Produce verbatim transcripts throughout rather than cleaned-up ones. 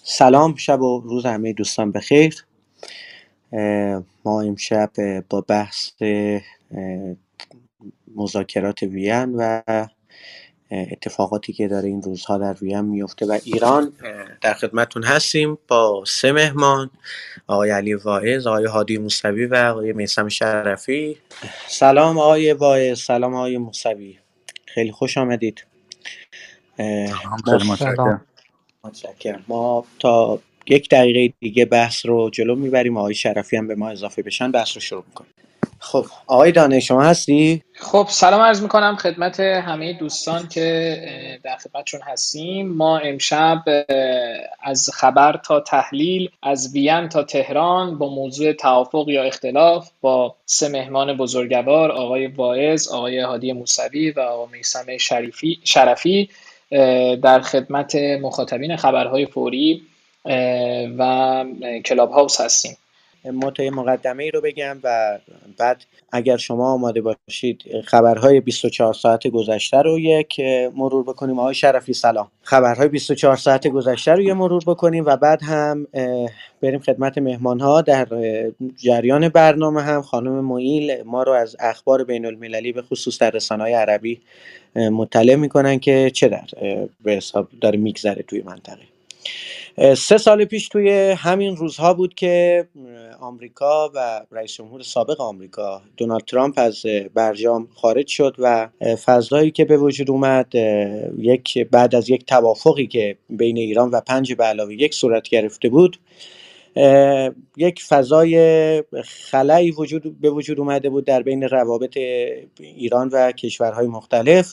سلام، شب و روز همه دوستان بخیر. ما امشب با بحث مذاکرات وین و اتفاقاتی که داره این روزها در وین میفته و ایران در خدمتون هستیم با سه مهمان: آقای علی واعظ، آقای هادی موسوی و آقای میثم شرفی. سلام آقای واعظ، سلام آقای موسوی، خیلی خوش آمدید. ما متشکرم. متشکرم. ما تا یک دقیقه دیگه بحث رو جلو میبریم، آقای شرفی هم به ما اضافه بشن بحث رو شروع میکنیم. خب آقای دانه شما هستی؟ خب سلام عرض میکنم خدمت همه دوستان که در خدمتشون هستیم. ما امشب از خبر تا تحلیل، از وین تا تهران، با موضوع توافق یا اختلاف با سه مهمان بزرگوار، آقای واعظ، آقای هادی موسوی و آقای میثم شریفی شرفی در خدمت مخاطبین خبرهای فوری و کلاب هاوس هستیم. ما تا یه مقدمه ای رو بگم و بعد اگر شما آماده باشید خبرهای بیست و چهار ساعت گذشته رو یک مرور بکنیم. آقای شرفی سلام. خبرهای بیست و چهار ساعت گذشته رو یه مرور بکنیم و بعد هم بریم خدمت مهمان‌ها. در جریان برنامه هم خانم معیل ما رو از اخبار بین المللی به خصوص در رسانه‌های عربی مطلع میکنن که چه در به حساب داره میگذره توی منطقه. سه سال پیش توی همین روزها بود که آمریکا و رئیس جمهور سابق آمریکا دونالد ترامپ از برجام خارج شد و فضایی که به وجود اومد یک بعد از یک توافقی که بین ایران و پنج به علاوه یک صورت گرفته بود، یک فضای خلایی وجود به وجود اومده بود در بین روابط ایران و کشورهای مختلف.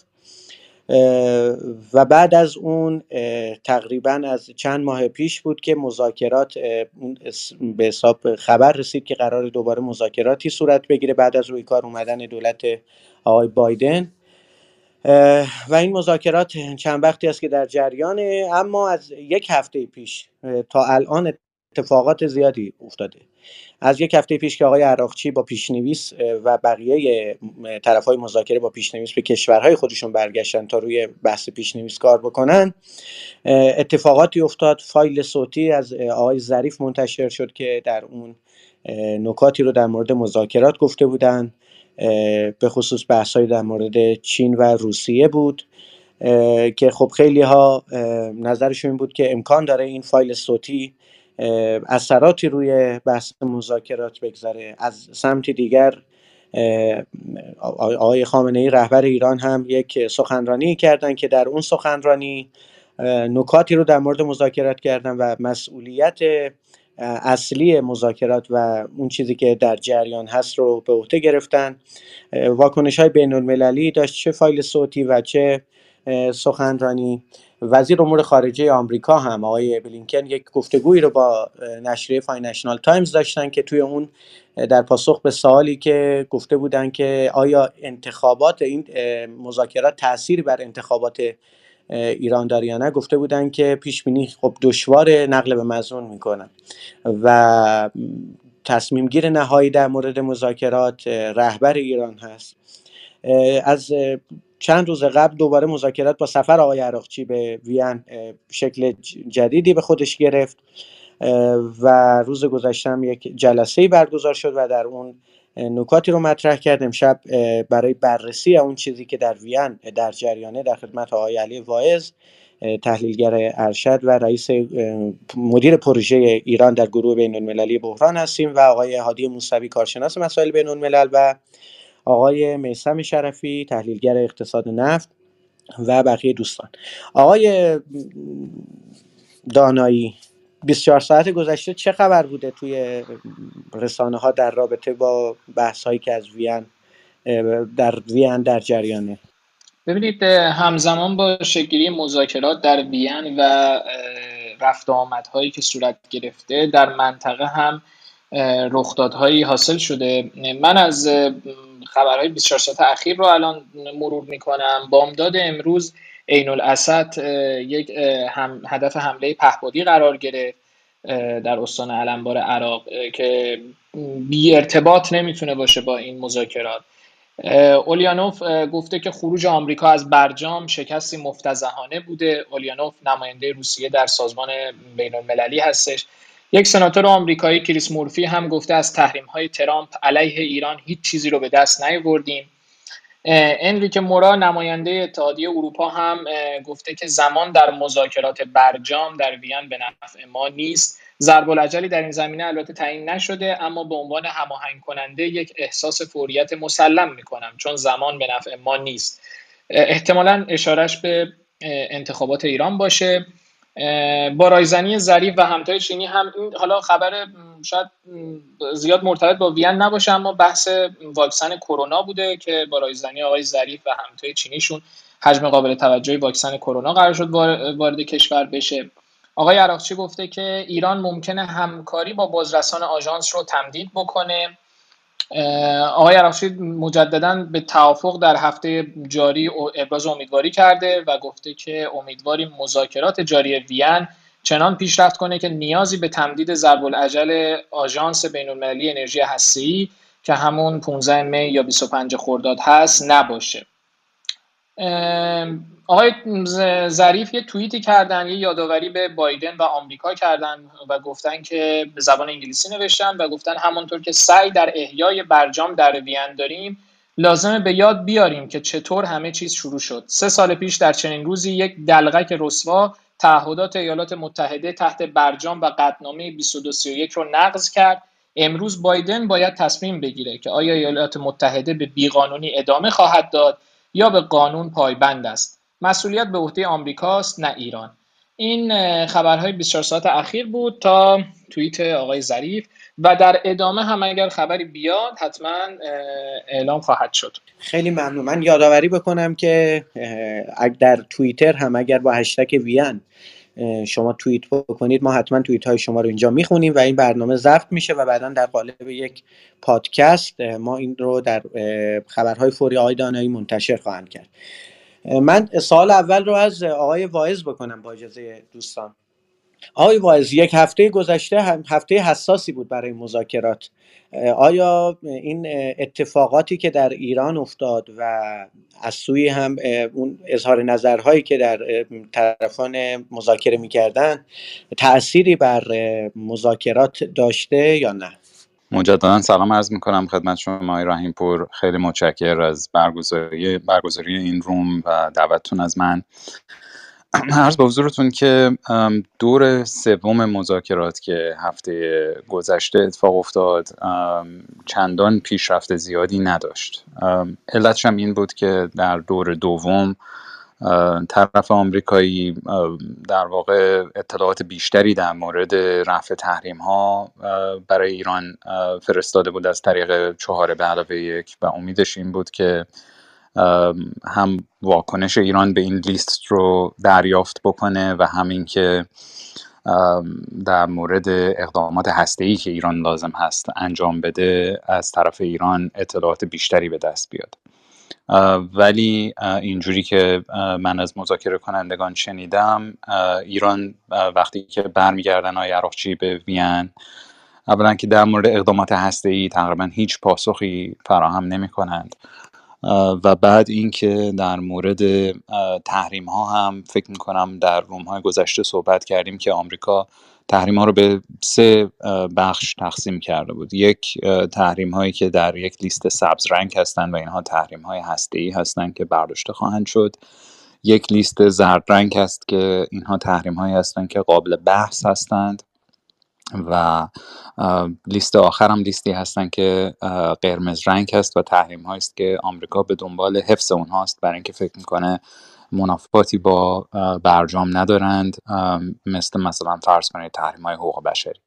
و بعد از اون تقریبا از چند ماه پیش بود که مذاکرات به حساب خبر رسید که قرار دوباره مذاکراتی صورت بگیره بعد از روی کار اومدن دولت آقای بایدن و این مذاکرات چند وقتی است که در جریانه، اما از یک هفته پیش تا الان اتفاقات زیادی افتاده. از یک هفته پیش که آقای عراقچی با پیشنویس و بقیه طرفای مذاکره با پیشنویس به کشورهای خودشون برگشتن تا روی بحث پیشنویس کار بکنن، اتفاقاتی افتاد. فایل صوتی از آقای ظریف منتشر شد که در اون نکاتی رو در مورد مذاکرات گفته بودن، به خصوص بحث‌های در مورد چین و روسیه بود که خب خیلی ها نظرشون این بود که امکان داره این فایل صوتی اثراتی روی بحث مذاکرات بگذاره. از سمت دیگر آقای خامنه‌ای رهبر ایران هم یک سخنرانی کردن که در اون سخنرانی نکاتی رو در مورد مذاکرات کردن و مسئولیت اصلی مذاکرات و اون چیزی که در جریان هست رو به عهده گرفتن. واکنش‌های بین‌المللی داشت، چه فایل صوتی و چه سخنرانی. وزیر امور خارجه آمریکا هم آقای بلینکن یک گفتگویی رو با نشریه فاینانشال تایمز داشتن که توی اون در پاسخ به سوالی که گفته بودن که آیا انتخابات این مذاکرات تأثیری بر انتخابات ایران داره یا نه، گفته بودن که پیش بینی خب دشوار نقل به مضمون میکنن و تصمیم گیر نهایی در مورد مذاکرات رهبر ایران هست. از چند روز قبل دوباره مذاکرات با سفر آقای عراقچی به وین شکل جدیدی به خودش گرفت و روز گذشته هم یک جلسه‌ای برگزار شد و در اون نکاتی رو مطرح کرد. امشب برای بررسی اون چیزی که در وین در جریانه در خدمت آقای علی واعظ، تحلیلگر ارشد و رئیس مدیر پروژه ایران در گروه بین‌المللی بحران هستیم و آقای هادی موسوی کارشناس مسائل بین‌الملل و آقای میثم شرفی تحلیلگر اقتصاد نفت و بقیه دوستان. آقای دانایی، بیست و چهار ساعت گذشته چه خبر بوده توی رسانه ها در رابطه با بحث هایی که از وین در وین در جریانه؟ ببینید، همزمان با شکل‌گیری مذاکرات در وین و رفت و آمدهایی که صورت گرفته در منطقه هم رخدادهایی حاصل شده. من از خبرهای بیست و چهار ساعت اخیر رو الان مرور میکنم. بامداد امروز عین الاسد یک هم هدف حمله پهپادی قرار گرفت در استان علمبار عراق که بی ارتباط نمیتونه باشه با این مذاکرات. اولیانوف گفته که خروج آمریکا از برجام شکستی مفتضحانه بوده. اولیانوف نماینده روسیه در سازمان بین‌المللی هستش. یک سناتور آمریکایی کریس مورفی هم گفته از تحریم‌های ترامپ علیه ایران هیچ چیزی رو به دست نیاوردیم. انریک مورا نماینده اتحادیه اروپا هم گفته که زمان در مذاکرات برجام در وین به نفع ما نیست. ضرب الاجلی در این زمینه البته تعیین نشده، اما به عنوان هماهنگ کننده یک احساس فوریت مسلم میکنم چون زمان به نفع ما نیست. احتمالاً اشارش به انتخابات ایران باشه. با رایزنی ظریف و همتای چینی هم این حالا خبر شاید زیاد مرتبط با وین نباشه، اما بحث واکسن کرونا بوده که با رایزنی آقای ظریف و همتای چینیشون حجم قابل توجهی واکسن کرونا قرار شد وارد کشور بشه. آقای عراقچی گفته که ایران ممکنه همکاری با بازرسان آژانس رو تمدید بکنه. آقای عراقچی مجدداً به توافق در هفته جاری ابراز امیدواری کرده و گفته که امیدواریم مذاکرات جاری وین چنان پیشرفت کنه که نیازی به تمدید ضرب الاجل آژانس بین‌المللی انرژی هسته‌ای که همون پانزده می یا بیست و پنج خرداد هست نباشه. آقای ظریف یه توییتی کردن، یه یادآوری به بایدن و آمریکا کردن و گفتن که به زبان انگلیسی نوشتن و گفتن همونطور که سعی در احیای برجام در وین داریم، لازمه به یاد بیاریم که چطور همه چیز شروع شد. سه سال پیش در چنین روزی یک دلغک رسوا تعهدات ایالات متحده تحت برجام و قطعنامه بیست و دو سی و یک رو نقض کرد. امروز بایدن باید تصمیم بگیره که آیا ایالات متحده به بیقانونی ادامه خواهد داد یا به قانون پایبند است. مسئولیت به عهده آمریکاست نه ایران. این خبرهای بیست و چهار ساعت اخیر بود تا توییت آقای ظریف و در ادامه هم اگر خبری بیاد حتما اعلام خواهد شد. خیلی ممنون. من یادآوری بکنم که در توییتر هم اگر با هشتگ وین شما توییت بکنید ما حتما توییت های شما رو اینجا میخونیم و این برنامه ضبط میشه و بعدا در قالب یک پادکست ما این رو در خبرهای فوری آقای دانایی منتشر خواهم کرد. من سوال اول رو از آقای واعظ بکنم با اجازه دوستان. آقای واعظ، یک هفته گذشته هفته حساسی بود برای مذاکرات. آیا این اتفاقاتی که در ایران افتاد و از سوی هم اون اظهار نظرهایی که در طرفان مذاکره می‌کردن تأثیری بر مذاکرات داشته یا نه؟ مجددا سلام عرض میکنم خدمت شما آقای رحیم‌پور. خیلی متشکرم از برگزاری برگزاری این روم و دعوتتون از من. عرض به حضورتون که دور سوم مذاکرات که هفته گذشته اتفاق افتاد چندان پیشرفت زیادی نداشت. علتش هم این بود که در دور دوم طرف آمریکایی در واقع اطلاعات بیشتری در مورد رفع تحریم ها برای ایران فرستاده بود از طریق چهار به علاوه یک و امیدش این بود که هم واکنش ایران به این لیست رو دریافت بکنه و همین که در مورد اقدامات هسته‌ای که ایران لازم هست انجام بده از طرف ایران اطلاعات بیشتری به دست بیاد. ولی اینجوری که من از مذاکره کنندگان شنیدم، ایران وقتی که برمیگردن آقای عراقچی به وین، اولا که در مورد اقدامات هسته‌ای تقریبا هیچ پاسخی فراهم نمی کنند و بعد اینکه در مورد تحریم ها هم فکر می کنم در روم های گذشته صحبت کردیم که آمریکا تحریم ها رو به سه بخش تقسیم کرده بود. یک، تحریم هایی که در یک لیست سبز رنگ هستند و اینها تحریم های هسته‌ای هستند که برداشته خواهند شد. یک لیست زرد رنگ هست که اینها تحریم هایی هستند که قابل بحث هستند و لیست آخر هم لیستی هستن که قرمز رنگ هست و تحریم هاییست که آمریکا به دنبال حفظ اونهاست برای اینکه فکر میکنه منافاتی با برجام ندارند، مثل مثلا فرض کنید تحریم های حقوق بشری.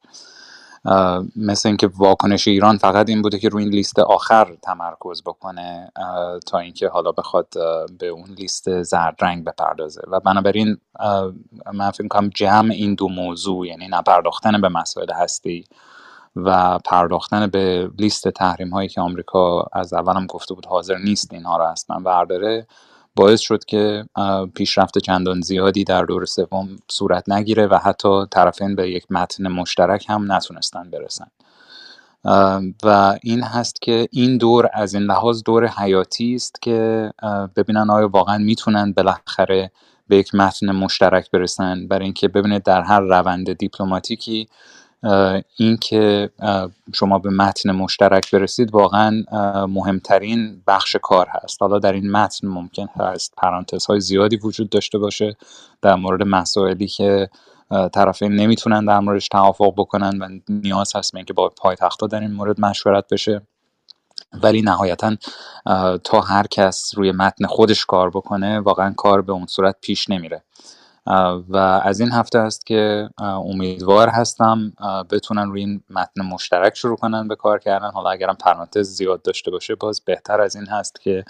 مثل اینکه واکنش ایران فقط این بوده که روی این لیست آخر تمرکز بکنه تا اینکه حالا بخواد به اون لیست زرد رنگ بپردازه و بنابراین من فکر می‌کنم جمع این دو موضوع، یعنی نپرداختن به مسائل هستی و پرداختن به لیست تحریم هایی که آمریکا از اول هم گفته بود حاضر نیست اینها رو اصلا برداره، باعث شد که پیشرفت چندان زیادی در دور سوم صورت نگیره و حتی طرفین به یک متن مشترک هم نتونستن برسن. و این هست که این دور از این لحاظ دور حیاتی است که ببینن آیا واقعا میتونن بالاخره به یک متن مشترک برسن، برای اینکه ببینید در هر روند دیپلماتیکی این که شما به متن مشترک برسید واقعا مهمترین بخش کار هست. حالا در این متن ممکن هست پرانتزهای زیادی وجود داشته باشه در مورد مسائلی که طرفین نمیتونن در موردش توافق بکنن و نیاز هست اینکه با پایتخت‌ها در این مورد مشورت بشه، ولی نهایتا تا هر کس روی متن خودش کار بکنه واقعا کار به اون صورت پیش نمیره. و از این هفته است که امیدوار هستم بتونن روی این متن مشترک شروع کنن به کار کردن. حالا اگرم پرانتز زیاد داشته باشه باز بهتر از این هست که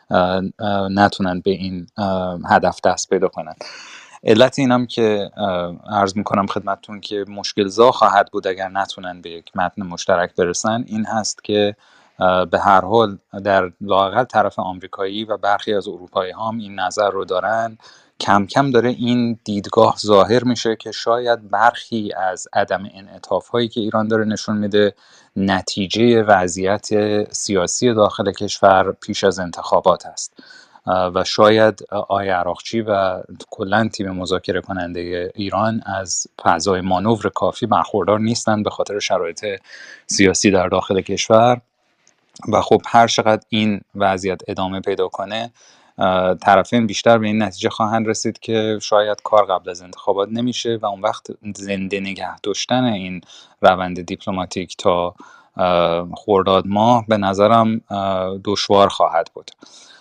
نتونن به این هدف دست پیدا کنن. علت اینم که عرض میکنم خدمتتون که مشکل زا خواهد بود اگر نتونن به یک متن مشترک برسن این هست که به هر حال در لااقل طرف آمریکایی و برخی از اروپایی هم این نظر رو دارن، کم کم داره این دیدگاه ظاهر میشه که شاید برخی از عدم انعطاف هایی که ایران داره نشون میده نتیجه وضعیت سیاسی داخل کشور پیش از انتخابات است و شاید آقای عراقچی و کلاً تیم مذاکره کننده ایران از فضای مانور کافی برخوردار نیستند به خاطر شرایط سیاسی در داخل کشور و خب هر چقدر این وضعیت ادامه پیدا کنه طرفین بیشتر به این نتیجه خواهند رسید که شاید کار قبل از انتخابات نمیشه و اون وقت زنده نگه داشتن این روند دیپلماتیک تا خرداد ماه به نظرم دشوار خواهد بود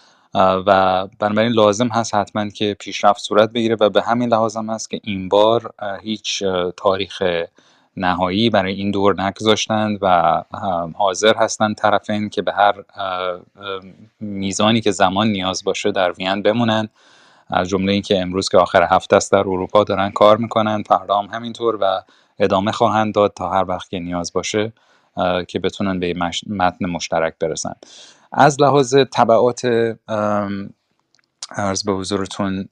و بنابراین لازم هست حتما که پیشرفت صورت بگیره و به همین لحاظ هم هست که این بار هیچ تاریخ نهایی برای این دور نگذاشتند و حاضر هستند طرفین که به هر میزانی که زمان نیاز باشه در وین بمونن، از جمله این که امروز که آخر هفته است در اروپا دارن کار میکنن، فردا هم همینطور و ادامه خواهند داد تا هر وقت که نیاز باشه که بتونن به متن مشترک برسن. از لحاظ تبعات عرض به حضورتون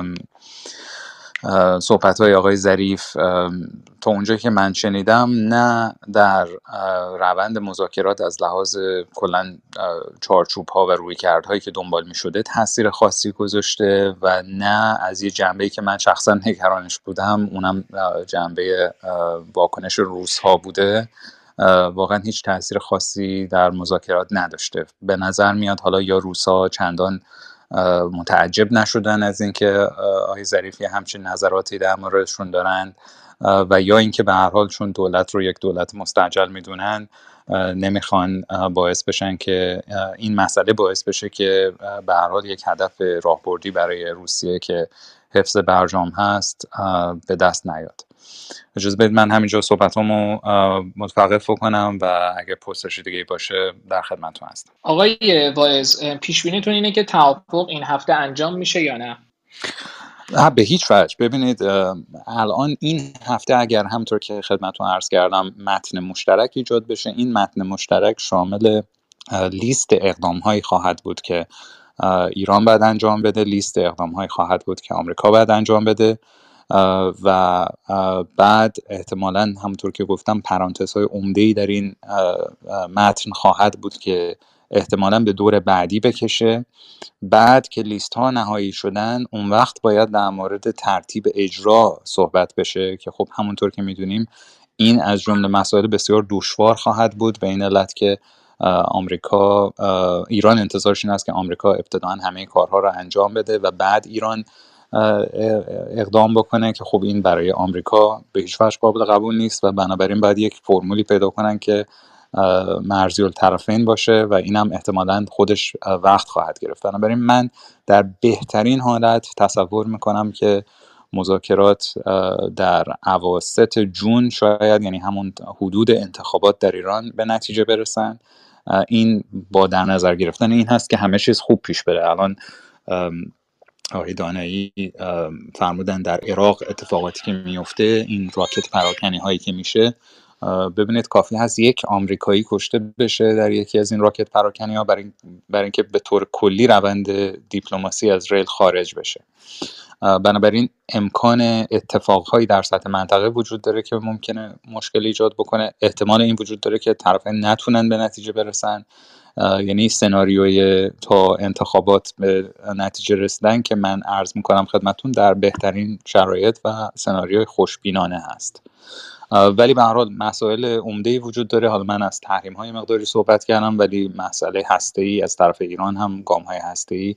صحبت‌های آقای ظریف تا اونجایی که من شنیدم نه در روند مذاکرات از لحاظ کلاً چارچوب‌ها و رویکردهایی که دنبال می‌شده تاثیر خاصی گذاشته و نه از یه جنبه‌ای که من شخصاً نگرانش بودم، اونم جنبه واکنش روس‌ها بوده، واقعا هیچ تاثیر خاصی در مذاکرات نداشته. به نظر میاد حالا یا روس‌ها چندان متعجب نشدن از اینکه آقای ظریفی همچین نظراتی در موردشون دارن و یا اینکه به هر حال چون دولت رو یک دولت مستعجل میدونن نمیخوان باعث بشن که این مسئله باعث بشه که به هر حال یک هدف راهبردی برای روسیه که حفظ برجام هست به دست نیاد. اجازه بدید من همینجا صحبتامو متوقف کنم و اگر پرسشی دیگه باشه در خدمتتون هستم. آقای واعظ، پیش بینیتون اینه که توافق این هفته انجام میشه یا نه؟ به هیچ وجه. ببینید الان این هفته اگر همونطور که خدمتتون عرض کردم متن مشترک ایجاد بشه، این متن مشترک شامل لیست اقدام‌هایی خواهد بود که ایران باید انجام بده، لیست اقدام‌هایی خواهد بود که آمریکا باید انجام بده و بعد احتمالاً همونطور که گفتم پرانتزهای عمده‌ای در این متن خواهد بود که احتمالاً به دور بعدی بکشه. بعد که لیست ها نهایی شدن اون وقت باید در مورد ترتیب اجرا صحبت بشه که خب همونطور که میدونیم این از جمله مسائل بسیار دشوار خواهد بود به این علت که آمریکا ایران انتظارش این است که آمریکا ابتداً همه کارها را انجام بده و بعد ایران اقدام بکنه که خب این برای آمریکا به هیچ وجه قابل قبول نیست و بنابراین باید یک فرمولی پیدا کنن که مرزی الطرفین باشه و اینم احتمالاً خودش وقت خواهد گرفت. بنابراین من در بهترین حالت تصور میکنم که مذاکرات در اواسط جون شاید، یعنی همون حدود انتخابات در ایران، به نتیجه برسن. این با در نظر گرفتن این هست که همه چیز خوب پیش بره. الان آقای دانایی فرمودن در عراق اتفاقاتی که میفته، این راکت پراکنی هایی که میشه، ببینید کافی هست یک آمریکایی کشته بشه در یکی از این راکت پراکنی‌ها برای برای اینکه به طور کلی روند دیپلماسی از ریل خارج بشه. بنابراین امکان اتفاقهایی در سطح منطقه وجود داره که ممکنه مشکل ایجاد بکنه. احتمال این وجود داره که طرفین نتونن به نتیجه برسن، یعنی سناریوی تا انتخابات به نتیجه رسیدن که من عرض میکنم خدمتون در بهترین شرایط و سناریوی خوشبینانه هست. ولی به هر حال مسائل عمده‌ای وجود داره. حالا من از تحریم‌های مقداری صحبت کردم، ولی مسئله هسته‌ای از طرف ایران هم، گام‌های هسته‌ای،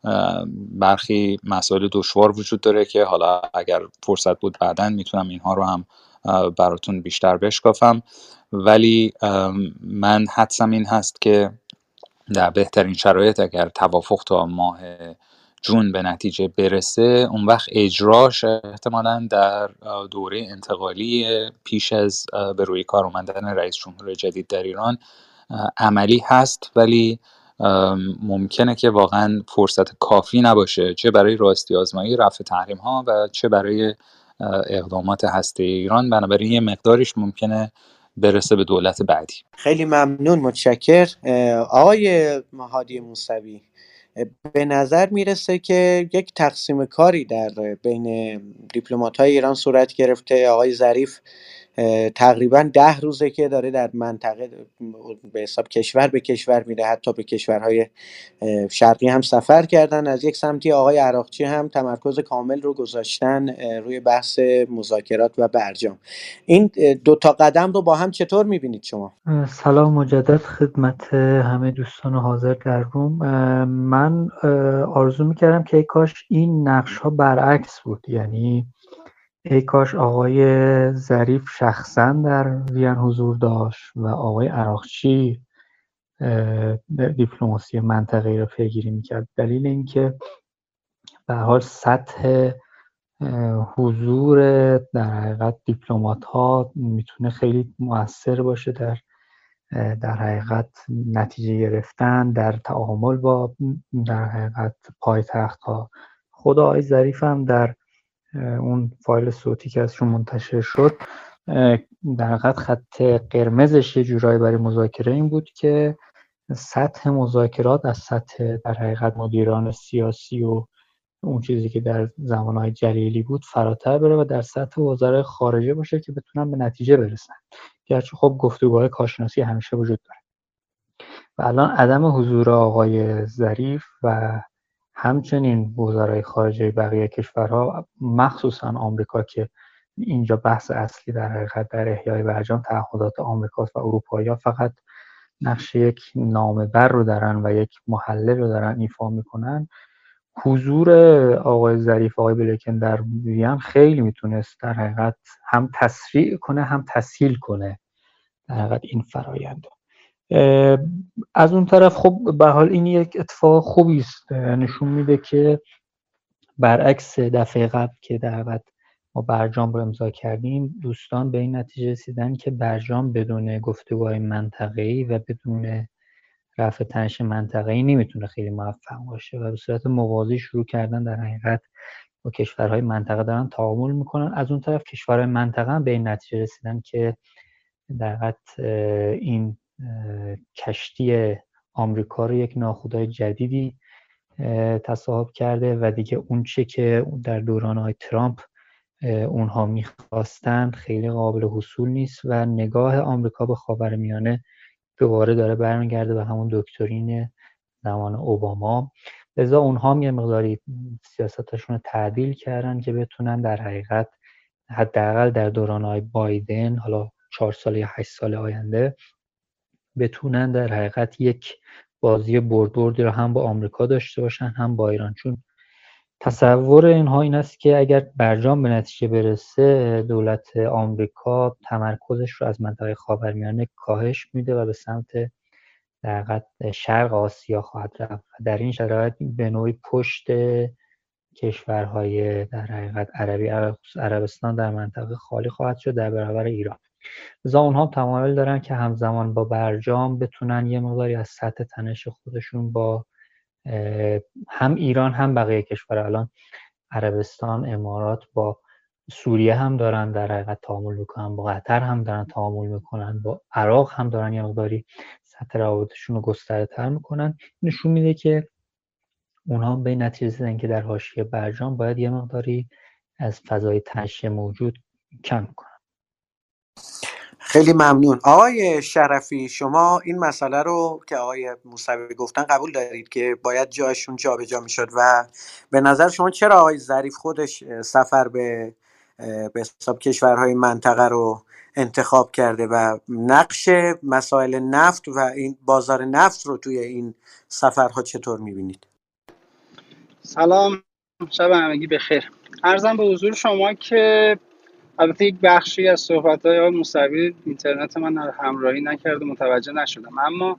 برخی مسائل دشوار وجود داره که حالا اگر فرصت بود بعداً میتونم اینها رو هم براتون بیشتر بشکافم. ولی من حدسم این هست که در بهترین شرایط اگر توافق تا ماه جون به نتیجه برسه، اون وقت اجراش احتمالاً در دوره انتقالی پیش از به روی کار آمدن رئیس جمهور جدید در ایران عملی هست، ولی ممکنه که واقعا فرصت کافی نباشه، چه برای راستی آزمایی رفع تحریم ها و چه برای اقدامات هسته‌ای ایران. بنابراین یه مقداریش ممکنه برسه به دولت بعدی. خیلی ممنون، متشکر. آقای هادی موسوی، به نظر میرسه که یک تقسیم کاری در بین دیپلمات‌های ایران صورت گرفته. آقای ظریف تقریبا ده روزه که داره در منطقه به حساب کشور به کشور میره، حتی به کشورهای شرقی هم سفر کردن. از یک سمتی آقای عراقچی هم تمرکز کامل رو گذاشتن روی بحث مذاکرات و برجام. این دو تا قدم رو با هم چطور میبینید شما؟ سلام مجدد خدمت همه دوستان حاضر در روم. من آرزو میکردم که ای کاش این نقش ها برعکس بود، یعنی ای کاش آقای ظریف شخصا در وین حضور داشت و آقای عراقچی دیپلماسی منطقه‌ای را پیگیری میکرد. دلیل اینکه به هر حال سطح حضور در حقیقت دیپلمات ها میتونه خیلی مؤثر باشه در در حقیقت نتیجه گرفتن، در تعامل با در حقیقت پایتخت ها. خود آقای ظریف هم در اون فایل صوتی که ازشون منتشر شد در حقیقت خط قرمزش یه جورایی برای مذاکره این بود که سطح مذاکرات از سطح در حقیقت مدیران سیاسی و اون چیزی که در زمانهای جلیلی بود فراتر بره و در سطح وزرای خارجه باشه که بتونن به نتیجه برسن. گرچه خب گفتگوهای کارشناسی همیشه وجود داره و الان عدم حضور آقای ظریف و همچنین وزرای خارجه بقیه کشورها، مخصوصا آمریکا که اینجا بحث اصلی در حقیقت در احیای برجام تعهدات آمریکاست و اروپایی‌ها فقط نقش یک نامه‌بر رو دارن و یک محلل رو دارن ایفا میکنن. حضور آقای ظریف، آقای بلینکن در وین خیلی میتونست در حقیقت هم تسریع کنه هم تسهیل کنه در حقیقت این فرآیند. از اون طرف خب به حال این یک اتفاق خوبی است، نشون میده که برعکس دفعه قبل که در حقیقت ما برجام رو امضا کردیم، دوستان به این نتیجه رسیدن که برجام بدون گفتگوهای منطقه‌ای و بدون رفع تنش منطقه‌ای نمیتونه خیلی موفق باشه و به صورت موازی شروع کردن در حقیقت با کشورهای منطقه دارن تعامل میکنن. از اون طرف کشورهای منطقه هم به این نتیجه رسیدن که در حقیقت این کشتی آمریکا رو یک ناخودآگاه جدیدی تصاحب کرده و دیگه اون چه که در دوران‌های ترامپ اونها میخواستن خیلی قابل حصول نیست و نگاه آمریکا به خاورمیانه دوباره داره برمیگرده به همون دکترین زمان اوباما. لذا اونها هم یه مقداری سیاستشون رو تعدیل کردن که بتونن در حقیقت حداقل در دوران‌های بایدن، حالا چهار سال یا هشت سال آینده، بتونن در حقیقت یک بازی برد بردی رو هم با آمریکا داشته باشن هم با ایران. چون تصور اینها این است که اگر برجام به نتیجه برسه، دولت آمریکا تمرکزش رو از منطقه خاورمیانه کاهش میده و به سمت در حقیقت شرق آسیا خواهد رفت. در این شرایط به نوعی پشت کشورهای در حقیقت عربی عربستان در منطقه خالی خواهد شد در برابر ایران. لذا اونها تمایل دارن که همزمان با برجام بتونن یه مقداری از سطح تنش خودشون با هم ایران هم بقیه کشور، الان عربستان، امارات با سوریه هم دارن در حقیقت تعامل میکنن، با قطر هم دارن تعامل میکنن، با عراق هم دارن یه مقداری سطح روابطشون رو گسترده تر میکنن. نشون میده که اونها به نتیجه رسیدن که در حاشیه برجام باید یه مقداری از فضای تنشی موجود کم کنن. خیلی ممنون. آقای شرفی، شما این مسئله رو که آقای موسوی گفتن قبول دارید که باید جاشون جابجا میشد و به نظر شما چرا آقای ظریف خودش سفر به به حساب کشورهای منطقه رو انتخاب کرده و نقش مسائل نفت و این بازار نفت رو توی این سفرها چطور میبینید؟ سلام، شب همگی بخیر. عرضم به حضور شما که البته یک بخشی از صحبت‌های آقای موسوی اینترنت من همراهی نکرد و متوجه نشدم، اما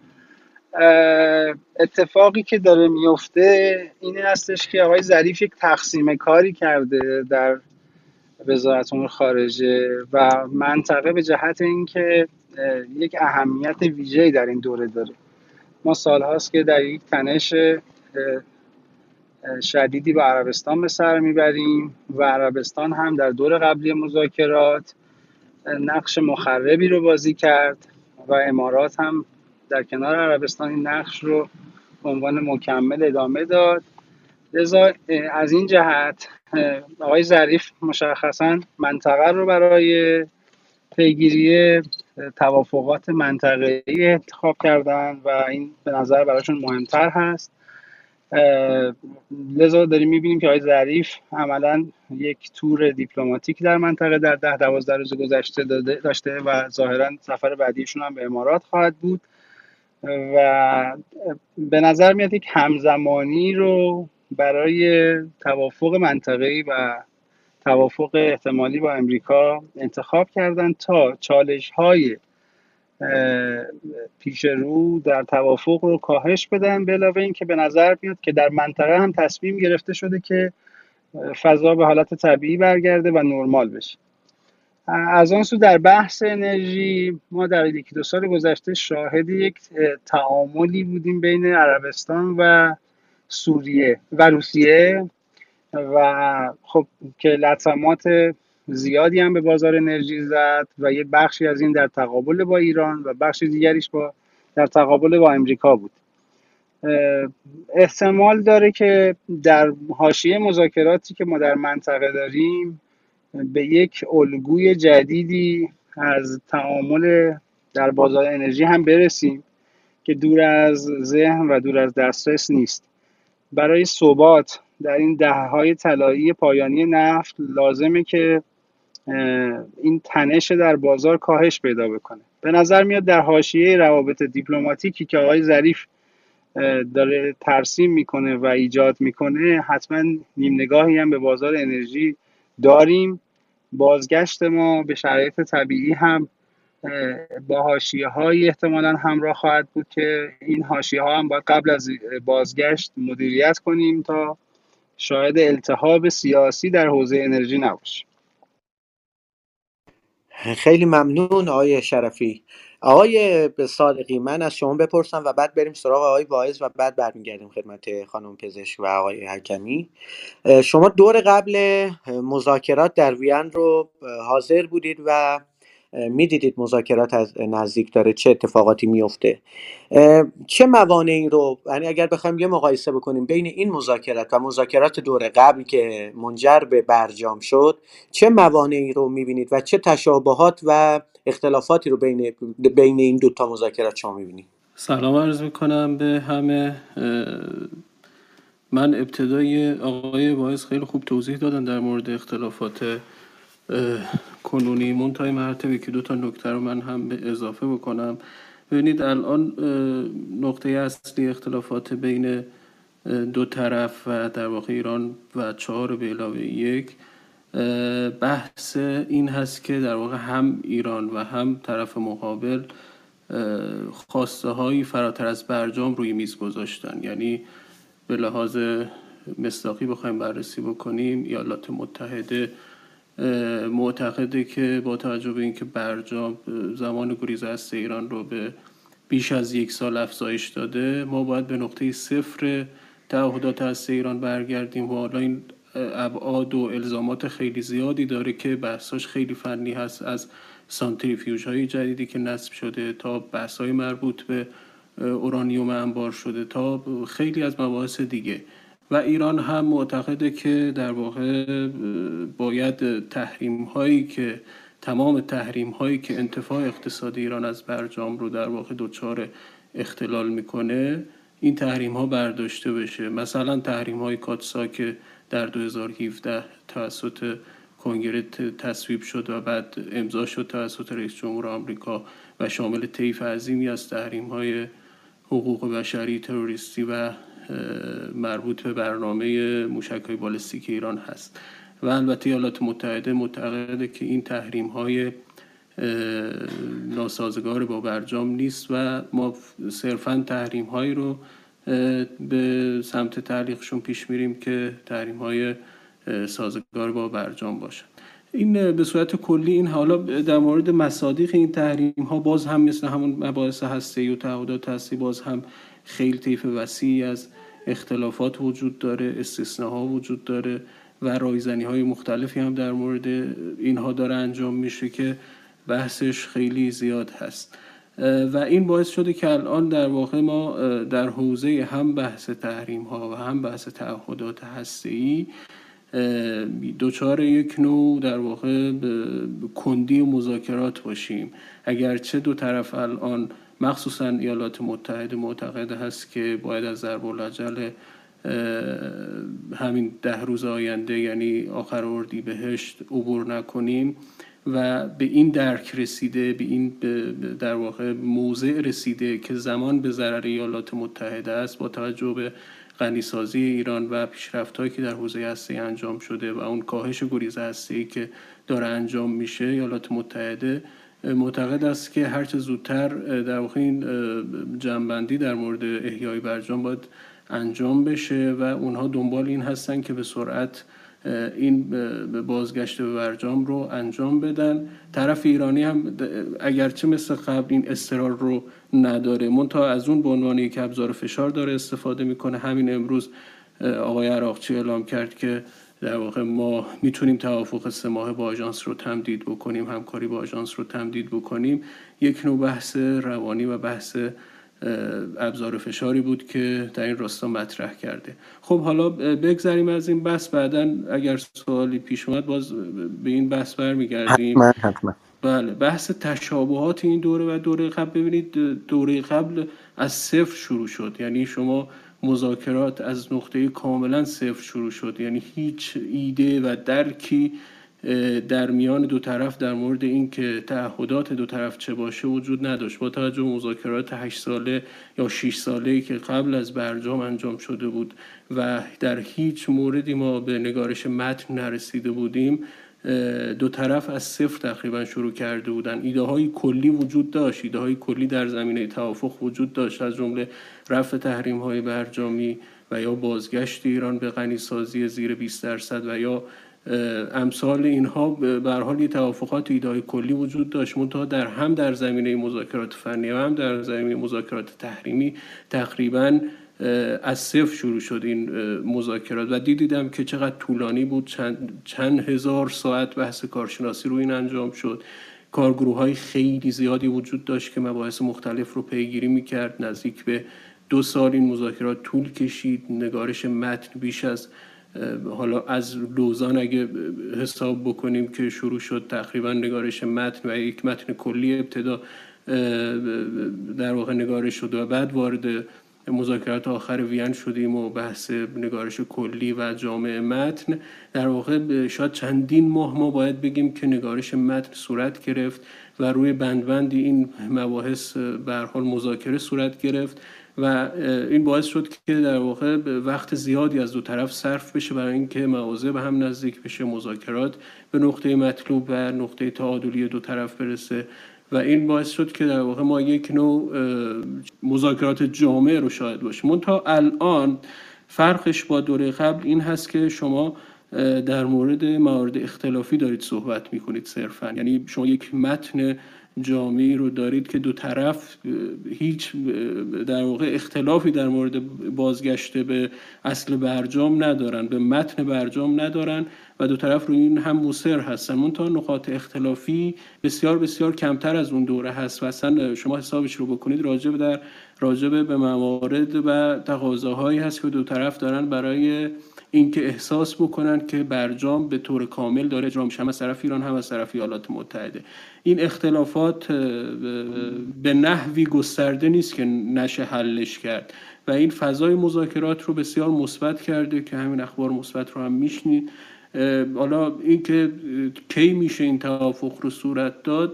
اتفاقی که داره میفته این هستش که آقای ظریف یک تقسیم کاری کرده در وزارت امور خارجه و منطقه به جهت اینکه یک اهمیت ویژه‌ای در این دوره داره. ما سال‌هاست که در یک تنش شدیدی با عربستان به سر میبریم و عربستان هم در دور قبلی مذاکرات نقش مخربی رو بازی کرد و امارات هم در کنار عربستان این نقش رو به عنوان مکمل ادامه داد. لذا از این جهت آقای ظریف مشخصاً منطقه رو برای پیگیری توافقات منطقه‌ای انتخاب کردن و این به نظر براشون مهمتر هست. لذا داریم میبینیم که آقای ظریف عملاً یک تور دیپلماتیک در منطقه در ده دوازده روز گذشته داشته و ظاهراً سفر بعدیشون هم به امارات خواهد بود و به نظر میاد یک همزمانی رو برای توافق منطقه‌ای و توافق احتمالی با امریکا انتخاب کردن تا چالش‌های پیش رو در توافق رو کاهش بدن، به علاوه این که به نظر میاد که در منطقه هم تصمیم گرفته شده که فضا به حالت طبیعی برگرده و نرمال بشه. از آن سو در بحث انرژی ما در یکی دو سال گذشته شاهد یک تعاملی بودیم بین عربستان و سوریه و روسیه و خب که لطمات زیادی هم به بازار انرژی زد و یه بخشی از این در تقابل با ایران و بخش دیگریش با در تقابل با امریکا بود. احتمال داره که در حاشیه مذاکراتی که ما در منطقه داریم به یک الگوی جدیدی از تعامل در بازار انرژی هم برسیم که دور از ذهن و دور از دسترس نیست. برای ثبات در این دهه‌های طلایی پایانی نفت لازمه که این تنش در بازار کاهش پیدا بکنه. به نظر میاد در حاشیه روابط دیپلماتیکی که آقای ظریف داره ترسیم میکنه و ایجاد میکنه حتما نیم نگاهی هم به بازار انرژی داریم. بازگشت ما به شرایط طبیعی هم با حاشیه‌های احتمالاً همراه خواهد بود که این حاشیه‌ها هم باید قبل از بازگشت مدیریت کنیم تا شاهد التهاب سیاسی در حوزه انرژی نباشیم. خیلی ممنون آقای شرفی. آقای صادقی، من از شما بپرسم و بعد بریم سراغ آقای واعظ و بعد برمیگردیم خدمت خانم پزشک و آقای حکمی. شما دور قبل مذاکرات در وین رو حاضر بودید و میدیدید مذاکرات از نزدیک داره چه اتفاقاتی میفته. چه موانعی رو، یعنی اگر بخوایم یه مقایسه بکنیم بین این مذاکرات و مذاکرات دور قبل که منجر به برجام شد، چه موانعی رو میبینید و چه تشابهات و اختلافاتی رو بین بین این دو تا مذاکرات شما میبینید؟ سلام عرض میکنم به همه. من ابتدای آقای واعظ خیلی خوب توضیح دادن در مورد اختلافات کنونی. منتهای مرتبه که دو تا نکته رو من هم به اضافه بکنم. ببینید الان نقطه اصلی اختلافات بین دو طرف و در واقع ایران و چهار به علاوه یک بحث این هست که در واقع هم ایران و هم طرف مقابل خواسته هایی فراتر از برجام روی میز گذاشتن. یعنی به لحاظ مصداقی بخوایم بررسی بکنیم، ایالات متحده معتقده که با توجه به اینکه برجام زمان گریز هسته ایران رو به بیش از یک سال افزایش داده، ما باید به نقطه صفر تعهدات هسته ایران برگردیم و حالا این ابعاد و الزامات خیلی زیادی داره که بحثاش خیلی فنی هست، از سانتریفیوژ های جدیدی که نصب شده تا بحث های مربوط به اورانیوم انبار شده تا خیلی از مباحث دیگه. و ایران هم معتقده که در واقع باید تحریم هایی که تمام تحریم هایی که انتفاع اقتصادی ایران از برجام رو در واقع دچار اختلال میکنه این تحریم ها برداشته بشه. مثلا تحریم های کاتسا که در دو هزار و هفده توسط کنگره تصویب شد و بعد امضا شد توسط رئیس جمهور آمریکا و شامل طیف عظیمی از تحریم های حقوق بشری، تروریستی و مربوط به برنامه موشک‌های بالستیک ایران هست. و البته ایالات متحده معتقده که این تحریم های ناسازگار با برجام نیست و ما صرفاً تحریم هایی رو به سمت تعلیقشون پیش میریم که تحریم های سازگار با برجام باشن. این به صورت کلی. این حالا در مورد مصادیق این تحریم ها باز هم مثل همون مباحث هسته‌ای و تعهدات هسته‌ای باز هم خیلی طیف وسیعی از اختلافات وجود داره، استثناء‌ها وجود داره و رایزنی‌های مختلفی هم در مورد اینها داره انجام میشه که بحثش خیلی زیاد هست و این باعث شده که الان در واقع ما در حوزه هم بحث تحریم ها و هم بحث تعهدات هسته‌ای دوچار یک نوع در واقع کندی مذاکرات باشیم. اگرچه دو طرف الان مخصوصا ایالات متحده معتقد هست که باید از ضرب العجل همین ده روز آینده یعنی آخر اردیبهشت عبور نکنیم و به این درک رسیده، به این در واقع موضع رسیده که زمان به ضرر ایالات متحده است با توجه به غنیسازی ایران و پیشرفت‌هایی که در حوزه هسته‌ای انجام شده و اون کاهش گریز هسته‌ای که داره انجام میشه. ایالات متحده معتقد است که هرچه زودتر در واقع این جمع‌بندی در مورد احیای برجام باید انجام بشه و اونها دنبال این هستن که به سرعت این بازگشت به برجام رو انجام بدن. طرف ایرانی هم اگرچه مثل قبل این اصرار رو نداره منتها از اون به عنوان یک ابزار فشار داره استفاده میکنه. همین امروز آقای عراقچی اعلام کرد که در واقع ما میتونیم توافق سه ماهه با آژانس رو تمدید بکنیم، همکاری با آژانس رو تمدید بکنیم. یک نوع بحث روانی و بحث ابزار فشاری بود که در این راستا مطرح کرده. خب حالا بگذریم از این بحث، بعداً اگر سوالی پیش اومد باز به این بحث برمیگردیم. حتما حتما. بله، بحث تشابهات این دوره و دوره قبل. ببینید دوره قبل از صفر شروع شد، یعنی شما مذاکرات از نقطه کاملا صفر شروع شد، یعنی هیچ ایده و درکی در میان دو طرف در مورد این که تعهدات دو طرف چه باشه وجود نداشت. با توجه به مذاکرات هشت ساله یا شش ساله‌ای که قبل از برجام انجام شده بود و در هیچ موردی ما به نگارش متن نرسیده بودیم، دو طرف از صفر تقریبا شروع کرده بودن. ایده های کلی وجود داشت، ایده های کلی در زمینه توافق وجود داشت، از جمله رفع تحریم های برجامی و یا بازگشت ایران به غنیسازی زیر بیست درصد و یا امثال اینها. به هر حال توافقات ایده‌های کلی وجود داشت، منتها در هم در زمینه مذاکرات فنی و هم در زمینه مذاکرات تحریمی تقریباً از صفر شروع شد این مذاکرات و دیدیدم که چقدر طولانی بود. چند, چند هزار ساعت بحث کارشناسی روی این انجام شد. کارگروه‌های خیلی زیادی وجود داشت که مباحث مختلف رو پیگیری می‌کرد. نزدیک به دو سال این مذاکرات طول کشید. نگارش متن بیش از حالا از لوزان اگه حساب بکنیم که شروع شد تقریبا نگارش متن و یک متن کلی ابتدا در واقع نگارش شد و بعد وارد مذاکرات آخر وین شدیم و بحث نگارش کلی و جامع متن. در واقع شاید چندین ماه ما باید بگیم که نگارش متن صورت گرفت و روی بندبندی این مباحث به هر حال مذاکره صورت گرفت و این باعث شد که در واقع وقت زیادی از دو طرف صرف بشه برای اینکه مواضع به هم نزدیک بشه، مذاکرات به نقطه مطلوب و نقطه تعادلی دو طرف برسه و این باعث شد که در واقع ما یک نوع مذاکرات جامع رو شاهد باشیم. منتها الان فرقش با دوره قبل این هست که شما در مورد موارد اختلافی دارید صحبت میکنید صرفا، یعنی شما یک متن جامعی رو دارید که دو طرف هیچ در واقع اختلافی در مورد بازگشت به اصل برجام ندارن، به متن برجام ندارن و دو طرف رو این هم مصر هستن. منتها نقاط اختلافی بسیار بسیار کمتر از اون دوره هست و اصلا شما حسابش رو بکنید راجب در راجب به موارد و تقاضاهایی هست که دو طرف دارن برای اینکه احساس بکنن که برجام به طور کامل داره اجرا میشه، هم از طرف ایران هم از طرف ایالات متحده. این اختلافات به نحوی گسترده نیست که نشه حلش کرد و این فضای مذاکرات رو بسیار مثبت کرده که همین اخبار مثبت رو هم میشنید. حالا اینکه کی میشه این توافق رو صورت داد،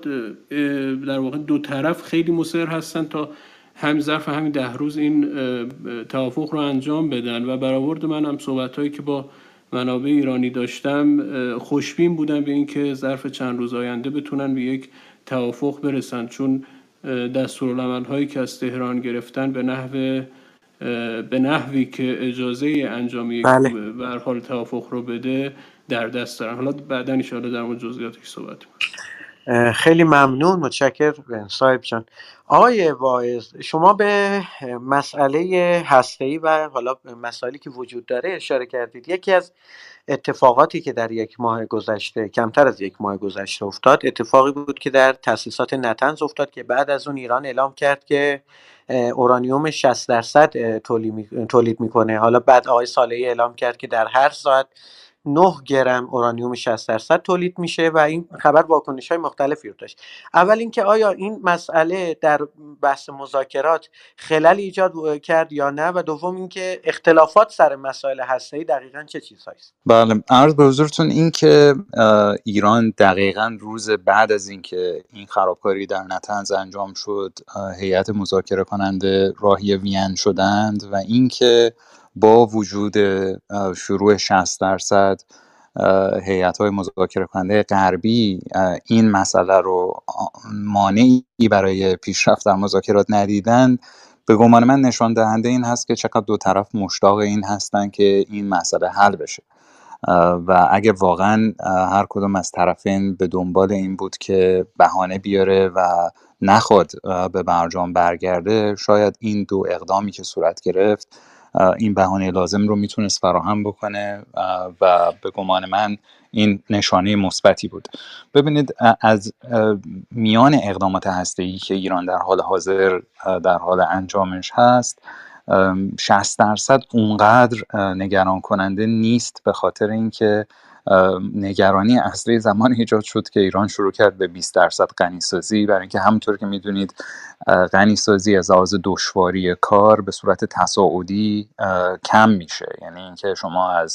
در واقع دو طرف خیلی مصر هستن تا هم ظرف همین ده روز این توافق رو انجام بدن و برآورد من هم صحبتایی که با منابع ایرانی داشتم خوشبین بودن به اینکه ظرف چند روز آینده بتونن به یک توافق برسن، چون دستورالعمل هایی که از تهران گرفتن به نحو به نحوی که اجازه انجام یک بله. به هر حال توافق رو بده در دست دارن. حالا بعداً ان شاءالله در مورد جزئیاتش صحبت می‌کنم. خیلی ممنون، متشکرم صاحب جان. آقای واعظ، شما به مسئله هسته‌ای و حالا مسائلی که وجود داره اشاره کردید. یکی از اتفاقاتی که در یک ماه گذشته، کمتر از یک ماه گذشته افتاد، اتفاقی بود که در تأسیسات نتنز افتاد که بعد از اون ایران اعلام کرد که اورانیوم شصت درصد تولید میکنه. حالا بعد آقای صالحی اعلام کرد که در هر ساعت نه گرم اورانیوم شصت درصد تولید میشه و این خبر واکنش‌های مختلفی رو داشت. اول اینکه آیا این مسئله در بحث مذاکرات خلل ایجاد کرد یا نه، و دوم اینکه اختلافات سر مسائل هسته‌ای دقیقاً چه چیزهایی است؟ بله، عرض به حضورتون این که ایران دقیقاً روز بعد از اینکه این خرابکاری در نتنز انجام شد هیئت مذاکره کننده راهی وین شدند و اینکه با وجود شروع شصت درصد هیئت‌های مذاکره کننده غربی این مسئله رو مانعی برای پیشرفت در مذاکرات ندیدند، به گمان من نشان دهنده این هست که چقدر دو طرف مشتاق این هستن که این مسئله حل بشه و اگه واقعا هر کدوم از طرفین به دنبال این بود که بهانه بیاره و نخواد به برجام برگرده، شاید این دو اقدامی که صورت گرفت این بهانه لازم رو میتونست فراهم بکنه و به گمان من این نشانه مثبتی بود. ببینید، از میان اقدامات هسته‌ای که ایران در حال حاضر در حال انجامش هست، شصت درصد اونقدر نگران کننده نیست، به خاطر اینکه نگرانی اصلی زمان ایجاد شد که ایران شروع کرد به بیست درصد غنیسازی، برای اینکه همونطور که میدونید غنیسازی از لحاظ دشواری کار به صورت تصاعدی کم میشه. یعنی اینکه شما از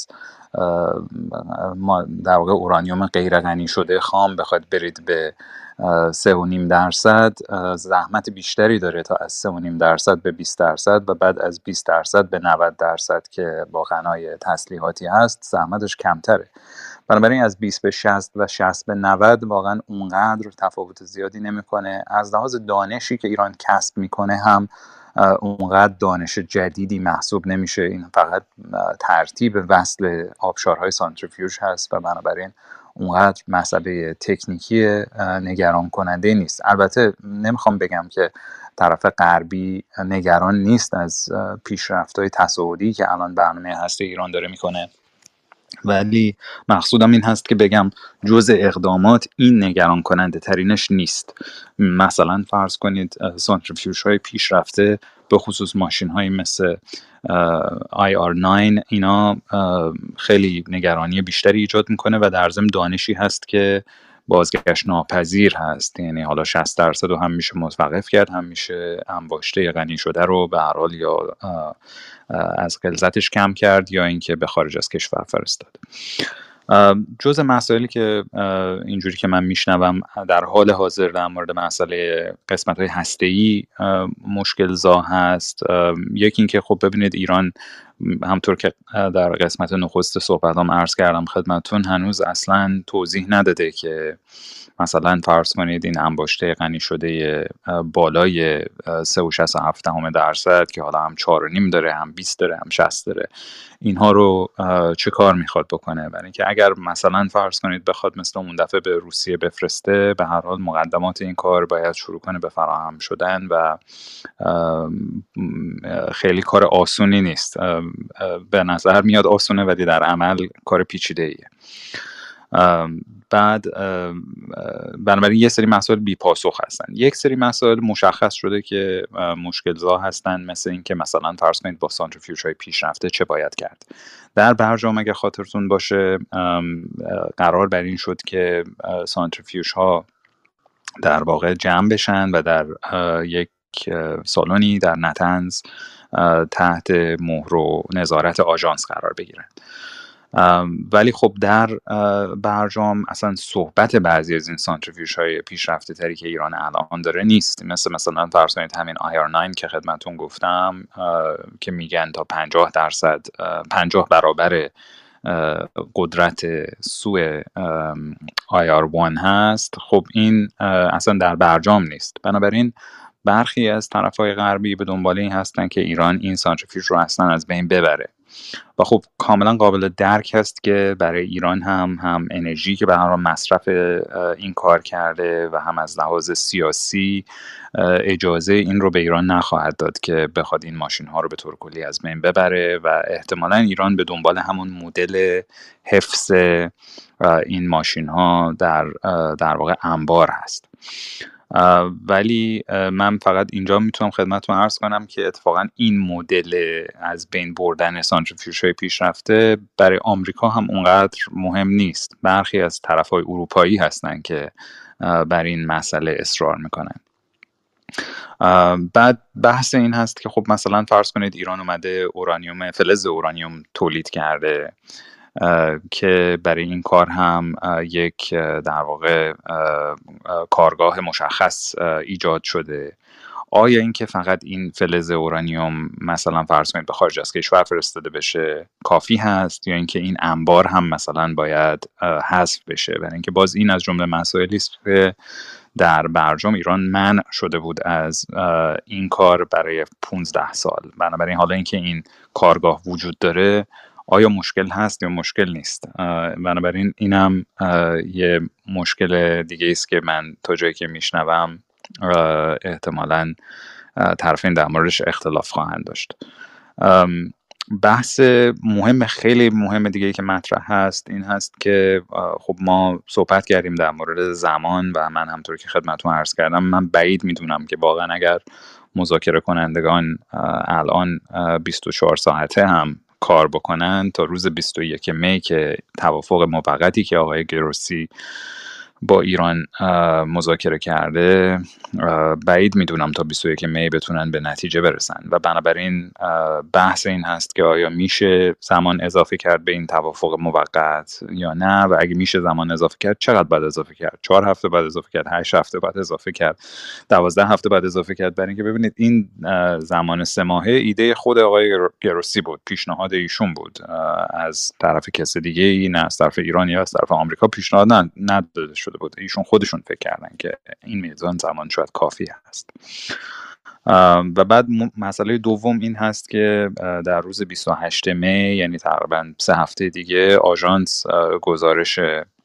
ما در واقع اورانیوم غیر غنی شده خام بخواید برید به سه و نیم درصد، زحمت بیشتری داره تا از سه و نیم درصد به بیست درصد و بعد از بیست درصد به نود درصد که با غنای تسلیحاتی هست زحمتش کمتره. بنابراین از بیست به شصت و شصت به نود واقعا اونقدر تفاوت زیادی نمیکنه. از لحاظ دانشی که ایران کسب میکنه هم اونقدر دانش جدیدی محسوب نمیشه. این فقط ترتیب وصل آبشارهای سانتریفیوژ هست و بنابراین اونقدر مسئله تکنیکی نگران کننده نیست. البته نمیخوام بگم که طرف غربی نگران نیست از پیشرفت‌های تصاعدی که الان برنامه هسته ایران داره میکنه، ولی مقصودم این هست که بگم جزء اقدامات این نگران کننده ترینش نیست. مثلا فرض کنید سانتریفیوژ های پیشرفته به خصوص ماشین های مثل آی آر نه اینا خیلی نگرانی بیشتری ایجاد میکنه و در ضمن دانشی هست که بازگشت ناپذیر هست. یعنی حالا شصت درصد رو هم میشه متوقف کرد، هم میشه انباشته غنی شده رو به هر حال یا از غلظتش کم کرد یا اینکه به خارج از کشور فرستاد. جز مسائلی که اینجوری که من میشنوم در حال حاضر در مورد مسئله قسمت‌های هسته‌ای مشکل زا هست، یکی این که خب ببینید ایران همطور که در قسمت نخست صحبتام عرض کردم خدمتتون، هنوز اصلا توضیح نداده که مثلا فرض کنید این انباشته غنی شده بالای سه و شصت و هفت درصد که حالا هم چهار و نیم داره، هم بیست داره، هم شصت داره، اینها رو چه کار میخواد بکنه؟ برای اینکه اگر مثلا فرض کنید بخواد مثل اون دفعه به روسیه بفرسته، به هر حال مقدمات این کار باید شروع کنه به فراهم شدن و خیلی کار آسونی نیست. به نظر میاد آسونه ولی در عمل کار پیچیده ایه. بعد بنابراین یه سری مسائل بی پاسخ هستن، یک سری مسائل مشخص شده که مشکل زا هستن، مثل این که مثلا فرض کنید با سانتریفیوژ های پیشرفته چه باید کرد. در برجام اگه خاطرتون باشه قرار بر این شد که سانتریفیوژ ها در واقع جمع بشن و در یک سالونی در نتنز تحت مهر و نظارت آژانس قرار بگیرن. ولی خب در برجام اصلا صحبت بعضی از این سانتریفیوژ های پیشرفته تری که ایران الان داره نیست، مثل مثلا فرض کنید همین آی آر نه که خدمتون گفتم که میگن تا پنجاه درصد پنجاه برابر قدرت سوی آی آر یک هست. خب این اصلا در برجام نیست. بنابراین برخی از طرف‌های غربی به دنبال این هستن که ایران این سانتریفیوژ رو اصلا از بین ببره و خب کاملا قابل درک است که برای ایران هم هم انرژی که به هر حال مصرف این کار کرده و هم از لحاظ سیاسی اجازه این رو به ایران نخواهد داد که بخواد این ماشین ها رو به طور کلی از بین ببره و احتمالا ایران به دنبال همون مدل حفظ این ماشین ها در در واقع انبار هست. ولی من فقط اینجا میتونم خدمتتون عرض کنم که اتفاقا این مدل از بین بردن سانتریفیوژهای پیشرفته برای آمریکا هم اونقدر مهم نیست. برخی از طرفهای اروپایی هستن که بر این مسئله اصرار میکنن. بعد بحث این هست که خب مثلا فرض کنید ایران اومده اورانیوم فلز اورانیوم تولید کرده که برای این کار هم یک در واقع کارگاه مشخص ایجاد شده. آیا اینکه فقط این فلز اورانیوم مثلا فرض کنید به خارج از کشور فرستاده بشه کافی هست، یا اینکه این انبار هم مثلا باید حذف بشه؟ برای اینکه باز این از جمله مسائلی است که در برجام ایران منع شده بود از این کار برای پانزده سال. بنابراین حالا اینکه این کارگاه وجود داره آیا مشکل هست یا مشکل نیست؟ بنابراین اینم یه مشکل دیگه است که من تا جایی که میشنوم احتمالاً طرفین در موردش اختلاف خواهند داشت. بحث مهم خیلی مهم دیگه که مطرح هست این هست که خب ما صحبت کردیم در مورد زمان و من همطور که خدمتتون عرض کردم من بعید میدونم که واقعا اگر مذاکره کنندگان الان بیست و چهار ساعته هم کار بکنن تا روز بیست و یکم می که توافق موقتی که آقای گروسی با ایران مذاکره کرده، بعید میدونم تا بیست و یکم می بتونن به نتیجه برسن و بنابراین بحث این هست که آیا میشه زمان اضافه کرد به این توافق موقت یا نه، و اگه میشه زمان اضافه کرد چقدر بعد اضافه کرد؟ چهار هفته بعد اضافه کرد، هشت هفته بعد اضافه کرد، دوازده هفته بعد اضافه کرد؟ برای اینکه ببینید این زمان سه ماهه ایده خود آقای گروسی بود، پیشنهاد ایشون بود، از طرف کسی دیگه ای نه از طرف ایران یا از طرف آمریکا پیشنهاد نداده شده بود. ایشون خودشون فکر کردن که این میزان زمان شاید کافی هست. و بعد مسئله دوم این هست که در روز بیست و هشتم می یعنی تقریبا سه هفته دیگه آژانس گزارش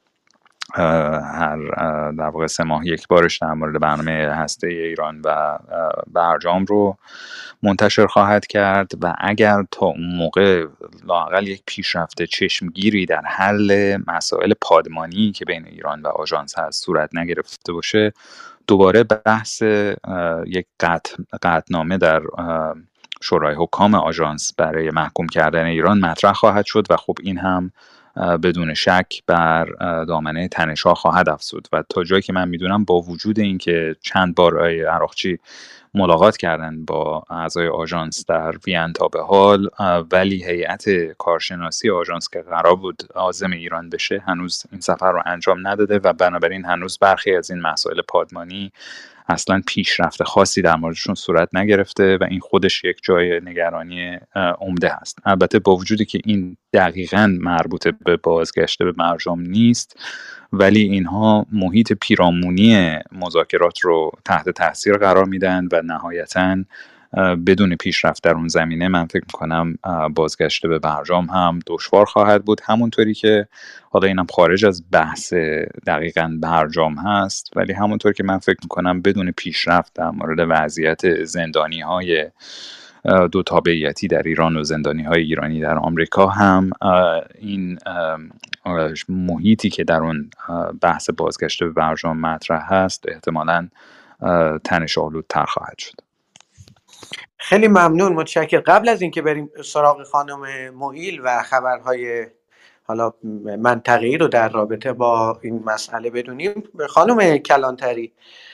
هر در واقع سه ماه یک بارش در مورد برنامه هسته ایران و برجام رو منتشر خواهد کرد و اگر تا اون موقع لااقل یک پیشرفت چشمگیری در حل مسائل پادمانی که بین ایران و آژانس هست صورت نگرفته باشه، دوباره بحث یک قطع قطعنامه در شورای حکام آژانس برای محکوم کردن ایران مطرح خواهد شد و خب این هم بدون شک بر دامنه تنش‌ها خواهد افزود. و تا جایی که من میدونم با وجود این که چند بار آقای عراقچی ملاقات کردن با اعضای آژانس در وین تا به حال، ولی هیئت کارشناسی آژانس که قرار بود عازم ایران بشه هنوز این سفر رو انجام نداده و بنابراین هنوز برخی از این مسائل پادمانی اصلا پیشرفت خاصی در موردشون صورت نگرفته و این خودش یک جای نگرانی عمده هست. البته با وجودی که این دقیقاً مربوط به بازگشت به برجام نیست، ولی اینها محیط پیرامونی مذاکرات رو تحت تاثیر قرار میدن و نهایتاً بدون پیشرفت در اون زمینه من فکر میکنم بازگشت به برجام هم دشوار خواهد بود. همونطوری که حالا اینم خارج از بحث دقیقاً برجام هست، ولی همونطور که من فکر میکنم بدون پیشرفت در مورد وضعیت زندانی های دو تابعیتی در ایران و زندانی های ایرانی در آمریکا هم این محیطی که در اون بحث بازگشت به برجام مطرح هست احتمالاً تنش آلودتر خواهد شد. خیلی ممنون، متشکرم. قبل از اینکه بریم سراغ خانم معیل و خبرهای حالا منطقه‌ای رو در رابطه با این مسئله بدونیم، خانم کلانتری،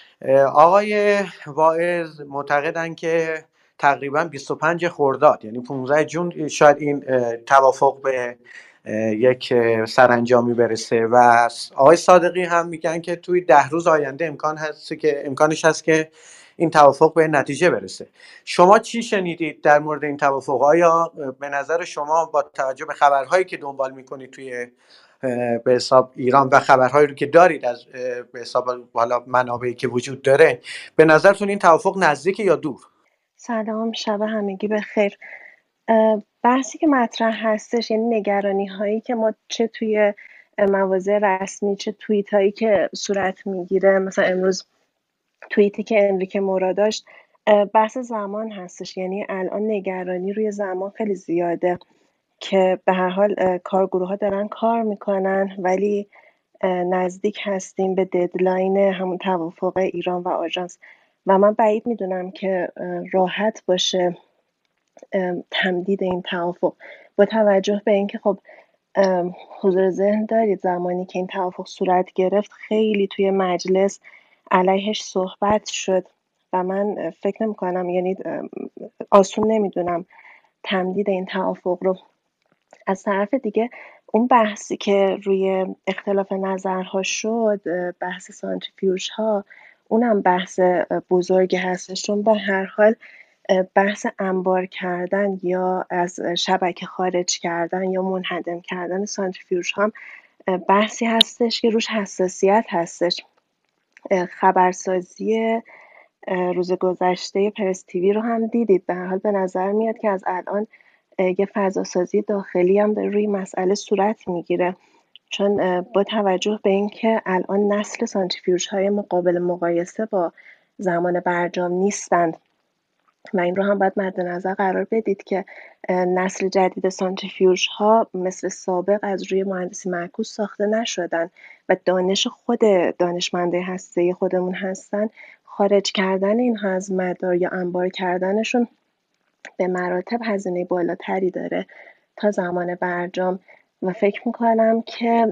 آقای واعظ معتقدن که تقریبا بیست و پنج خرداد یعنی پانزده جون شاید این توافق به یک سرانجامی برسه و آقای صادقی هم میگن که توی ده روز آینده امکان هست که امکانش هست که این توافق به نتیجه برسه. شما چی شنیدید در مورد این توافق؟ آیا به نظر شما با توجه به خبرهایی که دنبال میکنید توی به حساب ایران و خبرهایی رو که دارید از به حساب حالا منابعی که وجود داره، به نظرتون این توافق نزدیک یا دور؟ سلام، شب همگی بخیر. بحثی که مطرح هستش، یعنی نگرانی هایی که ما چه توی مواضع رسمی چه توییت هایی که صورت میگیره، مثلا امروز توییتی که انریکه مورا داشت، بحث زمان هستش. یعنی الان نگرانی روی زمان خیلی زیاده که به هر حال کارگروه ها دارن کار میکنن ولی نزدیک هستیم به ددلاین همون توافق ایران و آژانس و من بعید میدونم که راحت باشه تمدید این توافق، با توجه به اینکه خب حضور ذهن دارید زمانی که این توافق صورت گرفت خیلی توی مجلس علیهش صحبت شد و من فکر نمی کنم، یعنی آسون نمیدونم تمدید این توافق رو. از طرف دیگه اون بحثی که روی اختلاف نظرها شد، بحث سانتریفیوژ ها، اونم بحث بزرگی هستش، چون به هر حال بحث انبار کردن یا از شبکه خارج کردن یا منهدم کردن سانتریفیوژ هم بحثی هستش که روش حساسیت هستش. خبرسازی روز گذشته پرس تیوی رو هم دیدید. به هر حال به نظر میاد که از الان یه فضاسازی داخلی هم داره روی مسئله صورت میگیره، چون با توجه به اینکه الان نسل سانتریفیوژ های مقابل مقایسه با زمان برجام نیستند و این رو هم باید مد نظر قرار بدید که نسل جدید سانتریفیوژ ها مثل سابق از روی مهندسی معکوس ساخته نشدن و دانش خود دانشمنده هسته‌ای خودمون هستن. خارج کردن اینها از مدار یا انبار کردنشون به مراتب هزینه بالاتری داره تا زمان برجام و فکر میکنم که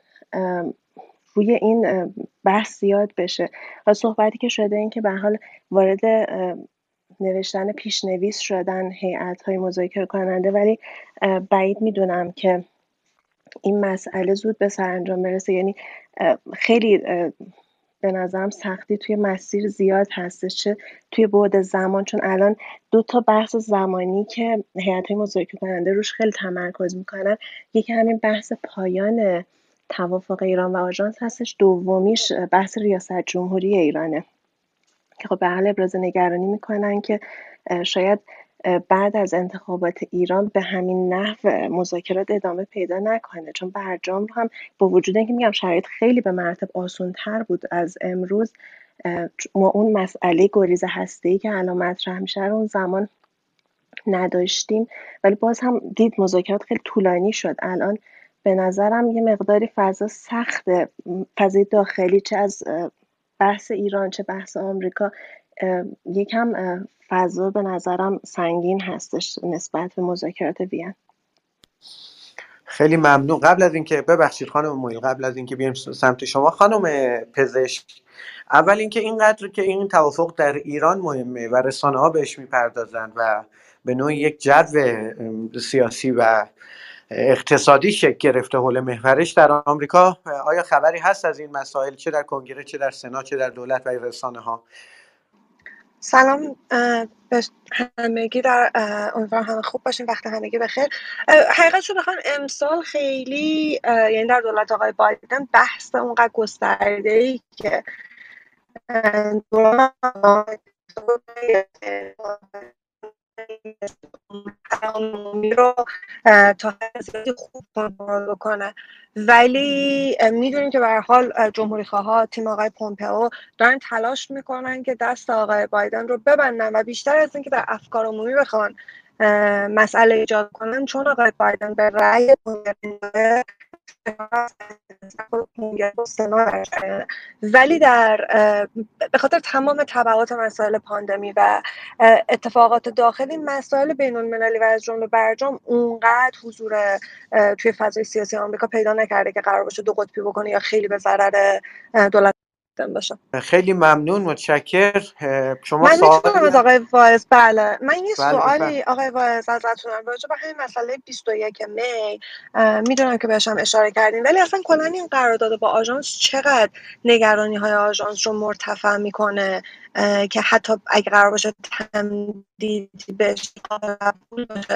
روی این بحث زیاد بشه. و صحبتی که شده این که به حال وارد نوشتن پیشنویس شدن هیئت‌های مذاکره کننده، ولی بعید میدونم که این مسئله زود به سرانجام برسه. یعنی خیلی به نظرم سختی توی مسیر زیاد هستش، چه توی بعد زمان، چون الان دو تا بحث زمانی که هیئت‌های مذاکره کننده روش خیلی تمرکز میکنن، یکی همین بحث پایان توافق ایران و آژانس هستش، دومیش بحث ریاست جمهوری ایرانه که خب به حال ابراز نگرانی میکنن که شاید بعد از انتخابات ایران به همین نحو مذاکرات ادامه پیدا نکنه، چون برجام رو هم با وجود اینکه میگم شرایط خیلی به مراتب آسان‌تر بود از امروز، ما اون مسئله گریز هسته‌ای که الان مطرح میشه رو اون زمان نداشتیم، ولی باز هم دید مذاکرات خیلی طولانی شد. الان به نظرم یه مقداری فضا سخته، فضای داخلی چه از بحث ایران چه بحث آمریکا یکم فضا به نظرم سنگین هستش نسبت به مذاکرات وین. خیلی ممنون. قبل از اینکه ببخشید خانم معیل، قبل از اینکه بیایم سمت شما خانم پزشک، اول اینکه اینقدر که این توافق در ایران مهمه و رسانه‌ها بهش میپردازن و به نوعی یک جو سیاسی و اقتصادی شکل گرفته حول محورش در آمریکا. آیا خبری هست از این مسائل، چه در کنگره، چه در سنا، چه در دولت و رسانه ها؟ سلام به همگی، در امیدوارم همه خوب باشین، وقت همگی بخیر. حقیقتش رو بخوام امسال خیلی یعنی در دولت آقای بایدن بحث اونقدر گسترده‌ای که دوران عمومی رو تا حد خوب کنترل بکنه، ولی میدونیم که به هر حال جمهوری خواها تیم آقای پومپئو دارن تلاش میکنن که دست آقای بایدن رو ببندن و بیشتر از اینکه در افکار عمومی بخوان مسئله ایجاد کنن، چون آقای بایدن به رأی کنگره ولی در به خاطر تمام تبعات مسائل پاندمی و اتفاقات داخلی، مسائل بین المللی و از جمله برجام اونقدر حضور توی فضای سیاسی آمریکا پیدا نکرده که قرار باشه دو قطبی بکنه یا خیلی به ضرر دولت باشه. خیلی ممنون، متشکر. شما من سوالی میتونم از آقای وایز بله من یه بله سوالی بفرم. آقای وایز ازتونم راجع به همین مسئله بیست و یک می میدونم که بهش هم اشاره کردین، ولی اصلا کلا این قرارداد با آژانس چقدر نگرانی های آژانس رو مرتفع میکنه که حتی اگه قرار باشه تمدید بهش قبول بشه؟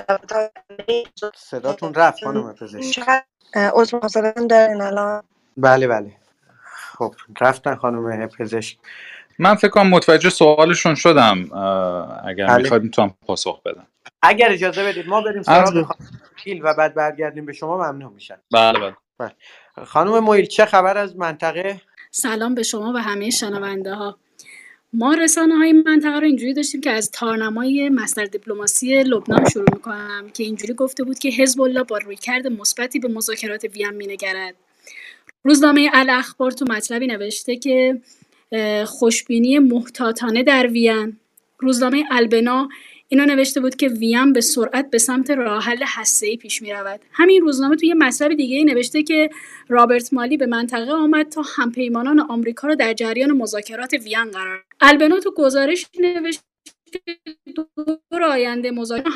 صداتون رفت خانم پزشک. عذر میخوام دارین الان؟ بله بله خب رفتن خانم پزشک. من فکر کنم متوجه سوالشون شدم، اگر بله. میخواید میتونم پاسخ بدم. اگر اجازه بدید ما بریم سراغ خانم مویل و بعد برگردیم به شما، ممنون میشم. بله بله. بله. خانم مویل چه خبر از منطقه؟ سلام به شما و همه شنونده ها. ما رسانه های منطقه رو اینجوری داشتیم که از تارنمای مصدر دیپلماسی لبنان شروع میکنم که اینجوری گفته بود که حزب الله با رویکرد مثبتی به مذاکرات وین مینگرد. روزنامه الاخبار تو مطلبی نوشته که خوشبینی محتاطانه در وین. روزنامه البنا اینو نوشته بود که وین به سرعت به سمت راه حل هسته‌ای پیش می‌رود. همین روزنامه توی یه مطلب دیگه‌ای نوشته که رابرت مالی به منطقه آمد تا همپیمانان آمریکا رو در جریان مذاکرات وین قرار. البنا تو گزارش نوشته دور آینده مذاکرات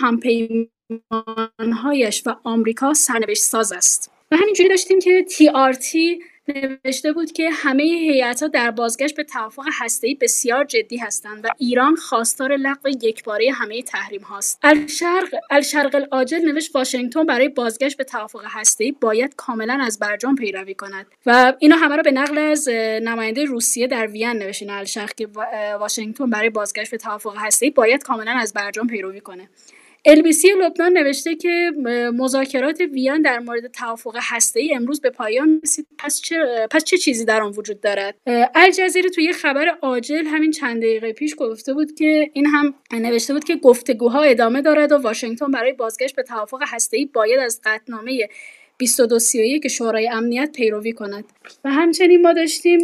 همپیمان‌هایش و آمریکا سرنوشت ساز است. و همینجوری داشتیم که تی آر تی نوشته بود که همه هیئت‌ها در بازگشت به توافق هسته‌ای بسیار جدی هستند و ایران خواستار لغو یکباره همه تحریم هاست. الشرق الشرق العاجل نوشت واشنگتن برای بازگشت به توافق هسته‌ای باید کاملا از برجام پیروی کند و اینا همه رو به نقل از نماینده روسیه در وین نوشتن الشرق که واشنگتن برای بازگشت به توافق هسته‌ای باید کاملا از برجام پیروی کنه. ال بی سی لبنان نوشته که مذاکرات وین در مورد توافق هسته‌ای امروز به پایان رسید، پس چه پس چه چیزی در آن وجود دارد؟ الجزیره توی یه خبر عاجل همین چند دقیقه پیش گفته بود که این هم نوشته بود که گفتگوها ادامه دارد و واشنگتن برای بازگشت به توافق هسته‌ای باید از قطعنامه بیست و دو سی و یک شورای امنیت پیروی کند. و همچنین ما داشتیم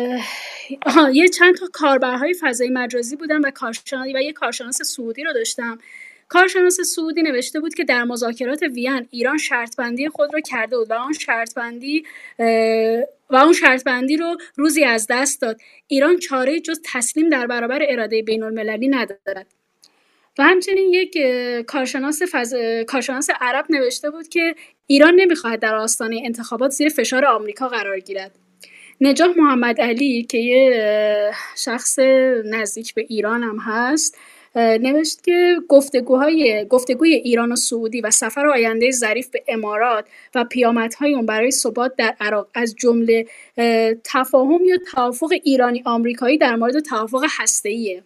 آها یه چند تا کاربرهای فضای مجازی بودن و کارشناس و یه کارشناس سعودی رو داشتم. کارشناس سعودی نوشته بود که در مذاکرات وین ایران شرط بندی خود را کرده بود و اون شرط بندی و اون شرط بندی رو روزی از دست داد. ایران چاره‌ای جز تسلیم در برابر اراده بین المللی ندارد. و همچنین یک کارشناس فز... کارشناس عرب نوشته بود که ایران نمیخواهد در آستانه انتخابات زیر فشار آمریکا قرار گیرد. نجاح محمد علی که یه شخص نزدیک به ایران هم هست نوشت که گفتگوهای گفتگوی ایران و سعودی و سفر آینده ظریف به امارات و پیامدهای اون برای ثبات در عراق از جمله تفاهم یا توافق ایرانی آمریکایی در مورد توافق هسته‌ایه.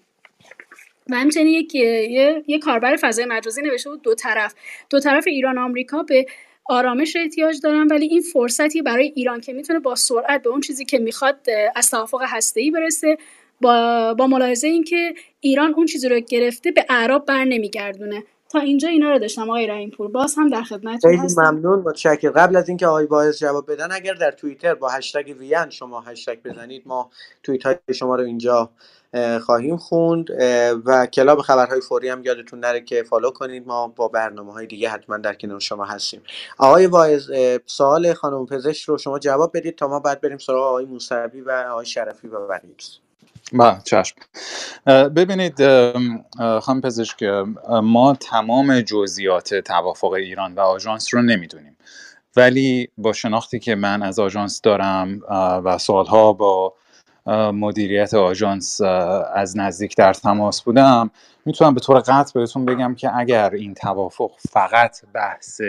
و همچنین یک یه, یه کاربر فضای مجازی نوشته بود دو طرف دو طرف ایران و آمریکا به آرامش احتیاج دارن، ولی این فرصتی برای ایران که میتونه با سرعت به اون چیزی که میخواد از توافق هسته‌ای برسه، با با ملاحظه اینکه ایران اون چیزی رو گرفته به اعراب بر نمیگردونه. تا اینجا اینا رو داشتم آقای رحیم پور، باز هم در خدمتتون هستم. خیلی ممنون، متشکرم. قبل از اینکه آقای واعظ جواب بدن، اگر در توییتر با هشتگ وین شما هشتگ بزنید، ما توییت های شما رو اینجا خواهیم خوند و کلاب خبرهای فوری هم یادتون نره که فالو کنید. ما با برنامه‌های دیگه حتما در کنار شما هستیم. آقای واعظ سوال خانم پزشک رو شما جواب بدید تا ما بعد بریم سراغ آقای موسوی و آقای شرفی و بقیه. با چشم. ببینید خانم پزشک، ما تمام جزئیات توافق ایران و آژانس رو نمیدونیم، ولی با شناختی که من از آژانس دارم و سالها با مدیریت آژانس از نزدیک در تماس بودم، میتونم به طور قطع بهتون بگم که اگر این توافق فقط بحث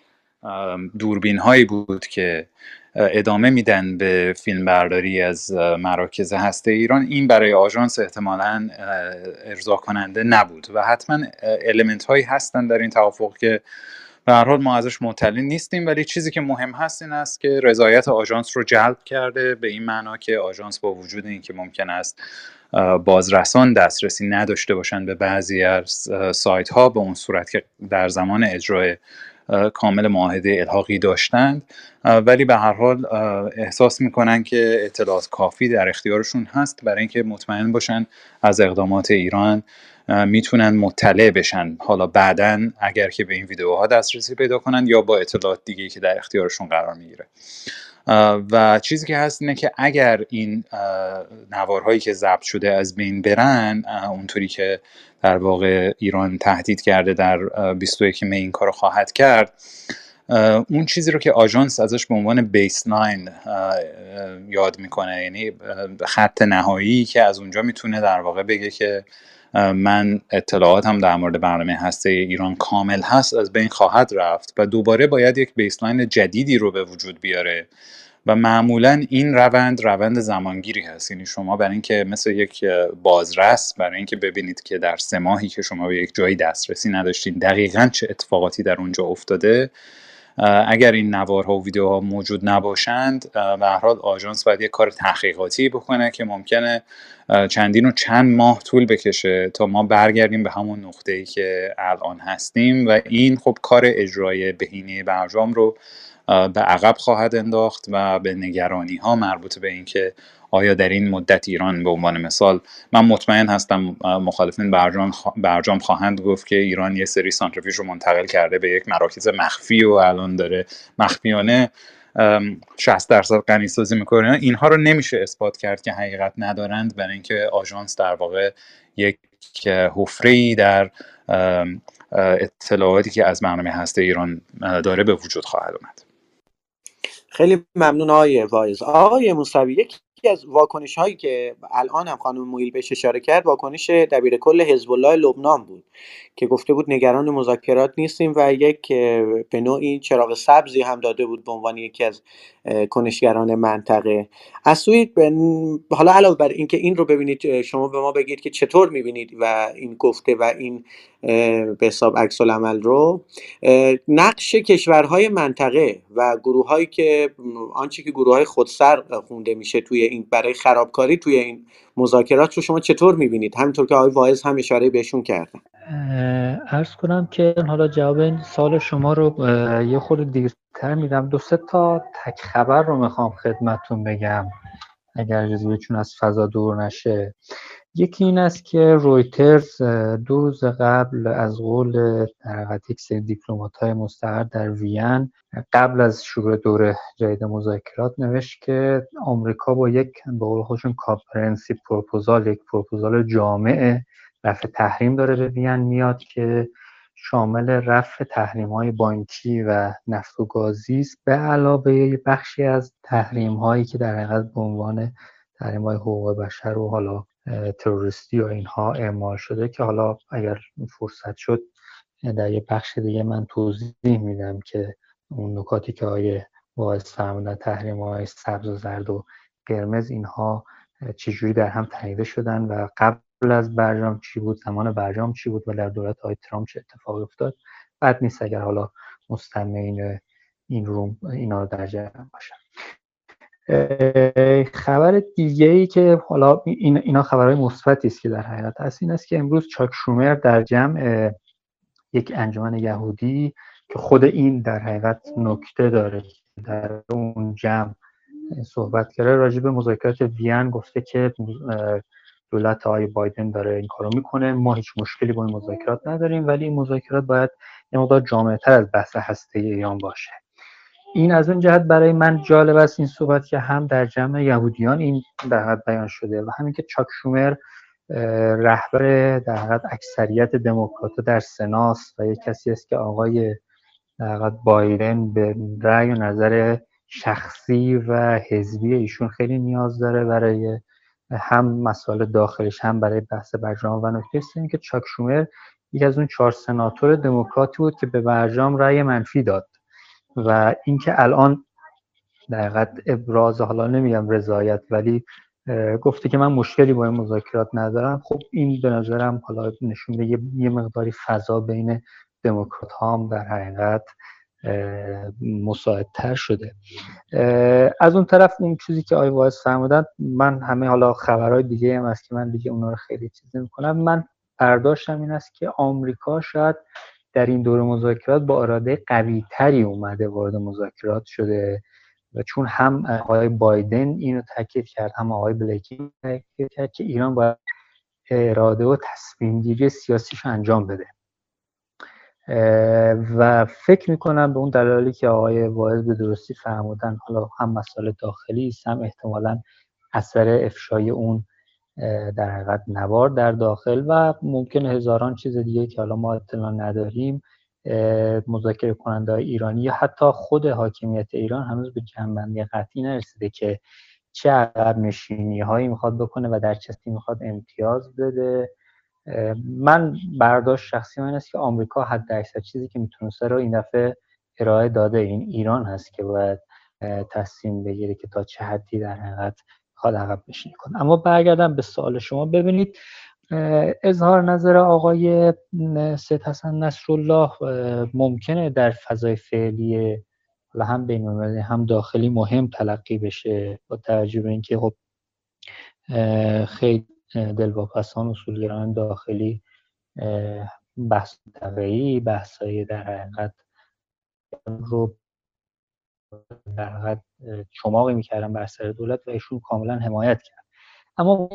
دوربین هایی بود که ادامه میدن به فیلم برداری از مراکز هسته ایران، این برای آژانس احتمالاً ارضا کننده نبود و حتما المنت هایی هستن در این توافق که به هر حال ما ازش مطلع نیستیم، ولی چیزی که مهم هست این است که رضایت آژانس رو جلب کرده، به این معنا که آژانس با وجود اینکه ممکن است بازرسان دسترسی نداشته باشند به بعضی از سایت ها به اون صورت که در زمان اجرای کامل معاهده الحاقی داشتند، ولی به هر حال احساس میکنن که اطلاعات کافی در اختیارشون هست برای اینکه مطمئن باشن از اقدامات ایران میتونن مطلع بشن، حالا بعدن اگر که به این ویدیوها دسترسی پیدا کنن یا با اطلاعات دیگه که در اختیارشون قرار میگیره. و چیزی که هست اینه که اگر این نوارهایی که ضبط شده از بین برن، اونطوری که در واقع ایران تهدید کرده در بیست و یکم می این کارو خواهد کرد، اون چیزی رو که آژانس ازش به عنوان بیسلاین یاد میکنه، یعنی خط نهایی که از اونجا میتونه در واقع بگه که من اطلاعاتم در مورد برنامه هسته ایران کامل هست، از بین خواهد رفت و دوباره باید یک بیسلاین جدیدی رو به وجود بیاره و معمولا این روند روند زمانگیری هست. یعنی شما برای اینکه مثل یک بازرس برای اینکه ببینید که در سه ماهی که شما به یک جایی دسترسی نداشتین دقیقاً چه اتفاقاتی در اونجا افتاده، اگر این نوارها و ویدیوها موجود نباشند، به هر حال آژانس باید یک کار تحقیقاتی بکنه که ممکنه چندین و چند ماه طول بکشه تا ما برگردیم به همون نقطه‌ای که الان هستیم و این خب کار اجرای بهینه برجام رو به عقب خواهد انداخت و به نگرانی ها مربوط به این که آیا در این مدت ایران به عنوان مثال، من مطمئن هستم مخالفین برجام برجام خواهند گفت که ایران یه سری سانتریفیوژ رو منتقل کرده به یک مراکز مخفی و الان داره مخفیانه شصت درصد غنیسازی میکنه. اینها رو نمیشه اثبات کرد که حقیقت ندارند، برای اینکه آژانس در واقع یک حفره‌ای در اطلاعاتی که از برنامه هسته ایران داره به وجود خواهد اومد. خیلی ممنون آقای وایز. آقای موسوی، یکی از واکنش هایی که الان هم خانم مویل بهش اشاره کرد واکنش دبیر کل حزب الله لبنان بود که گفته بود نگران مذاکرات نیستیم و یک به نوعی چراغ سبزی هم داده بود به عنوان یکی از کنشگران منطقه. از سوی حالا علاوه بر اینکه این رو ببینید، شما به ما بگید که چطور میبینید و این گفته و این به حساب عکس العمل رو، نقش کشورهای منطقه و گروهایی که آنچه که گروههای خودسر خونده میشه توی این برای خرابکاری توی این مذاکرات رو شما چطور میبینید؟ همینطور که آقای واعظ هم اشاره بهشون کردن. عرض کنم که حالا جواب این سوال شما رو یه خورده دیرتر میدم. دو سه تا تک خبر رو میخوام خدمتتون بگم اگر اجازه بدید چون از فضا دور نشه. یکی این است که رویترز دو روز قبل از قول در حقیقت یک سری دیپلمات‌های مستقر در وین قبل از شروع دوره جدید مذاکرات نوشت که آمریکا با یک به قول خودشون کامپرهنسیو پروپوزال، یک پروپوزال جامع رفع تحریم داره به وین میاد که شامل رفع تحریم‌های بانکی و نفت و گازی است، به علاوه بخشی از تحریم‌هایی که در حقیقت به عنوان تحریم‌های حقوق بشر و حالا تروریستی و اینها اعمال شده که حالا اگر فرصت شد در یه بخش دیگه من توضیح میدم که اون نکاتی که آقای واعظ فرمودن، تحریم‌های سبز و زرد و قرمز، اینها چجوری در هم تنیده شدن و قبل از برجام چی بود، زمان برجام چی بود و در دولت آقای ترامپ چه اتفاقی افتاد. بد نیست اگر حالا مستمعین این روم اینا رو در جریان باشن. خبر دیگه ای که حالا این اینا خبرهای مثبتی است که در حقیقت هست این است که امروز چاک شومر در جمع یک انجمن یهودی که خود این در حقیقت نکته داره در اون جمع صحبت کرده راجع به مذاکرات وین، گفته که دولت آقای بایدن داره این کارو میکنه، ما هیچ مشکلی با این مذاکرات نداریم، ولی این مذاکرات باید یه مقدار جامع‌تر از بحث هسته ایران باشه. این از اون جهت برای من جالب است این صحبت که هم در جمع یهودیان این در حقیقت بیان شده و همین که چاک شومر رهبر در حقیقت اکثریت دموکرات‌ها در سناست و یک کسی است که آقای در حقیقت بایدن به رأی و نظر شخصی و حزبی ایشون خیلی نیاز داره برای هم مسائل داخلش هم برای بحث برجام. و نکته این که چاک شومر یکی از اون چهار سناتور دموکراتی بود که به برجام رأی منفی داد و اینکه الان در حقیقت ابراز، حالا نمیگم رضایت، ولی گفته که من مشکلی با این مذاکرات ندارم، خب این به نظرم حالا نشون میده یه مقداری فضا بین دموکرات ها هم در حقیقت مساعدتر شده. از اون طرف اون چیزی که آقای واعظ فرمودن، من همه حالا خبرهای دیگه هم هست که من دیگه اونا رو خیلی چیز نمی‌کنم، من برداشتم این است که آمریکا شاید در این دور مذاکرات با اراده قوی تری اومده وارد مذاکرات شده و چون هم آقای بایدن اینو تاکید کرد هم آقای بلینکن تاکید کرد که ایران باید اراده و تصمیم گیری سیاسیش انجام بده و فکر میکنم به اون دلایلی که آقای واعظ به درستی فرمودن، حالا هم مسائل داخلی است هم احتمالاً اثر افشای اون در حقیقت نوار در داخل و ممکن هزاران چیز دیگه که حالا ما اطلاع نداریم، مذاکره کننده های ایرانی یا حتی خود حاکمیت ایران هنوز به جنبندی قطعی نرسیده که چه عقب نشینی هایی میخواد بکنه و در چه چیزی میخواد امتیاز بده. من برداشت شخصی من است که آمریکا حد اکثر چیزی که میتونسته رو این دفعه ارائه داده، این ایران هست که باید تصمیم بگیره که تا چه حدی در حقیقت خواهد عقب نشینی کنه. اما برگردم به سوال شما، ببینید اظهار نظر آقای سید حسن نصرالله ممکنه در فضای فعلی هم بین‌المللی هم داخلی مهم تلقی بشه با توجه به اینکه خب خیلی دلواپسان اصولگرایان داخلی بحث منطقه‌ای، بحث‌های در حقیقت رو در حقیقت چماقی می‌کردن بر سر دولت و ایشون کاملا حمایت کرد. اما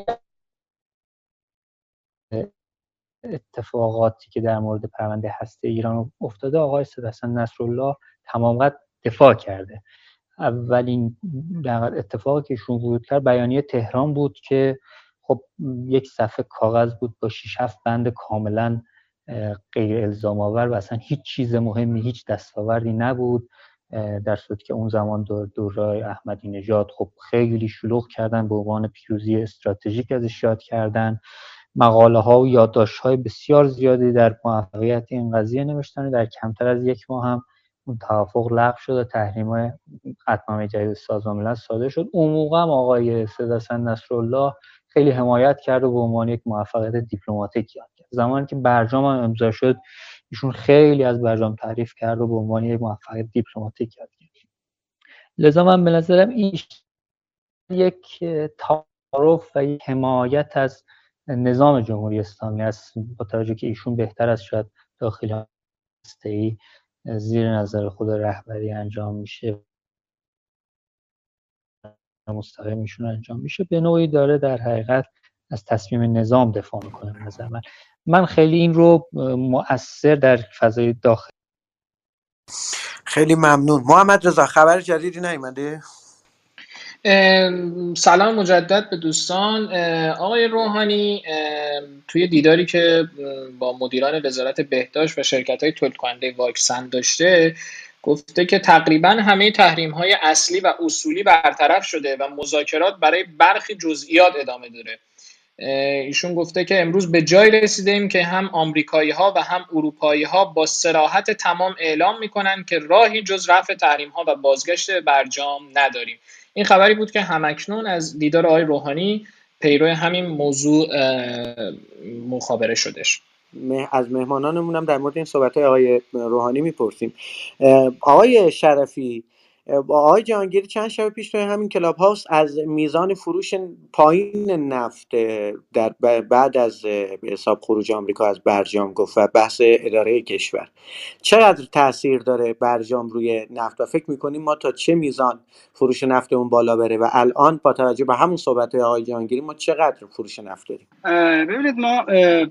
اتفاقاتی که در مورد پرونده هسته ایران افتاده، آقای سید حسن نصرالله تمام قد دفاع کرده. اولین در اتفاقی که ایشون ورود کرد بیانیه تهران بود که خب یک صفحه کاغذ بود با شش هفت بند کاملا غیر الزام آور و اصلا هیچ چیز مهمی، هیچ دستاوردی نبود، در صورتی که اون زمان دور دورای احمدی نژاد خب خیلی شلوغ کردن، به عنوان پیروزی استراتژیک ازش یاد کردن، مقاله ها و یادداشت های بسیار زیادی در موفقیت این قضیه نوشتن. در کمتر از یک ماه هم اون توافق لغو شد و تحریم قطعنامه جدید سازمان ملل صادر شد. اون موقع هم آقای سید حسن نصرالله خیلی حمایت کرد و به عنوان یک موفقیت دیپلماتیک یاد کرد. زمانی که برجام هم امضا شد ایشون خیلی از برجام تعریف کرد و به عنوان یک موفقیت دیپلماتیک یاد کرد. لذا من به نظرم این یک تعارف و یک حمایت از نظام جمهوری اسلامی است، با توجه که ایشون بهتر از شاید داخلی هسته‌ای زیر نظر خود رهبری انجام میشه، مستقیم ایشون انجام میشه، به نوعی داره در حقیقت از تصمیم نظام دفاع میکنه. به نظر من من خیلی این رو مؤثر در فضای داخلی. خیلی ممنون. محمد رضا خبر جدیدی نیومده؟ سلام مجدد به دوستان. آقای روحانی توی دیداری که با مدیران وزارت بهداشت و شرکت‌های تولید کننده واکسن داشته گفته که تقریبا همه تحریم‌های اصلی و اصولی برطرف شده و مذاکرات برای برخی جزئیات ادامه داره. ایشون گفته که امروز به جای رسیدیم که هم آمریکایی‌ها و هم اروپایی‌ها با صراحت تمام اعلام می‌کنند که راهی جز رفع تحریم‌ها و بازگشت برجام نداریم. این خبری بود که همکنون از دیدار آقای روحانی پیرو همین موضوع مخابره شدش. از مهمانانمون هم در مورد این صحبت‌های آقای روحانی میپرسیم. آقای شرفی، با آقای جهانگیری چند شب پیش توی همین کلاب هاوس از میزان فروش پایین نفت در بعد از حساب خروج آمریکا از برجام گفت و بحث اداره کشور چقدر تاثیر داره برجام روی نفت و فکر میکنیم ما تا چه میزان فروش نفت اون بالا بره و الان با توجه به همون صحبت آقای جهانگیری ما چقدر فروش نفت داریم؟ ببینید ما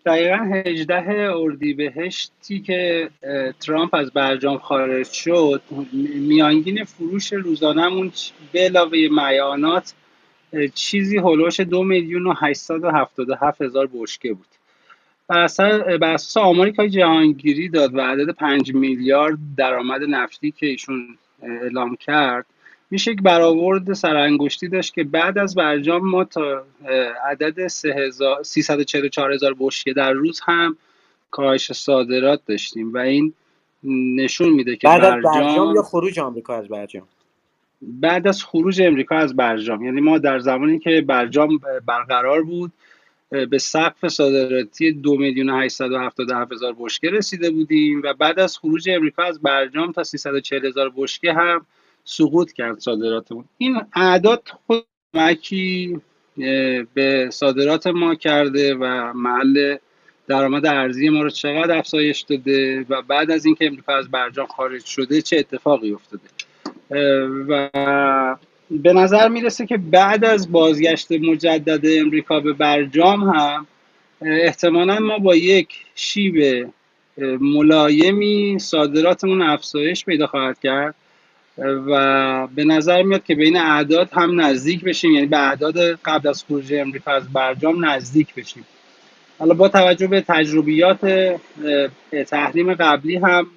دقیقا هجده اردیبهشتی که ترامپ از برجام خارج شد، میانگین فروش روزانمون به علاوه معیانات چیزی هولوش دو میلیون و هشتصد و هفتاد و هفت هزار بشکه بود. بر اساس آماری که جهانگیری داد و عدد پنج میلیارد درآمد نفتی که ایشون اعلام کرد، میشه یک برآورد سرانگشتی داشت که بعد از برجام ما تا عدد سیصد و چهل و چهار هزار بشکه در روز هم کاهش صادرات داشتیم و این نشون میده که بعد از برجام, برجام یا خروج آمریکا از برجام؟ بعد از خروج امریکا از برجام، یعنی ما در زمانی که برجام برقرار بود به سقف صادراتی دو میلیون و هشتصد و هفتاد و هفت هزار بشکه رسیده بودیم و بعد از خروج امریکا از برجام تا سیصد و چهل هزار بشکه هم سقوط کرد صادراتمون. این اعداد خود کمکی به صادرات ما کرده و محل درآمد ارزی ما رو چقدر افزایش داده و بعد از اینکه امریکا از برجام خارج شده چه اتفاقی افتاده. و به نظر میرسه که بعد از بازگشت مجدد امریکا به برجام هم احتمالاً ما با یک شیب ملایمی صادراتمون افزایش پیدا خواهد کرد و به نظر میاد که بین اعداد هم نزدیک بشیم، یعنی به اعداد قبل از خروج امریکا از برجام نزدیک بشیم. حالا با توجه به تجربیات تحریم قبلی هم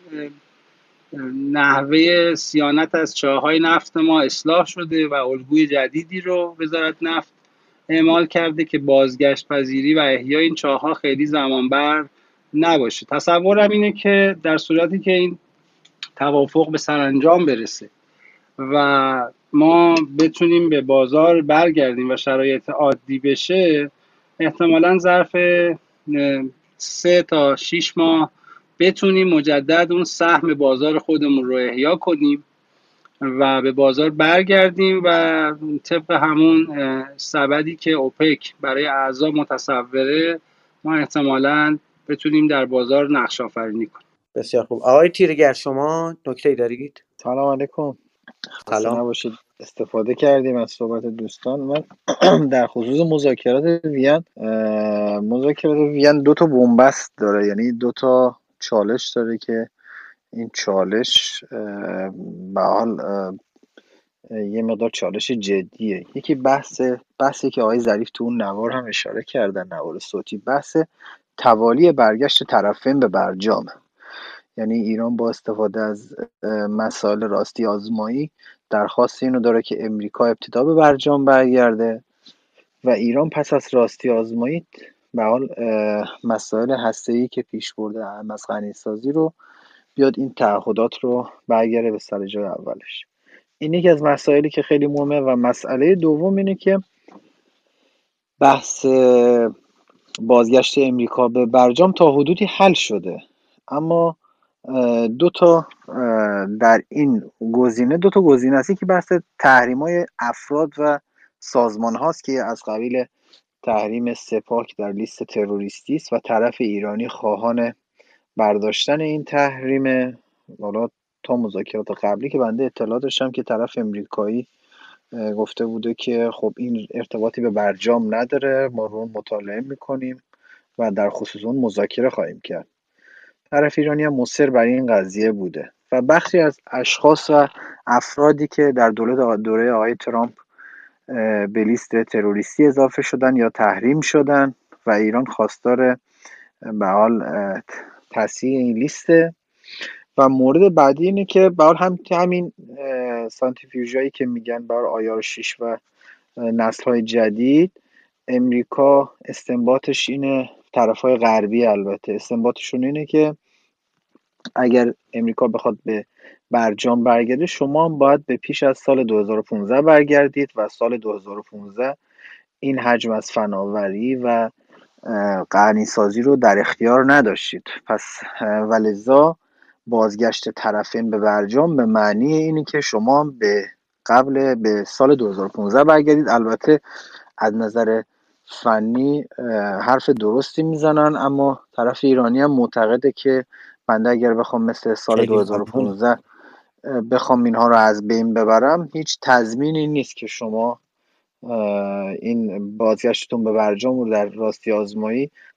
نحوه صیانت از چاه‌های نفت ما اصلاح شده و الگوی جدیدی رو وزارت نفت اعمال کرده که بازگشت پذیری و احیای این چاه‌ها خیلی زمانبر نباشه. تصورم اینه که در صورتی که این توافق به سرانجام برسه و ما بتونیم به بازار برگردیم و شرایط عادی بشه، احتمالاً ظرف سه تا شیش ماه بتونیم مجدد اون سهم بازار خودمون رو احیا کنیم و به بازار برگردیم و طبق همون سبدی که اوپک برای اعضا متصوره ما احتمالاً بتونیم در بازار نقش آفرینی کنیم. بسیار خوب. آقای تیرگر شما نکته‌ای دارید؟ سلام علیکم. سلام. نباشید. استفاده کردیم از صحبت دوستان. من در خصوص مذاکرات وین، مذاکرات وین دو تا بنبست داره، یعنی دو تا چالش داره که این چالش به حال یه مقدار چالش جدیه. یکی بحث بحثی که آقای ظریف تو اون نوار هم اشاره کردن، نوار صوتی، بحث توالی برگشت طرفین به برجام. یعنی ایران با استفاده از مسائل راستی آزمایی درخواست اینو داره که امریکا ابتدا به برجام برگرده و ایران پس از راستی آزمایی به حال مسائل هسته‌ای که پیش برده هم از غنیسازی رو بیاد این تعهدات رو برگره به سر جای اولش. این یکی از مسائلی که خیلی مهمه. و مسئله دوم اینه که بحث بازگشت امریکا به برجام تا حدودی حل شده، اما دو تا در این گزینه دو تا گزینه است. یکی بحث تحریم‌های افراد و سازمان هاست که از قبیل تحریم سپاه که در لیست تروریستی است و طرف ایرانی خواهان برداشتن این تحریم. حالا تا مذاکرات قبلی که بنده اطلاع داشتم که طرف امریکایی گفته بوده که خب این ارتباطی به برجام نداره، ما رو مطالعه میکنیم و در خصوص اون مذاکره خواهیم کرد. طرف ایرانی هم مصر بر این قضیه بوده و بخشی از اشخاص و افرادی که در دوره دوره آقای ترامپ به لیست تروریستی اضافه شدن یا تحریم شدن و ایران خواستار به حال تصحیح این لیسته. و مورد بعدی اینه که به حال هم همین سانتریفیوژایی که میگن بر آیار شش و نسل‌های جدید، امریکا استنباطش اینه، طرف‌های غربی البته استنباطشون اینه که اگر امریکا بخواد به برجام برگرده، شما هم باید به پیش از سال دو هزار و پانزده برگردید و سال دو هزار و پانزده این حجم از فناوری و غنیسازی رو در اختیار نداشتید. پس ولذا بازگشت طرفین به برجام به معنی اینی که شما به قبل به سال دو هزار و پانزده برگردید. البته از نظر فنی حرف درستی میزنن، اما طرف ایرانی هم معتقده که بنده اگر بخوام مثل سال دو هزار و پانزده بخوام اینها رو از بین ببرم، هیچ تضمینی نیست که شما این بازگشتتون به برجام رو در راستی آزمایی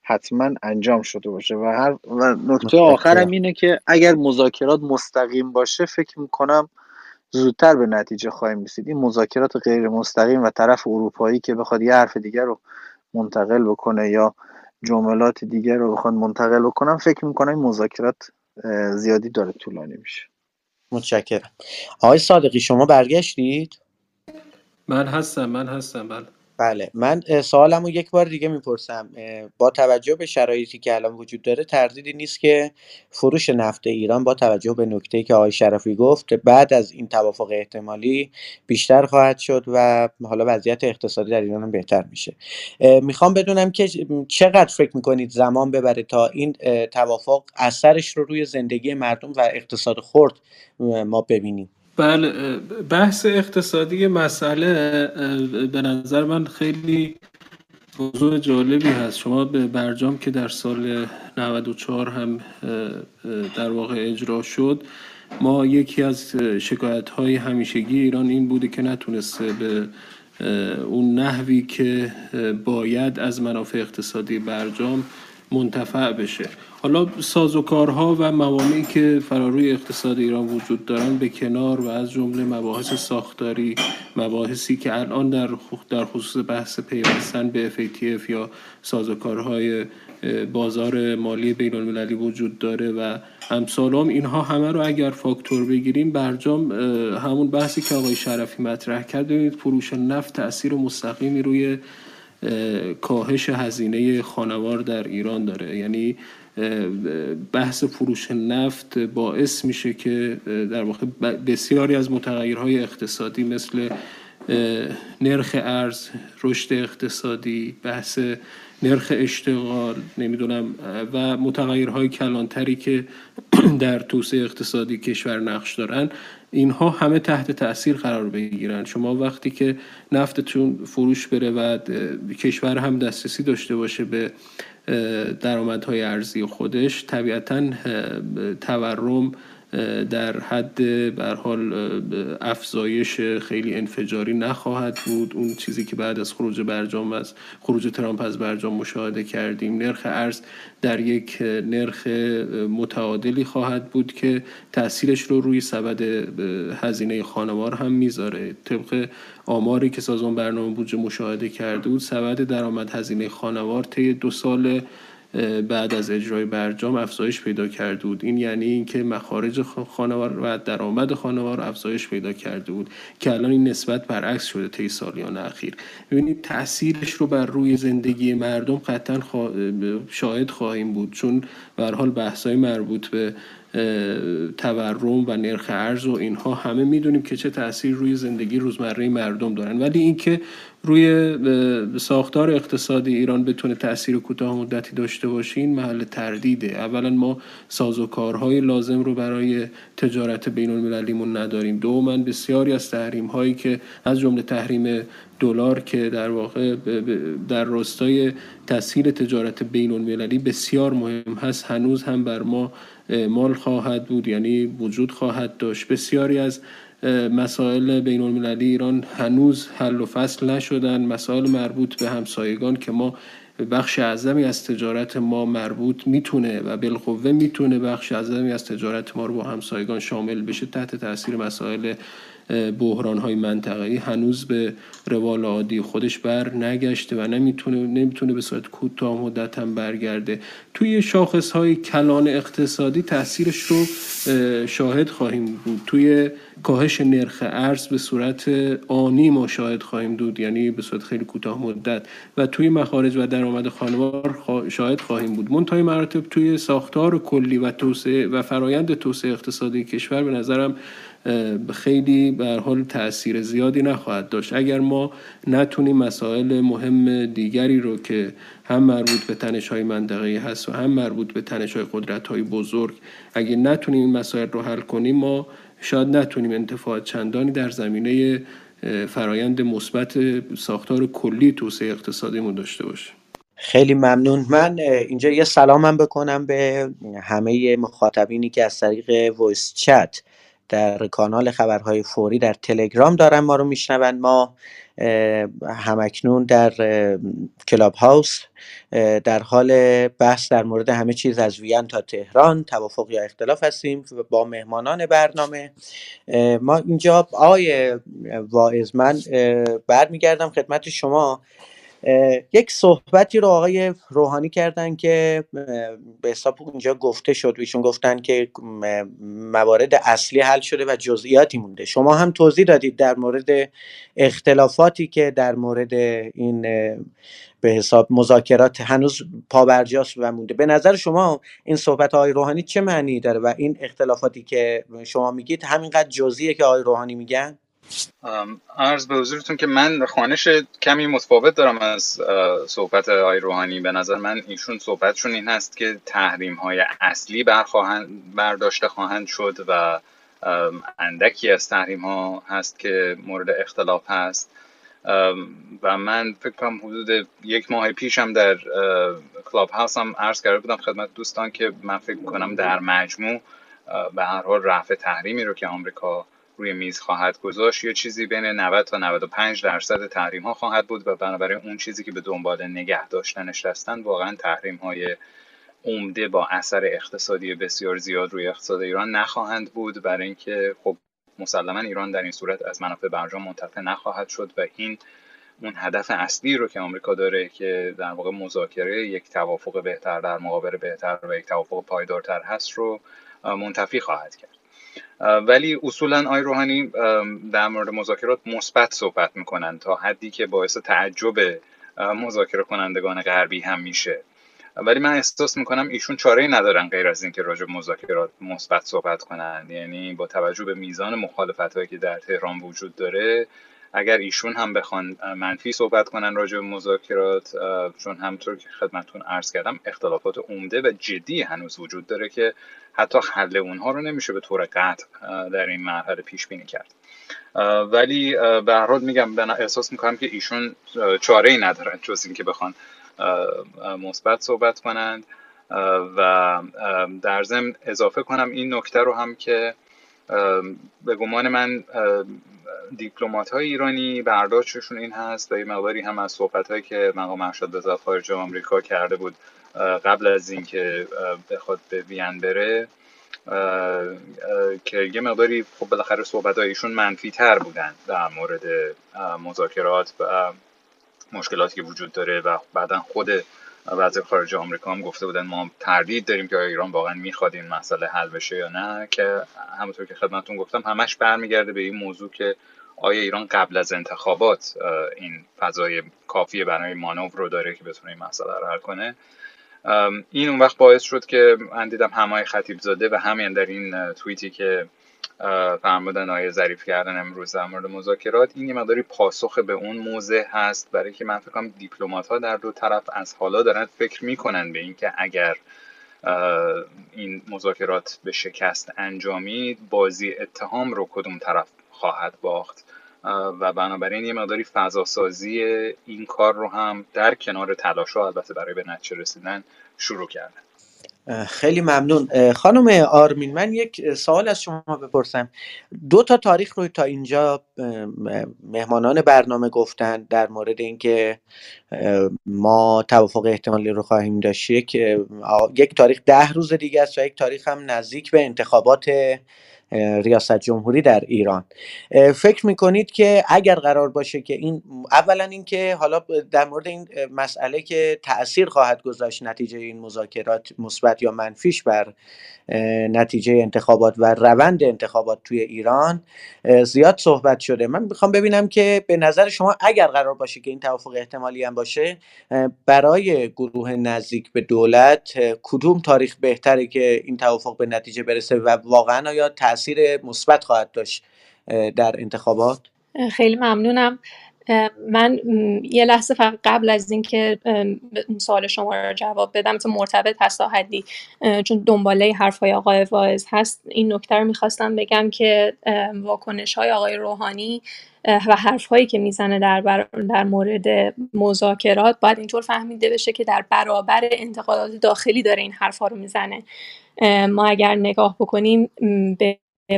حتما انجام شده باشه. و هر و نکته متشکرم. آخرم اینه که اگر مذاکرات مستقیم باشه فکر میکنم زودتر به نتیجه خواهیم رسید. این مذاکرات غیر مستقیم و طرف اروپایی که بخواد یه حرف دیگر رو منتقل بکنه یا جملات دیگر رو بخواد منتقل بکنم، فکر میکنم این مذاکرات زیادی داره طولانی میشه. متشکرم. آقای صادقی شما برگشتید؟ من هستم من هستم بله. بله، من سوالمو یک بار دیگه میپرسم. با توجه به شرایطی که الان وجود داره تردیدی نیست که فروش نفت ایران با توجه به نکته‌ای که آقای شرفی گفت بعد از این توافق احتمالی بیشتر خواهد شد و حالا وضعیت اقتصادی در ایران هم بهتر میشه. میخوام بدونم که چقدر فکر میکنید زمان ببره تا این توافق اثرش رو روی زندگی مردم و اقتصاد خرد ما ببینیم؟ بله، بحث اقتصادی مسئله به نظر من خیلی موضوع جالبی هست. شما به برجام که در سال نود و چهار هم در واقع اجرا شد، ما یکی از شکایت‌های همیشگی ایران این بوده که نتونسته به اون نحوی که باید از منافع اقتصادی برجام منتفع بشه. حالا سازوکارها و موانعی که فراروی اقتصاد ایران وجود دارن به کنار و از جمله مباحث ساختاری، مباحثی که الان در در خصوص بحث پیوستن به اف ای تی اف یا سازوکارهای بازار مالی بین المللی وجود داره و امثال هم، اینها همه رو اگر فاکتور بگیریم، برجام همون بحثی که آقای شرفی مطرح کرد، ببینید فروش نفت تأثیر مستقیمی روی کاهش هزینه خانوار در ایران داره. یعنی بحث فروش نفت باعث میشه که در واقع بسیاری از متغیرهای اقتصادی مثل نرخ ارز، رشد اقتصادی، بحث نرخ اشتغال، نمیدونم و متغیرهای کلانتری که در توسعه اقتصادی کشور نقش دارن، اینها همه تحت تأثیر قرار بگیرن. شما وقتی که نفتتون فروش بره و کشور هم دسترسی داشته باشه به درآمدهای ارزی خودش، طبیعتاً تورم در حد به هر حال افزایش خیلی انفجاری نخواهد بود. اون چیزی که بعد از خروج برجام از خروج ترامپ از برجام مشاهده کردیم، نرخ ارز در یک نرخ متعادلی خواهد بود که تأثیرش رو روی سبد هزینه خانوار هم میذاره. طبق آماری که سازمان برنامه بودجه مشاهده کرده بود، سبد درآمد هزینه خانوار طی دو سال بعد از اجرای برجام افزایش پیدا کرده بود. این یعنی اینکه مخارج خانوار و درآمد خانوار افزایش پیدا کرده بود که الان این نسبت برعکس شده طی سالیان اخیر. ببینید تأثیرش رو بر روی زندگی مردم قطعا خوا... شاهد خواهیم بود، چون به هر حال بحث‌های مربوط به تورم و نرخ ارز و اینها همه میدونیم که چه تأثیر روی زندگی روزمره مردم دارن. ولی اینکه روی ساختار اقتصادی ایران بتونه تأثیر کوتاه مدتی داشته باشه، این محل تردیده. اولا ما سازوکارهای لازم رو برای تجارت بین المللیمون نداریم. دوما بسیاری از تحریم هایی که از جمله تحریم دلار که در واقع در راستای تسهیل تجارت بین المللی بسیار مهم هست، هنوز هم بر ما مال خواهد بود، یعنی وجود خواهد داشت. بسیاری از مسائل بین المللی ایران هنوز حل و فصل نشدن، مسائل مربوط به همسایگان که ما بخش اعظمی از تجارت ما مربوط میتونه و بالقوه میتونه بخش اعظمی از تجارت ما رو با همسایگان شامل بشه، تحت تاثیر مسائل بحران‌های منطقه‌ای هنوز به روال عادی خودش بر نگشته و نمیتونه نمیتونه به صورت کوتاه مدت هم برگرده. توی شاخص‌های کلان اقتصادی تاثیرش رو شاهد خواهیم بود. توی کاهش نرخ ارز به صورت آنی ما شاهد خواهیم بود، یعنی به صورت خیلی کوتاه مدت، و توی مخارج و درآمد خانوار شاهد خواهیم بود. منتهای مراتب توی ساختار کلی و توسعه و فرایند توسعه اقتصادی کشور به نظرم خیلی به هر حال تأثیر زیادی نخواهد داشت. اگر ما نتونیم مسائل مهم دیگری رو که هم مربوط به تنش‌های منطقه‌ای هست و هم مربوط به تنش‌های قدرت‌های بزرگ، اگر نتونیم این مسائل رو حل کنیم، ما شاید نتونیم انتفاع چندانی در زمینه فرایند مثبت ساختار کلی توسعه اقتصادیمون داشته باشیم. خیلی ممنون. من اینجا یه سلامم بکنم به همه مخاطبینی که از طریق وایس چت در کانال خبرهای فوری در تلگرام دارن ما رو میشنون. ما همکنون در کلاب هاوس در حال بحث در مورد همه چیز از وین تا تهران، توافق یا اختلاف هستیم با مهمانان برنامه. ما اینجا آقای واعظ، من برمیگردم خدمت شما. یک صحبتی رو آقای روحانی کردن که به حساب اینجا گفته شد، ایشون گفتن که موارد اصلی حل شده و جزئیاتی مونده. شما هم توضیح دادید در مورد اختلافاتی که در مورد این به حساب مذاکرات هنوز پابرجاست و مونده. به نظر شما این صحبت آقای روحانی چه معنی داره و این اختلافاتی که شما میگید همینقدر جزئیه که آقای روحانی میگن؟ عرض به حضورتون که من خوانش کمی متفاوت دارم از صحبت آقای روحانی. به نظر من ایشون صحبتشون این هست که تحریم های اصلی برخواهند برداشته خواهند شد و اندکی از تحریم ها هست که مورد اختلاف هست و من فکر کنم حدود یک ماه پیش هم در کلاب هاوس هم عرض کرده بودم خدمت دوستان که من فکر کنم در مجموع به هر حال رفع تحریمی رو که آمریکا روی میز خواهد گذاشت یه چیزی بین نود تا نود و پنج درصد تحریم ها خواهد بود و بنابراین اون چیزی که به دنبال نگه داشتنش هستن واقعا تحریم های عمده با اثر اقتصادی بسیار زیاد روی اقتصاد ایران نخواهند بود، برای اینکه خب مسلما ایران در این صورت از منافع برجام منتفع نخواهد شد و این اون هدف اصلی رو که آمریکا داره که در واقع مذاکره یک توافق بهتر در مقابل بهتر و یک توافق پایدارتر هست رو منتفی خواهد کرد. ولی اصولا آقای روحانی در مورد مذاکرات مثبت صحبت میکنن تا حدی که باعث تعجب مذاکره کنندگان غربی هم میشه، ولی من احساس میکنم ایشون چاره‌ای ندارن غیر از این که راجع به مذاکرات مثبت صحبت کنن. یعنی با توجه به میزان مخالفتایی که در تهران وجود داره، اگر ایشون هم بخوان منفی صحبت کنن راجع به مذاکرات، چون همونطور که خدمتتون عرض کردم اختلافات عمده و جدی هنوز وجود داره که حتی حل اونها رو نمیشه به طور قطع در این مرحله پیش بینی کرد، ولی به هر حال میگم من احساس میکنم که ایشون چاره‌ای ندارن جز این که بخوان مثبت صحبت کنند. و در ضمن اضافه کنم این نکته رو هم که به گمان من دیپلمات‌های ایرانی برداشتشون این هست و یه مقداری هم از صحبت‌هایی که مقام ارشد وزارت خارجه آمریکا کرده بود قبل از اینکه بخواد به وین بره، که یه مقداری خب بالاخره صحبت‌های ایشون منفی‌تر بودن در مورد مذاکرات و مشکلاتی که وجود داره و بعداً خود وزیر خارجه آمریکا هم گفته بودن ما تردید داریم که ایران واقعا میخواد این مسئله حل بشه یا نه، که همونطور که خدمتتون گفتم همش برمیگرده به این موضوع که آیا ایران قبل از انتخابات این فضای کافی برای مانور رو داره که بتونه این مسئله رو حل کنه. این اون وقت باعث شد که من دیدم همای خطیبزاده و همین در این توییتی که فرمودن آیه ظریف کردن امروز در مورد مذاکرات، این یه مقداری پاسخ به اون موضع هست، برای که من فکر کنم دیپلمات‌ها در دو طرف از حالا دارن فکر میکنن به این که اگر این مذاکرات به شکست انجامید بازی اتهام رو کدوم طرف خواهد باخت و بنابراین یه مقداری فضاسازی این کار رو هم در کنار تلاش‌ها البته برای به نتیجه رسیدن شروع کردن. خیلی ممنون. خانم آرمین، من یک سوال از شما بپرسم. دو تا تاریخ رو تا اینجا مهمانان برنامه گفتن در مورد اینکه ما توافق احتمالی رو خواهیم داشت. یک یک تاریخ ده روز دیگه است و یک تاریخ هم نزدیک به انتخابات ریاست جمهوری در ایران. فکر میکنید که اگر قرار باشه که این اولا این که حالا در مورد این مسئله که تأثیر خواهد گذاشت نتیجه این مذاکرات مثبت یا منفیش بر نتیجه انتخابات و روند انتخابات توی ایران زیاد صحبت شده، من میخوام ببینم که به نظر شما اگر قرار باشه که این توافق احتمالی هم باشه، برای گروه نزدیک به دولت کدوم تاریخ بهتره که این توافق به نتیجه برسه و واقعا آیا تأثیر مثبت خواهد داشت در انتخابات؟ خیلی ممنونم. من یه لحظه فقط قبل از اینکه سوال شما رو جواب بدم تو مرتبط هست تا حدی، چون دنباله حرفای آقای واعظ هست، این نکته رو میخواستم بگم که واکنش های آقای روحانی و حرفهایی که میزنه در, بر... در مورد مذاکرات باید اینطور فهمیده بشه که در برابر انتقادات داخلی داره این حرفا رو میزنه. ما اگر نگاه بکنیم به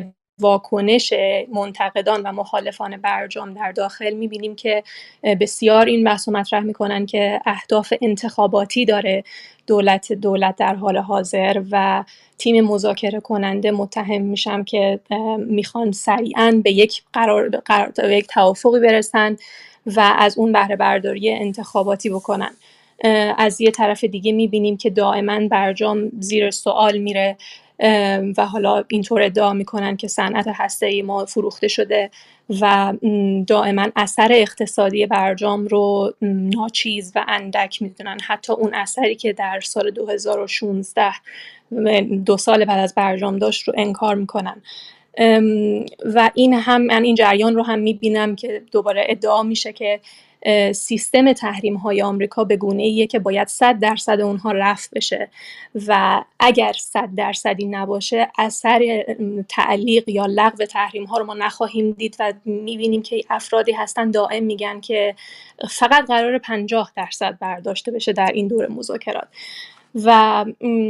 واکنش منتقدان و مخالفان برجام در داخل می‌بینیم که بسیار این بحث رو مطرح می‌کنن که اهداف انتخاباتی داره دولت دولت در حال حاضر و تیم مذاکره کننده متهم میشم که میخوان سریعاً به یک قرار به یک توافقی برسن و از اون بهره برداری انتخاباتی بکنن. از یه طرف دیگه میبینیم که دائما برجام زیر سوال میره و حالا اینطور ادعا میکنن که صنعت هسته‌ای ما فروخته شده و دائما اثر اقتصادی برجام رو ناچیز و اندک میدونن. حتی اون اثری که در سال دو هزار و شانزده دو سال بعد از برجام داشت رو انکار میکنن و این هم من این جریان رو هم میبینم که دوباره ادعا میشه که سیستم تحریم های آمریکا به گونه ایه که باید صد درصد اونها رفع بشه و اگر صد درصدی نباشه اثر تعلیق یا لغو تحریم ها رو ما نخواهیم دید و میبینیم که افرادی هستن دائم میگن که فقط قرار پنجاه درصد برداشته بشه در این دوره مذاکرات و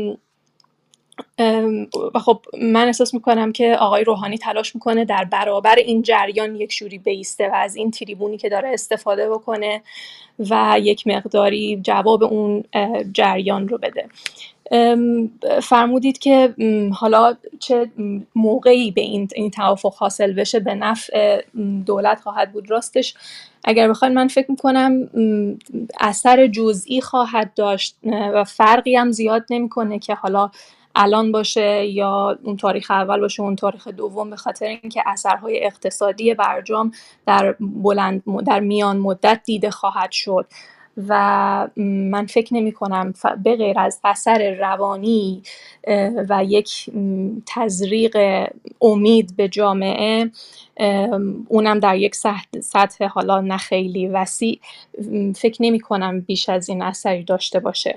و خب من احساس میکنم که آقای روحانی تلاش میکنه در برابر این جریان یک شوری بیسته و از این تریبونی که داره استفاده بکنه و یک مقداری جواب اون جریان رو بده. فرمودید که حالا چه موقعی به این این توافق حاصل بشه به نفع دولت خواهد بود. راستش اگر بخواید من فکر میکنم اثر جزئی خواهد داشت و فرقی هم زیاد نمیکنه که حالا الان باشه یا اون تاریخ اول باشه اون تاریخ دوم، به خاطر اینکه اثرهای اقتصادی برجام در بلند در میان مدت دیده خواهد شد و من فکر نمی کنم به غیر از اثر روانی و یک تزریق امید به جامعه، اونم در یک سطح حالا نه خیلی وسیع، فکر نمی کنم بیش از این اثری داشته باشه.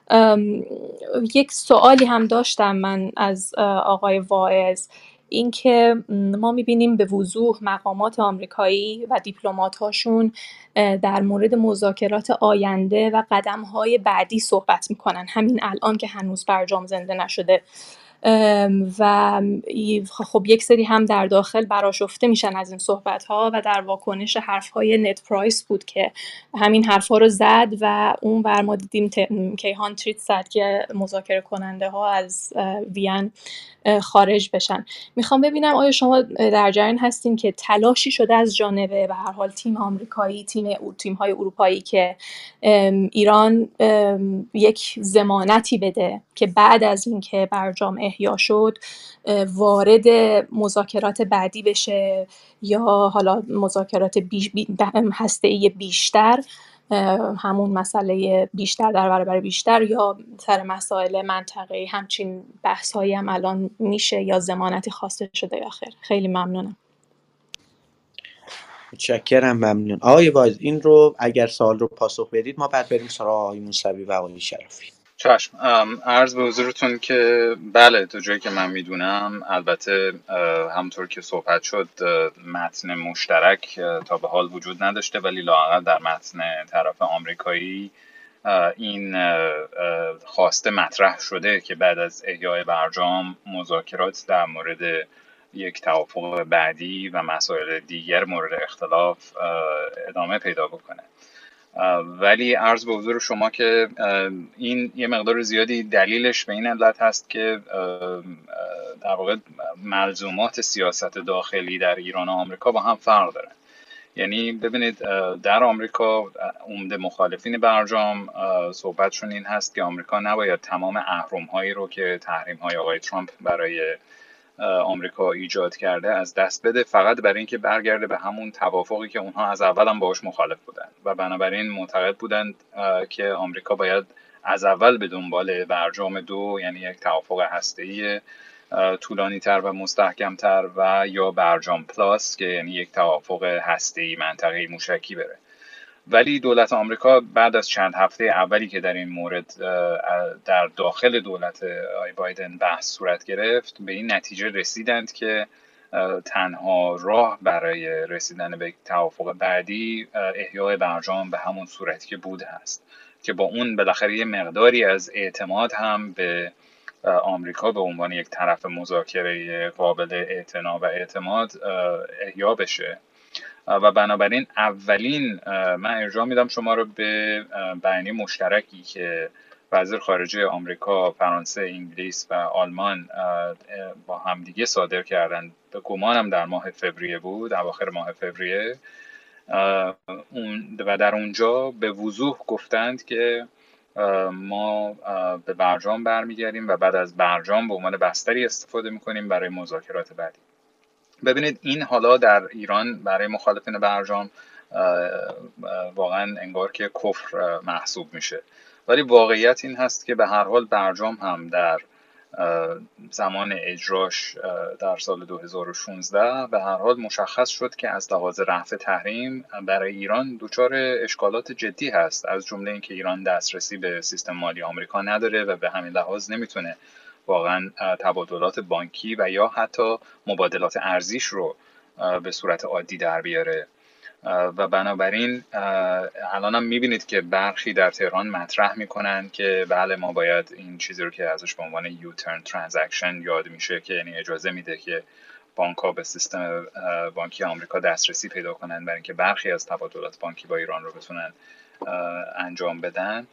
یک سوالی هم داشتم من از آقای واعظ، این که ما میبینیم به وضوح مقامات آمریکایی و دیپلمات‌هاشون در مورد مذاکرات آینده و قدم‌های بعدی صحبت میکنن، همین الان که هنوز برجام زنده نشده و خب یک سری هم در داخل برآشفته میشن از این صحبت‌ها و در واکنش حرف‌های نت پرایس بود که همین حرف‌ها رو زد و اون بر ما دیدیم کیهان تریت زد که مذاکره کننده ها از وین خارج بشن. میخوام ببینم آیا شما در جریان هستین که تلاشی شده از جانب به هر حال تیم آمریکایی، تیم تیم‌های اروپایی که ایران یک ضمانتی بده که بعد از اینکه برجام احیا شد وارد مذاکرات بعدی بشه یا حالا مذاکرات بیش بی هسته‌ای بیشتر، همون مسئله بیشتر در برابر بیشتر یا سر مسائل منطقه‌ای، همچین بحث‌هایی هم الان میشه یا ضمانتی خواسته شده یا خیر؟ خیلی ممنونم. متشکرم. ممنون آقای وایز. این رو اگر سوال رو پاسخ بدید ما بعد بریم سراغ آقای موسوی و آقای شرفی. چشم. عرض به حضورتون که بله، تا جایی که من میدونم، البته همونطور که صحبت شد متن مشترک تا به حال وجود نداشته، ولی لااقل در متن طرف آمریکایی این خواسته مطرح شده که بعد از احیای برجام مذاکرات در مورد یک توافق بعدی و مسائل دیگر مورد اختلاف ادامه پیدا بکنه. ولی عرض به حضور شما که این یه مقدار زیادی دلیلش به این علت هست که در واقع ملزومات سیاست داخلی در ایران و آمریکا با هم فرق دارن. یعنی ببینید در آمریکا عمده مخالفین برجام صحبتشون این هست که آمریکا نباید تمام اهرم‌هایی رو که تحریم‌های آقای ترامپ برای آمریکا ایجاد کرده از دست بده، فقط برای اینکه برگرده به همون توافقی که اونها از اول هم باهاش مخالف بودن و بنابراین معتقد بودند که آمریکا باید از اول به دنبال برجام دو، یعنی یک توافق هسته‌ای طولانی تر و مستحکم تر، و یا برجام پلاس که یعنی یک توافق هسته‌ای منطقه‌ای موشکی بره. ولی دولت آمریکا بعد از چند هفته اولی که در این مورد در داخل دولت آی بایدن بحث صورت گرفت، به این نتیجه رسیدند که تنها راه برای رسیدن به توافق بعدی احیای برجام به همون صورتی که بود هست، که با اون بالاخره یه مقداری از اعتماد هم به آمریکا به عنوان یک طرف مذاکره قابل اعتنا و اعتماد احیا بشه. و بنابراین اولین من ارجاع میدم شما رو به بیانیه مشترکی که وزیر خارجه آمریکا، فرانسه، انگلیس و آلمان با همدیگه صادر کردن، به گمانم در ماه فوریه بود، اواخر ماه فوریه، و در اونجا به وضوح گفتند که ما به برجام برمیگردیم و بعد از برجام به عنوان بستری استفاده میکنیم برای مذاکرات بعدی. ببینید این حالا در ایران برای مخالفین برجام واقعا انگار که کفر محسوب میشه، ولی واقعیت این هست که به هر حال برجام هم در زمان اجراش در سال دو هزار و شانزده به هر حال مشخص شد که از لحاظ رفع تحریم برای ایران دچار اشکالات جدی هست، از جمله اینکه ایران دسترسی به سیستم مالی آمریکا نداره و به همین لحاظ نمیتونه واقعا تبادلات بانکی و یا حتی مبادلات ارزیش رو به صورت عادی در بیاره. و بنابراین الان هم میبینید که برخی در تهران مطرح میکنن که بله ما باید این چیزی رو که ازش به عنوان یو ترن ترانزکشن یاد میشه، که یعنی اجازه میده که بانک ها به سیستم بانکی آمریکا دسترسی پیدا کنن برای اینکه برخی از تبادلات بانکی با ایران رو بتونن انجام بدن.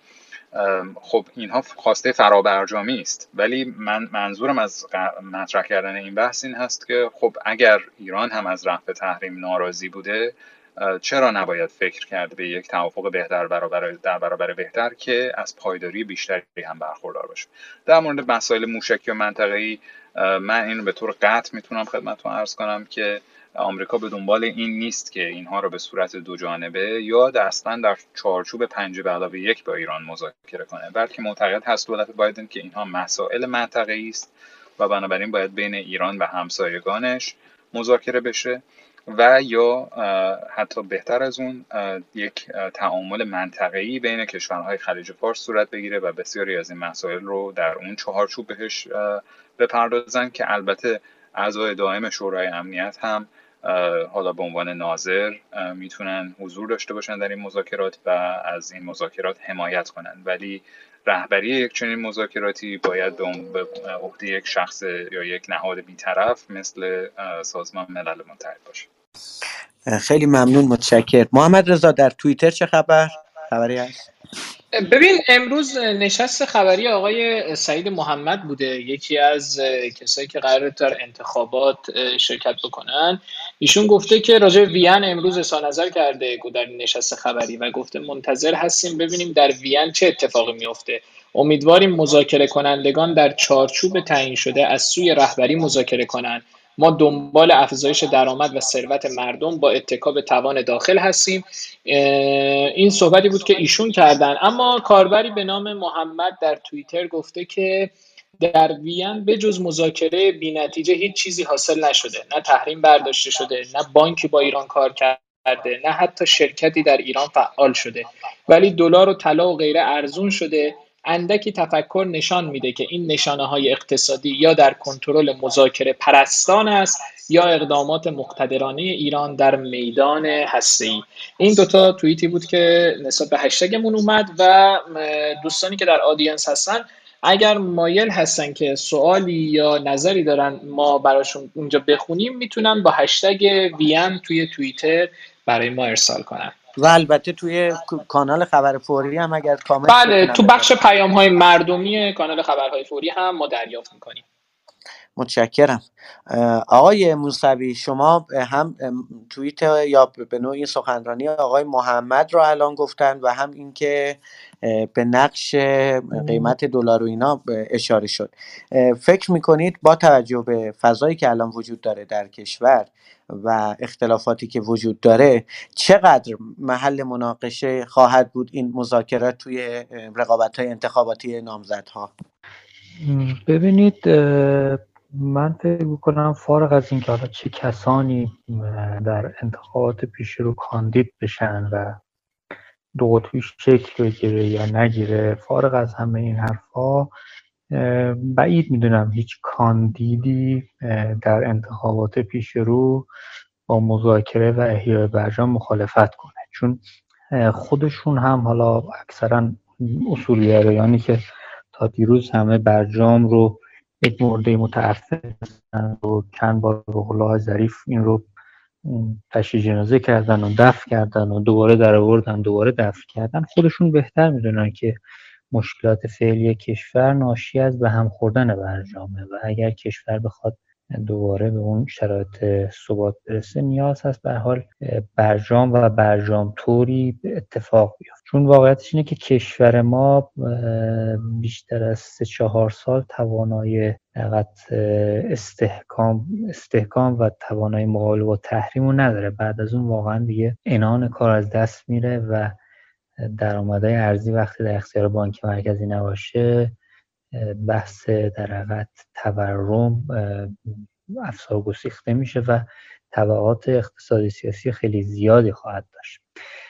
خب اینها خواسته فرابرجامی است، ولی من منظورم از مطرح کردن این بحث این هست که خب اگر ایران هم از رفع تحریم ناراضی بوده، چرا نباید فکر کرد به یک توافق بهتر برابر در برابر بهتر که از پایداری بیشتری هم برخوردار باشه. در مورد مسائل موشکی و منطقه‌ای من این رو به طور قطع میتونم خدمتتون عرض کنم که آمریکا به دنبال این نیست که اینها رو به صورت دو جانبه یا اصلا در چارچوب پنج به علاوه یک با ایران مذاکره کنه، بلکه معتقد هست دولت بایدن که اینها مسائل منطقه‌ای است و بنابراین باید بین ایران و همسایگانش مذاکره بشه و یا حتی بهتر از اون یک تعامل منطقه‌ای بین کشورهای خلیج فارس صورت بگیره و بسیاری از این مسائل رو در اون چهارچوب بهش بپردازن که البته اعضای دائم شورای امنیت هم حالا به عنوان ناظر میتونن حضور داشته باشن در این مذاکرات و از این مذاکرات حمایت کنن، ولی رهبری یک چنین مذاکراتی باید به عهده یک شخص یا یک نهاد بی‌طرف مثل سازمان ملل متحد باشه. خیلی ممنون، متشکرم. محمد رضا در توییتر چه خبر؟ خبری هست؟ ببین امروز نشست خبری آقای سعید محمد بوده، یکی از کسایی که قراره در انتخابات شرکت بکنن. ایشون گفته که راجع به وین امروز اظهار نظر کرده در نشست خبری و گفته منتظر هستیم ببینیم در وین چه اتفاقی میفته. امیدواریم مذاکره کنندگان در چارچوب تعیین شده از سوی رهبری مذاکره کنند. ما دنبال افزایش درآمد و ثروت مردم با اتکا به توان داخل هستیم. این صحبتی بود که ایشون کردن. اما کاربری به نام محمد در توییتر گفته که در وین به جز مذاکره بی‌نتیجه هیچ چیزی حاصل نشده، نه تحریم برداشته شده، نه بانکی با ایران کار کرده، نه حتی شرکتی در ایران فعال شده، ولی دلار و طلا و غیره ارزون شده. اندکی تفکر نشان میده که این نشانه‌های اقتصادی یا در کنترل مذاکره پرستان است یا اقدامات مقتدرانه ایران در میدان هسته‌ای. این دوتا توییتی بود که نسبت به هشتگمون اومد و دوستانی که در آدینس هستن اگر مایل هستن که سوالی یا نظری دارن ما براشون اونجا بخونیم میتونن با هشتگ وین توی توییتر برای ما ارسال کنن و البته توی کانال خبر فوری هم اگر کامنت بله تو بخش پیام های مردمی کانال خبرهای فوری هم ما دریافت میکنیم. متشکرم. آقای موسوی شما هم توییت یا به نوعی سخنرانی آقای محمد رو الان گفتن و هم اینکه به نقش قیمت دلار و اینا اشاره شد. فکر میکنید با توجه به فضایی که الان وجود داره در کشور و اختلافاتی که وجود داره چقدر محل مناقشه خواهد بود این مذاکرات توی رقابت‌های انتخاباتی نامزدها؟ ببینید من فکر می‌کنم فارغ از این که حالا چه کسانی در انتخابات پیشرو کاندید بشن و دو قطبیش شکل بگیره یا نگیره، فارغ از همه این حرفا بعید میدونم هیچ کاندیدی در انتخابات پیشرو با مذاکره و احیای برجام مخالفت کنه، چون خودشون هم حالا اکثرا اصولگرایانی که تا دیروز همه برجام رو یک مرده متعفن و چند بار به قول آقای ظریف این رو تشییع جنازه کردن و دفن کردن و دوباره در آوردن دوباره دفن کردن. خودشون بهتر میدونن که مشکلات فعلی کشور ناشی از به هم خوردن برجامه و اگر کشور بخواد دوباره به اون شرایط ثبات برسه نیاز هست به حال برجام و برجام طوری اتفاق بیفته. چون واقعیتش اینه که کشور ما بیشتر از سه چهار سال توانایی دقت استحکام استحکام و توانایی مقابله با تحریم رو نداره. بعد از اون واقعا دیگه عنان کار از دست میره و درآمدهای ارزی وقتی در اختیار بانک مرکزی نباشه بحث در حقیقت تورم افسار گسیخته میشه و تبعات اقتصادی سیاسی خیلی زیادی خواهد داشت.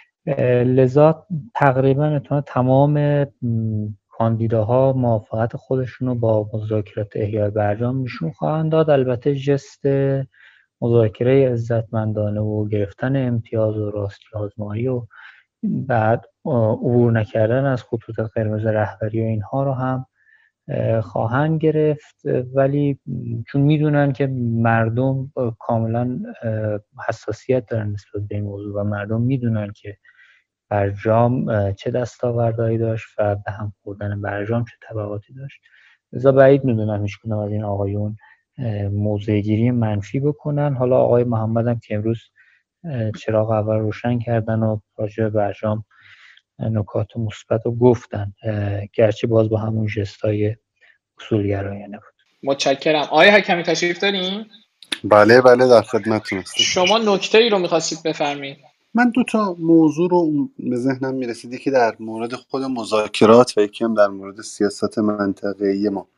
لذا تقریبا میتونه تمام کاندیداها موافقت خودشونو با مذاکرات احیای برجام نشون خواهند داد. البته ژست مذاکره عزتمندانه و گرفتن امتیاز و راستی آزمایی و بعد عبور نکردن از خطوط قرمز رهبری و اینها رو هم خواهند گرفت، ولی چون میدونن که مردم کاملا حساسیت دارن نسبت به این موضوع و مردم میدونن که برجام چه دستاوردهایی داشت و به هم خوردن برجام چه تبعاتی داشت، لذا بعید میدونم هیچ کدوم از این آقایون موضع گیری منفی بکنن. حالا آقای محمد هم که امروز چراغ اول روشن کردن و راجع به برجام نکات مثبت رو گفتن، گرچه باز با همون ژستای اصولگرایانه بود. متشکرم. آقای حکمی تشریف دارین؟ بله بله در خدمتتون هستم. شما نکته ای رو می‌خواستید بفرمایید. من دو تا موضوع رو به ذهنم میرسید، یکی در مورد خود مذاکرات و یکی هم در مورد سیاست منطقه‌ای ما.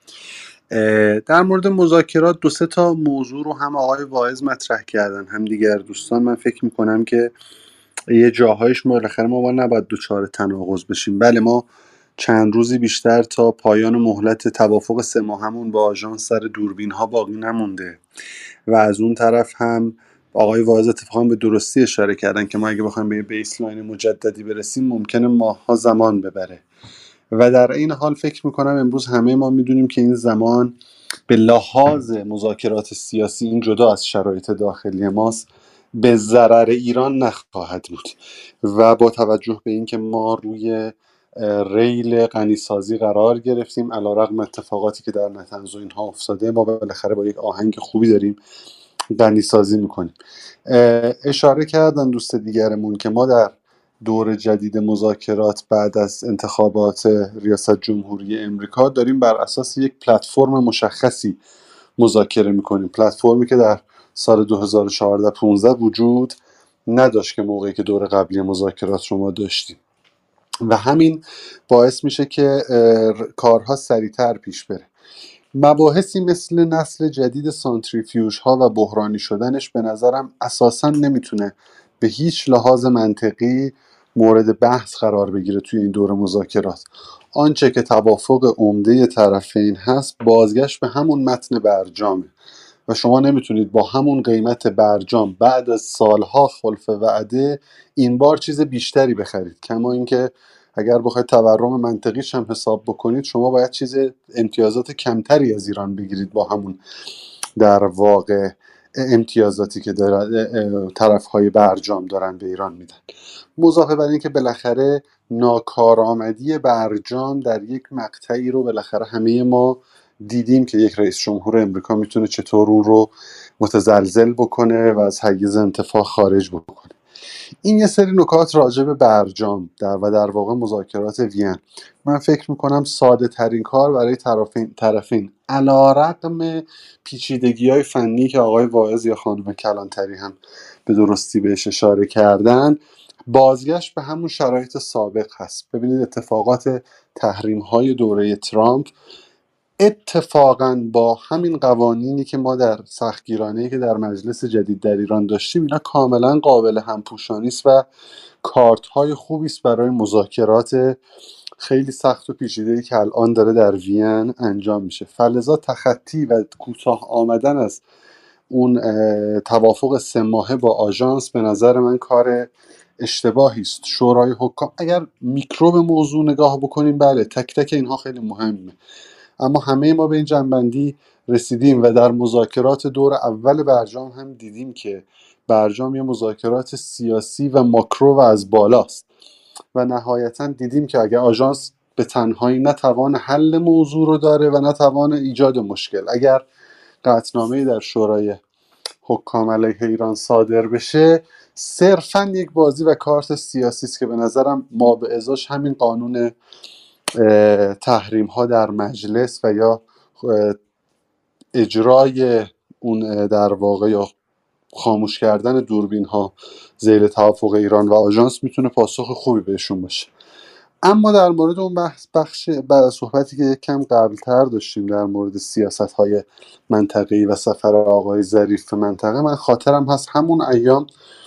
در مورد مذاکرات دو سه تا موضوع رو هم آقای واعظ مطرح کردن هم دیگر دوستان. من فکر میکنم که یه جاهایش ما بالاخره ما با نباید دوچار تناقض بشیم. بله ما چند روزی بیشتر تا پایان مهلت توافق سه ماهمون با آژانس سر دوربین ها باقی نمونده و از اون طرف هم آقای واعظ اتفاقا به درستی اشاره کردن که ما اگه بخوایم به یه بیسلاین مجددی برسیم ممکنه ماه‌ها زمان ببره و در این حال فکر میکنم امروز همه ما میدونیم که این زمان به لحاظ مذاکرات سیاسی این جدا از شرایط داخلی ماست به ضرر ایران نخواهد بود و با توجه به اینکه ما روی ریل غنیسازی قرار گرفتیم علیرغم اتفاقاتی که در نتنز و اینها افتاده ما بالاخره با یک آهنگ خوبی داریم غنیسازی میکنیم. اشاره کردن دوست دیگرمون که ما در دور جدید مذاکرات بعد از انتخابات ریاست جمهوری امریکا داریم بر اساس یک پلتفرم مشخصی مذاکره میکنیم، پلتفرمی که در سال دو هزار و چهارده پانزده وجود نداشت که موقعی که دور قبلی مذاکرات رو ما داشتیم و همین باعث میشه که کارها سریعتر پیش بره. مباحثی مثل نسل جدید سانتریفیوژ ها و بحرانی شدنش به نظرم اساساً نمیتونه به هیچ لحاظ منطقی مورد بحث قرار بگیره توی این دور مذاکرات. آنچه که توافق عمده طرفین هست بازگشت به همون متن برجامه و شما نمیتونید با همون قیمت برجام بعد از سالها خلف وعده این بار چیز بیشتری بخرید، کما اینکه اگر بخواید تورم منطقیش هم حساب بکنید شما باید چیز امتیازات کمتری از ایران بگیرید با همون در واقع امتیازاتی که طرفهای برجام دارن به ایران میدن. مضافه بر این که بالاخره ناکارآمدی برجام در یک مقطعی رو بالاخره همه ما دیدیم که یک رئیس جمهور امریکا میتونه چطور اون رو متزلزل بکنه و از حیز انتفاع خارج بکنه. این یه سری نکات راجع به برجام در و در واقع مذاکرات وین. من فکر میکنم ساده ترین کار برای طرفین طرفین علیرغم پیچیدگی های فنی که آقای واعظ یا خانم کلانتری هم به درستی بهش اشاره کردن بازگشت به همون شرایط سابق هست. ببینید اتفاقات تحریم های دوره ترامپ اتفاقاً با همین قوانینی که ما در سختگیرانه‌ای که در مجلس جدید در ایران داشتیم اینا کاملا قابل همپوشانی است و کارت‌های خوبی است برای مذاکرات خیلی سخت و پیچیده‌ای که الان داره در وین انجام میشه. فلذا تخطی و کوتاه آمدن از اون توافق سه ماهه با آژانس به نظر من کار اشتباهی است. شورای حکام اگر میکروب موضوع نگاه بکنیم بله تک تک اینها خیلی مهمه، اما همه ما به این جنبندی رسیدیم و در مذاکرات دور اول برجام هم دیدیم که برجام یه مذاکرات سیاسی و ماکرو و از بالاست و نهایتا دیدیم که اگر آژانس به تنهایی نه توان حل موضوع رو داره و نه توان ایجاد مشکل، اگر قطعنامه‌ای در شورای حکام علیه ایران صادر بشه صرفا یک بازی و کارت سیاسی است که به نظرم ما به ازاش همین قانون تحریم ها در مجلس و یا اجرای اون در واقع یا خاموش کردن دوربین ها ذیل توافق ایران و آژانس میتونه پاسخ خوبی بهشون باشه. اما در مورد اون بحث بخش بعد صحبتی که یک کم قبلتر داشتیم در مورد سیاست های منطقه‌ای و سفر آقای ظریف به منطقه، من خاطرم هست همون ایام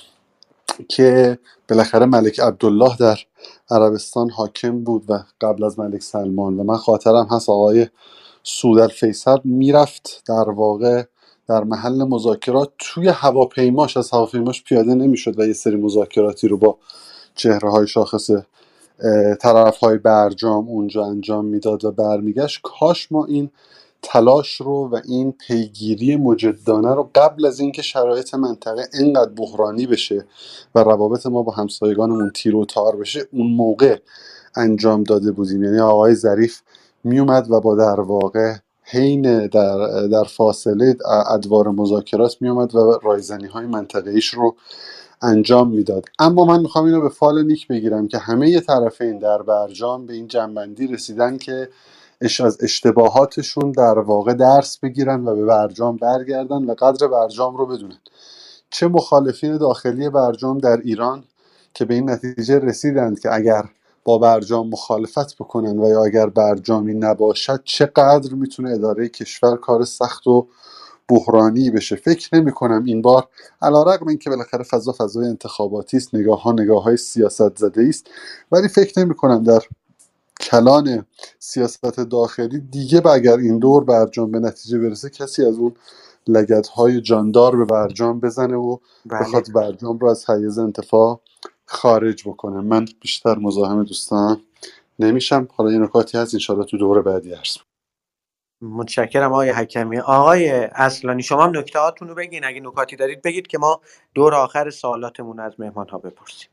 که بالاخره ملک عبدالله در عربستان حاکم بود و قبل از ملک سلمان و من خاطرم هست آقای سعودالفیصل میرفت در واقع در محل مذاکرات توی هواپیماش از هواپیماش پیاده نمیشد و یه سری مذاکراتی رو با چهره های شاخص طرف های برجام اونجا انجام میداد و برمیگشت. کاش ما این تلاش رو و این پیگیری مجدانه رو قبل از اینکه شرایط منطقه اینقدر بحرانی بشه و روابط ما با همسایگانمون تیر و تار بشه اون موقع انجام داده بودیم. یعنی آقای ظریف میومد و با در واقع حین در, در فاصله ادوار مذاکرات میومد و رایزنی های منطقه ایش رو انجام میداد. اما من میخوام اینو به فال نیک بگیرم که همه طرفین در برجام به این جنبندی رسیدن که اش از اشتباهاتشون در واقع درس بگیرن و به برجام برگردن و قدر برجام رو بدونن. چه مخالفین داخلی برجام در ایران که به این نتیجه رسیدند که اگر با برجام مخالفت بکنن و یا اگر برجامی نباشد چقدر میتونه اداره کشور کار سخت و بحرانی بشه. فکر نمی کنم این بار علیرغم اینکه بالاخره فضا فضای انتخاباتی است، نگاه ها نگاه های سیاست زده است، ولی فکر نمی کنم در کلان سیاست داخلی دیگه با اگر این دور برجام به نتیجه برسه کسی از اون لگدهای جاندار به برجام بزنه و بخواد برجام رو از حیز انتفاع خارج بکنه. من بیشتر مزاحم دوستان نمیشم. حالا این نکاتی هست انشاءالله تو دور بعدی عرض. متشکرم آقای حکمی. آقای اصلانی شما هم نکته هاتون رو بگین، اگه نکاتی دارید بگید که ما دور آخر سوالاتمون از مهمان ها بپرسیم.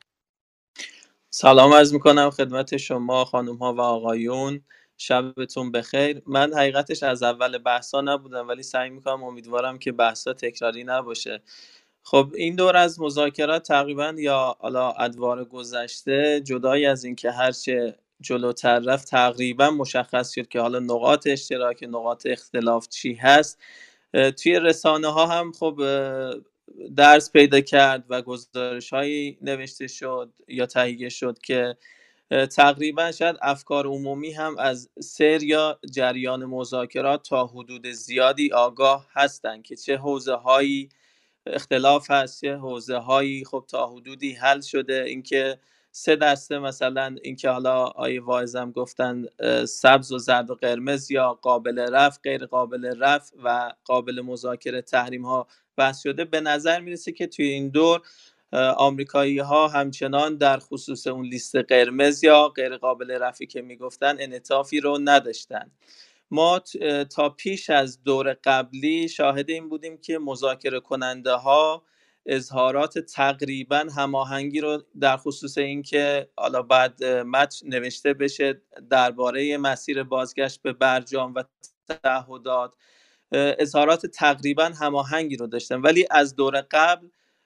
سلام عرض میکنم خدمت شما خانم ها و آقایون، شبتون بخیر. من حقیقتش از اول بحثا نبودم ولی سعی میکنم امیدوارم که بحثا تکراری نباشه. خب این دور از مذاکرات تقریبا یا حالا ادوار گذشته جدای از این که هرچه جلوتر رفت تقریبا مشخص شد که حالا نقاط اشتراک نقاط اختلاف چی هست. توی رسانه ها هم خب درس پیدا کرد و گزارش هایی نوشته شد یا تهیه شد که تقریبا شاید افکار عمومی هم از سیر یا جریان مذاکرات تا حدود زیادی آگاه هستند که چه حوزه هایی اختلاف هست، چه حوزه هایی خب تا حدودی حل شده. اینکه سه دسته مثلا اینکه حالا آیه واعظم گفتن سبز و زرد و قرمز یا قابل رفع غیر قابل رفع و قابل مذاکره تحریم ها بحث شده، به نظر میرسه که توی این دور آمریکایی ها همچنان در خصوص اون لیست قرمز یا غیر قابل رفعی که میگفتن انعطافی رو نداشتن. ما تا پیش از دور قبلی شاهد این بودیم که مذاکره کننده ها اظهارات تقریبا هماهنگی رو در خصوص اینکه حالا بعد متن نوشته بشه درباره مسیر بازگشت به برجام و تعهدات، اظهارات تقریبا هماهنگی رو داشتن. ولی از دور قبل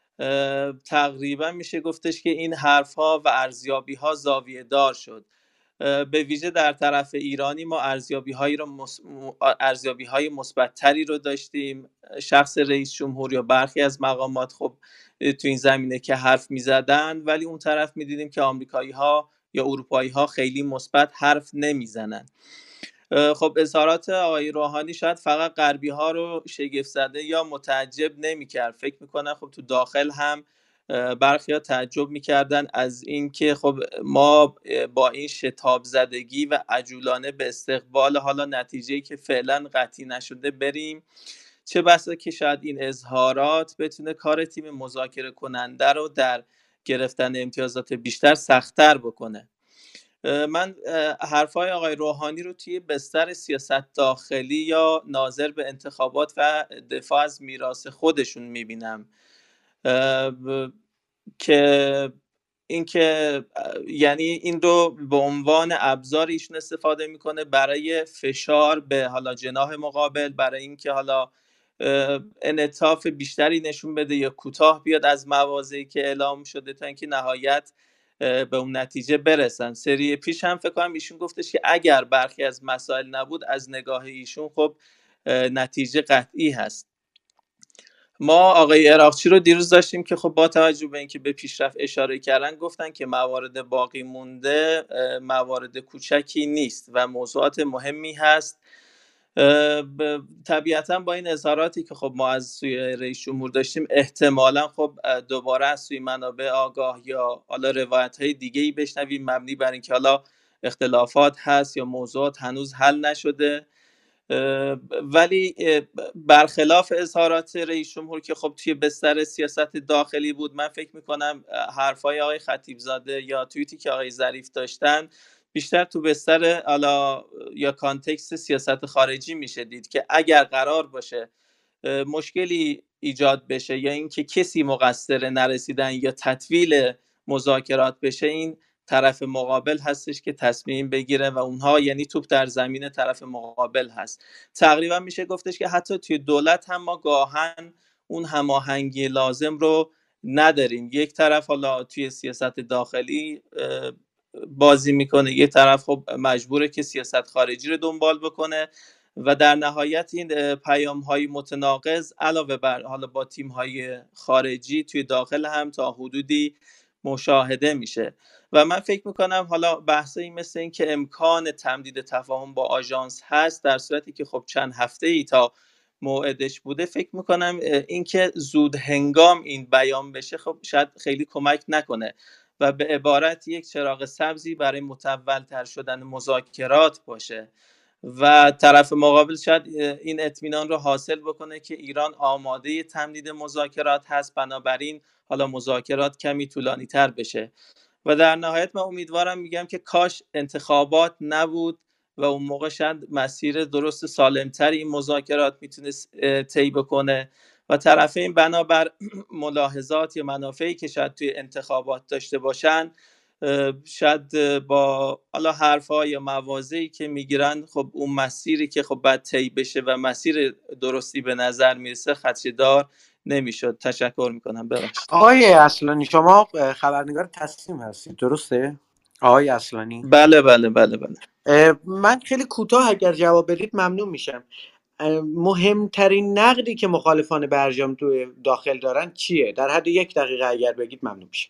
تقریبا میشه گفتش که این حرفها و ارزیابی ها زاویه دار شد. به ویژه در طرف ایرانی ما ارزیابی هایی رو مس... ارزیابی های مثبت‌تری رو داشتیم. شخص رئیس جمهور یا برخی از مقامات خب تو این زمینه که حرف میزدن، ولی اون طرف میدیدیم که آمریکایی ها یا اروپایی ها خیلی مثبت حرف نمیزنن. خب اظهارات آقای روحانی شاید فقط غربی ها رو شگفت زده یا متعجب نمی‌کرد. فکر میکنن خب تو داخل هم برخی‌ها تعجب می‌کردن از اینکه خب ما با این شتاب زدگی و عجولانه به استقبال حالا نتیجه‌ای که فعلا قطعی نشده بریم، چه بسا که شاید این اظهارات بتونه کار تیم مذاکره کننده رو در گرفتن امتیازات بیشتر سخت‌تر بکنه. من حرفای آقای روحانی رو توی بستر سیاست داخلی یا ناظر به انتخابات و دفاع از میراث خودشون میبینم که اینکه یعنی این رو به عنوان ابزار ایشون استفاده میکنه برای فشار به حالا جناح مقابل، برای اینکه حالا انعطاف بیشتری نشون بده یا کوتاه بیاد از مواضعی که اعلام شده تا اینکه نهایت به اون نتیجه برسن. سری پیش هم فکر کنم ایشون گفتش که اگر برخی از مسائل نبود از نگاه ایشون خب نتیجه قطعی هست. ما آقای عراقچی رو دیروز داشتیم که خب با توجه به اینکه به پیشرفت اشاره کردن گفتن که موارد باقی مونده موارد کوچکی نیست و موضوعات مهمی هست. طبیعتا با این اظهاراتی که خب ما از سوی رئیس جمهور داشتیم احتمالا خب دوباره از سوی منابع آگاه یا حالا روایت های دیگه ای بشنویم مبنی بر اینکه حالا اختلافات هست یا موضوعات هنوز حل نشده. ولی برخلاف اظهارات رئیس جمهور که خب توی بستر سیاست داخلی بود، من فکر میکنم حرفای آقای خطیبزاده یا توییتی که آقای ظریف داشتن بیشتر تو بستر الا یا کانتکست سیاست خارجی میشه دید که اگر قرار باشه مشکلی ایجاد بشه یا اینکه کسی مقصر نرسیدن یا تطویل مذاکرات بشه، این طرف مقابل هستش که تصمیم بگیره و اونها یعنی توپ در زمین طرف مقابل هست. تقریبا میشه گفتش که حتی توی دولت هم ما گاهن اون هماهنگی لازم رو نداریم. یک طرف حالا توی سیاست داخلی بازی میکنه، یک طرف خب مجبوره که سیاست خارجی رو دنبال بکنه و در نهایت این پیام های متناقض علاوه بر حالا با تیم های خارجی توی داخل هم تا حدودی مشاهده میشه. و من فکر میکنم حالا بحثایی مثل این که امکان تمدید تفاهم با آژانس هست در صورتی که خب چند هفته ای تا موعدش بوده، فکر میکنم این که زود هنگام این بیان بشه خب شاید خیلی کمک نکنه و به عبارت یک چراغ سبزی برای متولتر شدن مذاکرات باشه و طرف مقابل شاید این اطمینان رو حاصل بکنه که ایران آماده تمدید مذاکرات هست، بنابراین حالا مذاکرات کمی طولانی تر بشه. و در نهایت من امیدوارم میگم که کاش انتخابات نبود و اون موقع شاید مسیر درست سالمتری این مذاکرات میتونست طی بکنه و طرفین بنابر ملاحظات یا منافعی که شاید توی انتخابات داشته باشن شاید با حالا حرف‌ها یا مواضعی که میگیرن خب اون مسیری که خب بعد طی بشه و مسیر درستی به نظر میرسه خدشه‌دار نمیشد. تشکر میکنم. ببخشید. آقای اصلانی شما خبرنگار تصمیم هستید درسته؟ آقای اصلانی. بله بله بله بله. من خیلی کوتاه اگر جواب بدید ممنون میشم. مهمترین نقدی که مخالفان برجام تو داخل دارن چیه؟ در حد یک دقیقه اگر بگید ممنون میشم.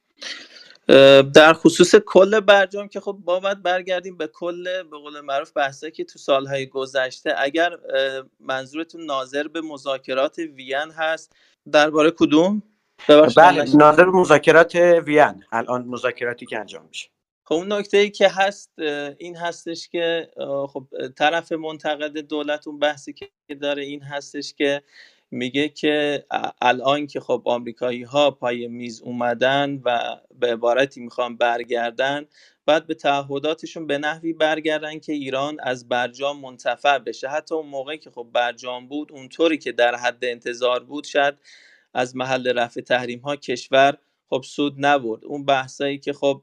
در خصوص کل برجام که خب باید برگردیم به کل به قول معروف بحثایی که تو سالهای گذشته. اگر منظورتون ناظر به مذاکرات وین هست درباره کدوم؟ بله ناظر به مذاکرات وین، الان مذاکراتی که انجام میشه. خب اون نکته‌ای که هست این هستش که خب طرف منتقد دولت اون بحثی که داره این هستش که میگه که الان که خب آمریکایی ها پای میز اومدن و به عبارتی میخوان برگردن، باید به تعهداتشون به نحوی برگردن که ایران از برجام منتفع بشه. حتی اون موقعی که خب برجام بود اونطوری که در حد انتظار بود شاید از محل رفع تحریم ها کشور خب سود نبرد. اون بحثایی که خب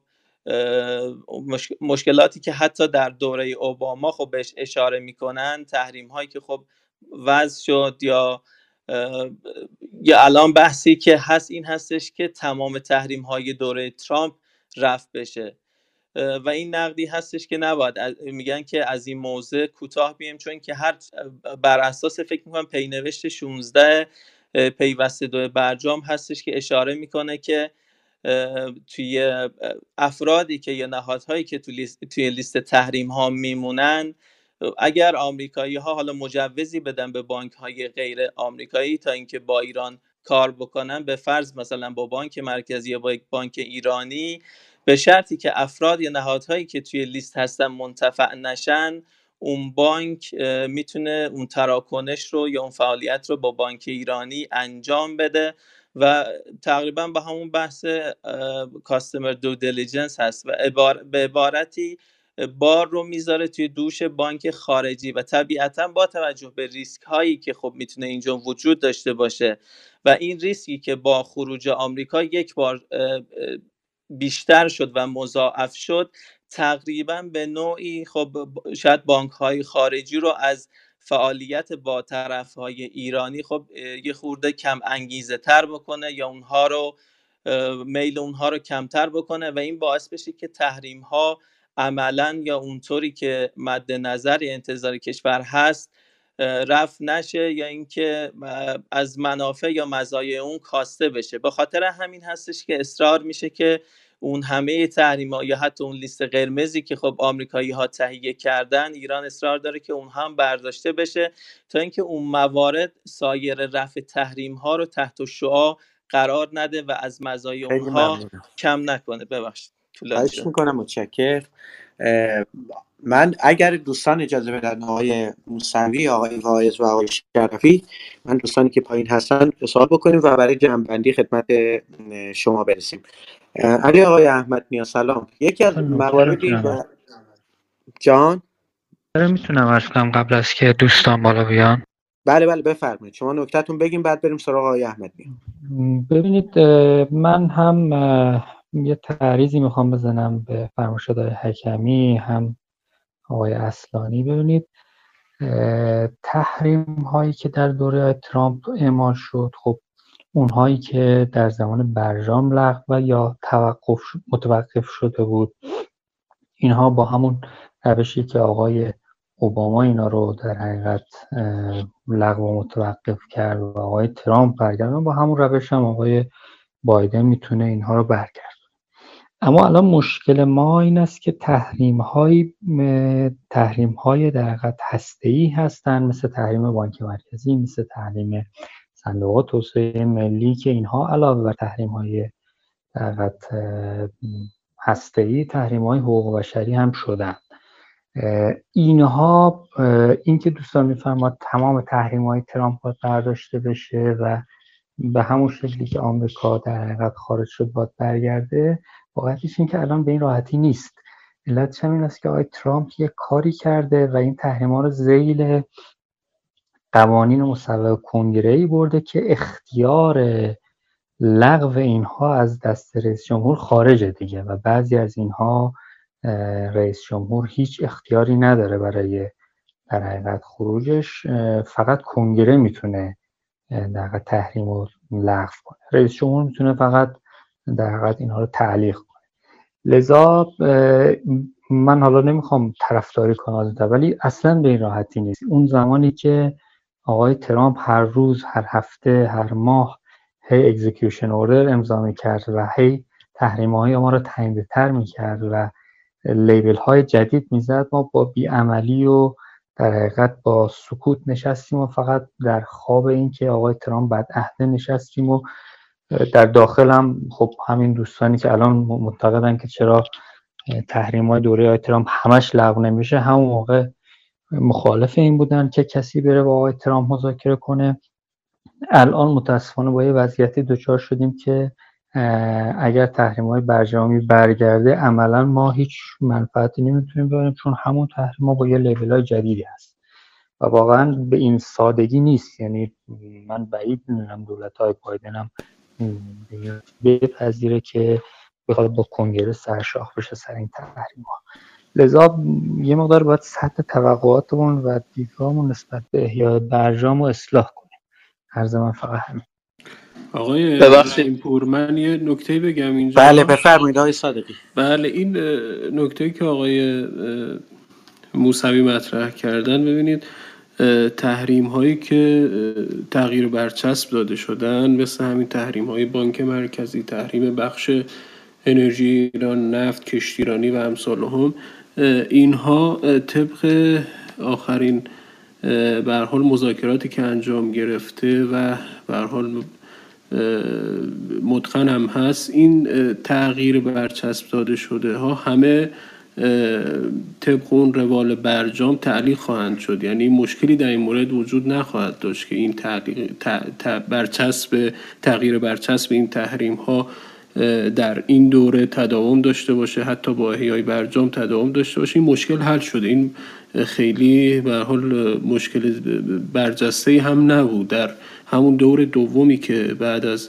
مشکلاتی که حتی در دوره اوباما خب بهش اشاره میکنن، تحریم هایی که خب وضع شد یا یا الان بحثی که هست این هستش که تمام تحریم های دوره ترامپ رفع بشه و این نقدی هستش که نباید میگن که از این موضوع کوتاه بیم، چون که هر بر اساس فکر میکنم پینوشت شانزده پیوسته دو برجام هستش که اشاره میکنه که توی افرادی که یا نهادهایی که توی لیست, توی لیست تحریم ها میمونن، اگر آمریکایی ها حالا مجوزی بدن به بانک های غیر آمریکایی تا اینکه با ایران کار بکنن، به فرض مثلا با بانک مرکزی یا با یک بانک ایرانی، به شرطی که افراد یا نهادهایی که توی لیست هستن منتفع نشن، اون بانک میتونه اون تراکنش رو یا اون فعالیت رو با بانک ایرانی انجام بده و تقریبا به همون بحث کاستمر دو دیلیجنس هست و عبار به عبارتی بار رو میذاره توی دوش بانک خارجی و طبیعتا با توجه به ریسک هایی که خب میتونه اینجا وجود داشته باشه و این ریسکی که با خروج آمریکا یک بار بیشتر شد و مضاعف شد، تقریبا به نوعی خب شاید بانک های خارجی رو از فعالیت با طرف های ایرانی خب یه خورده کم انگیزه تر بکنه یا اونها رو میل اونها رو کمتر بکنه و این باعث بشه که تحریم ها عملا یا اونطوری که مد نظر انتظار کشور هست رفع نشه یا اینکه از منافع یا مزایای اون کاسته بشه. به خاطر همین هستش که اصرار میشه که اون همه تحریم‌ها یا حتی اون لیست قرمزی که خب آمریکایی‌ها تهیه کردن، ایران اصرار داره که اون هم برداشته بشه تا اینکه اون موارد سایر رفع تحریم‌ها رو تحت شعاع قرار نده و از مزایای اونها کم نکنه. ببخشید طولانی خواهش شد. میکنم، متشکرم. من اگر دوستان اجازه بدن، آقای موسوی، آقای واعظ و آقای شرفی، من دوستانی که پایین هستن سوال بکنیم و برای جمع‌بندی خدمت شما برسیم. علی آقای احمد نیا سلام. یکی از مواردی و جان داره میتونم عرض کنم قبل از که دوستان بالا بیان؟ بله بله بفرمایید، شما نکته‌تون بگیم بعد بریم سراغ آقای احمد نیا. ببینید من هم یه تعریضی میخوام بزنم به فرمایشات آقای حکمی هم آقای اصلانی. ببینید تحریم هایی که در دوره ترامپ اعمال شد، خب اونهایی که در زمان برجام لغو و یا توقف متوقف شده بود، اینها با همون روشی که آقای اوباما اینا رو در حقیقت لغو و متوقف کرد و آقای ترامپ برگردن، با همون روش هم آقای بایدن میتونه اینها رو برگردونه. اما الان مشکل ما این است که تحریم های تحریم های در حقیقت هسته‌ای هستن، مثل تحریم بانک مرکزی، مثل تحریم صندوق توسعه ملی، که اینها علاوه بر تحریم های در حقیقت هسته‌ای تحریم های حقوق بشری هم شدن. اینها این که دوستان میفرماد تمام تحریم های ترامپ باید برداشته بشه و به همون شکلی که آمریکا در حقیقت خارج شد باید برگرده، واقعیتش این که الان به این راحتی نیست. علتش هم این است که آقای ترامپ یک کاری کرده و این تحریم ها رو ذیل قوانین مصوب کنگره‌ای برده که اختیار لغو اینها از دست رئیس جمهور خارجه دیگه و بعضی از اینها رئیس جمهور هیچ اختیاری نداره برای در حقیقت خروجش، فقط کنگره میتونه در حقیقت تحریم رو لغو کنه، رئیس جمهور میتونه فقط در حقیقت اینها رو تعلیق کنه. لذا من حالا نمیخوام طرفداری کنم ولی اصلا به این راحتی نیست. اون زمانی که آقای ترامپ هر روز، هر هفته، هر ماه هی اکزیکیوشن اوردر امضا میکرد و هی تحریم‌های ما رو تنگ‌تر میکرد و لیبل های جدید میزد، ما با بیعملی و در حقیقت با سکوت نشستیم و فقط در خواب این که آقای ترامپ بدعهده نشستیم و در داخل هم خب همین دوستانی که الان معتقدن که چرا تحریم های دوره آقای ترامپ همش لغو نمیشه، همون موقع مخالف این بودن که کسی بره با آقای ترامپ مذاکره کنه. الان متاسفانه با یه وضعیتی دچار شدیم که اگر تحریم‌های برجامی برگرده عملاً ما هیچ منفعتی نمیتونیم ببریم، چون همون تحریم‌ها با یه لیبل‌های جدیدی هست و واقعاً به این سادگی نیست. یعنی من بعید می‌دونم دولت‌های بایدن هم بپذیره که بخواد با کنگره سرشاخ بشه سر این تحریم‌ها. لذا یه مقدار باید سطح توقعاتمون و دیدگاهمون نسبت به احیاء برجام رو اصلاح کنیم. عرض من فقط همین. آقای رحیم‌پور، من یه نکته بگم اینجا. بله بفرمایید آقای صادقی. بله، این نکته که آقای موسوی مطرح کردن، ببینید تحریم هایی که تغییر برچسب داده شدن، مثل همین تحریم های بانک مرکزی، تحریم بخش انرژی ایران، نفت، کشتیرانی و امثال هم، اینها طبق آخرین به هر حال مذاکراتی که انجام گرفته و به هر حال متقن هم هست، این تغییر برچسب داده شده ها همه طبق اون روال برجام تعلیق خواهند شد. یعنی مشکلی در این مورد وجود نخواهد داشت که این تعلیق برچسب تغییر برچسب این تحریم ها در این دوره تداوم داشته باشه، حتی با احیای برجام تداوم داشته باشه. این مشکل حل شده. این خیلی به حال مشکل برجسته‌ای هم نبود. در همون دور دومی که بعد از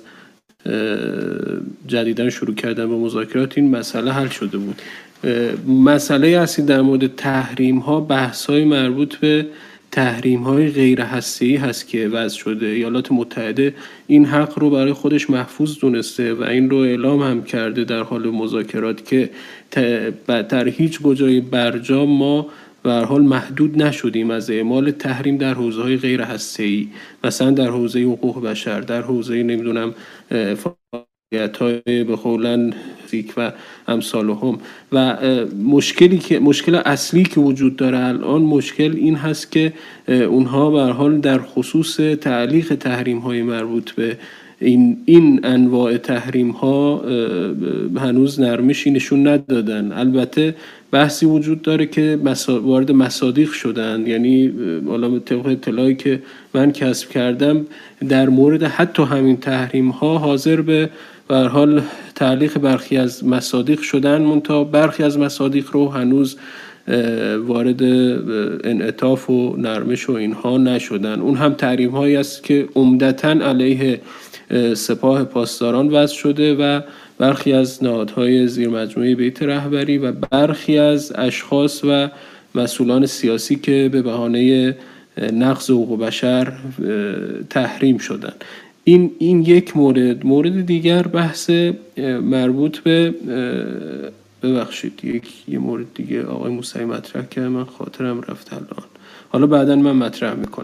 جدیداً شروع کردن به مذاکرات این مسئله حل شده بود. مسئله اصلی در مورد تحریم ها بحث های مربوط به تحریم های غیر هسته‌ای هست که وضع شده. ایالات متحده این حق رو برای خودش محفوظ دونسته و این رو اعلام هم کرده در حال مذاکرات که در هیچ کجای برجام ما به هر حال محدود نشدیم از اعمال تحریم در حوزه‌های غیر هسته‌ای، مثلا در حوزه حقوق بشر، در حوزه نمیدونم فعالیت‌های به قولن فیزیک و امثالهم. و مشکلی که مشکل اصلی که وجود داره الان مشکل این هست که اونها به هر حال در خصوص تعلیق تحریم‌های مربوط به این این انواع تحریم ها هنوز نرمشی نشون ندادن. البته بحثی وجود داره که وارد مصادیق شدن، یعنی حالا طبق اطلاعی که من کسب کردم در مورد حتی همین تحریم ها حاضر به به هر حال تعلیق برخی از مصادیق شدن، منتها برخی از مصادیق رو هنوز وارد انعطاف و نرمش و اینها نشدن. اون هم تحریم هایی است که عمدتاً علیه سپاه پاسداران وضع شده و برخی از نهادهای زیر مجموعه بیت رهبری و برخی از اشخاص و مسئولان سیاسی که به بهانه نقض حقوق بشر تحریم شدن. این این یک مورد. مورد دیگر بحث مربوط به ببخشید یک یه مورد دیگه آقای موسوی مطرح کرد، من خاطرم رفت الان، حالا بعداً من مطرح میکنم.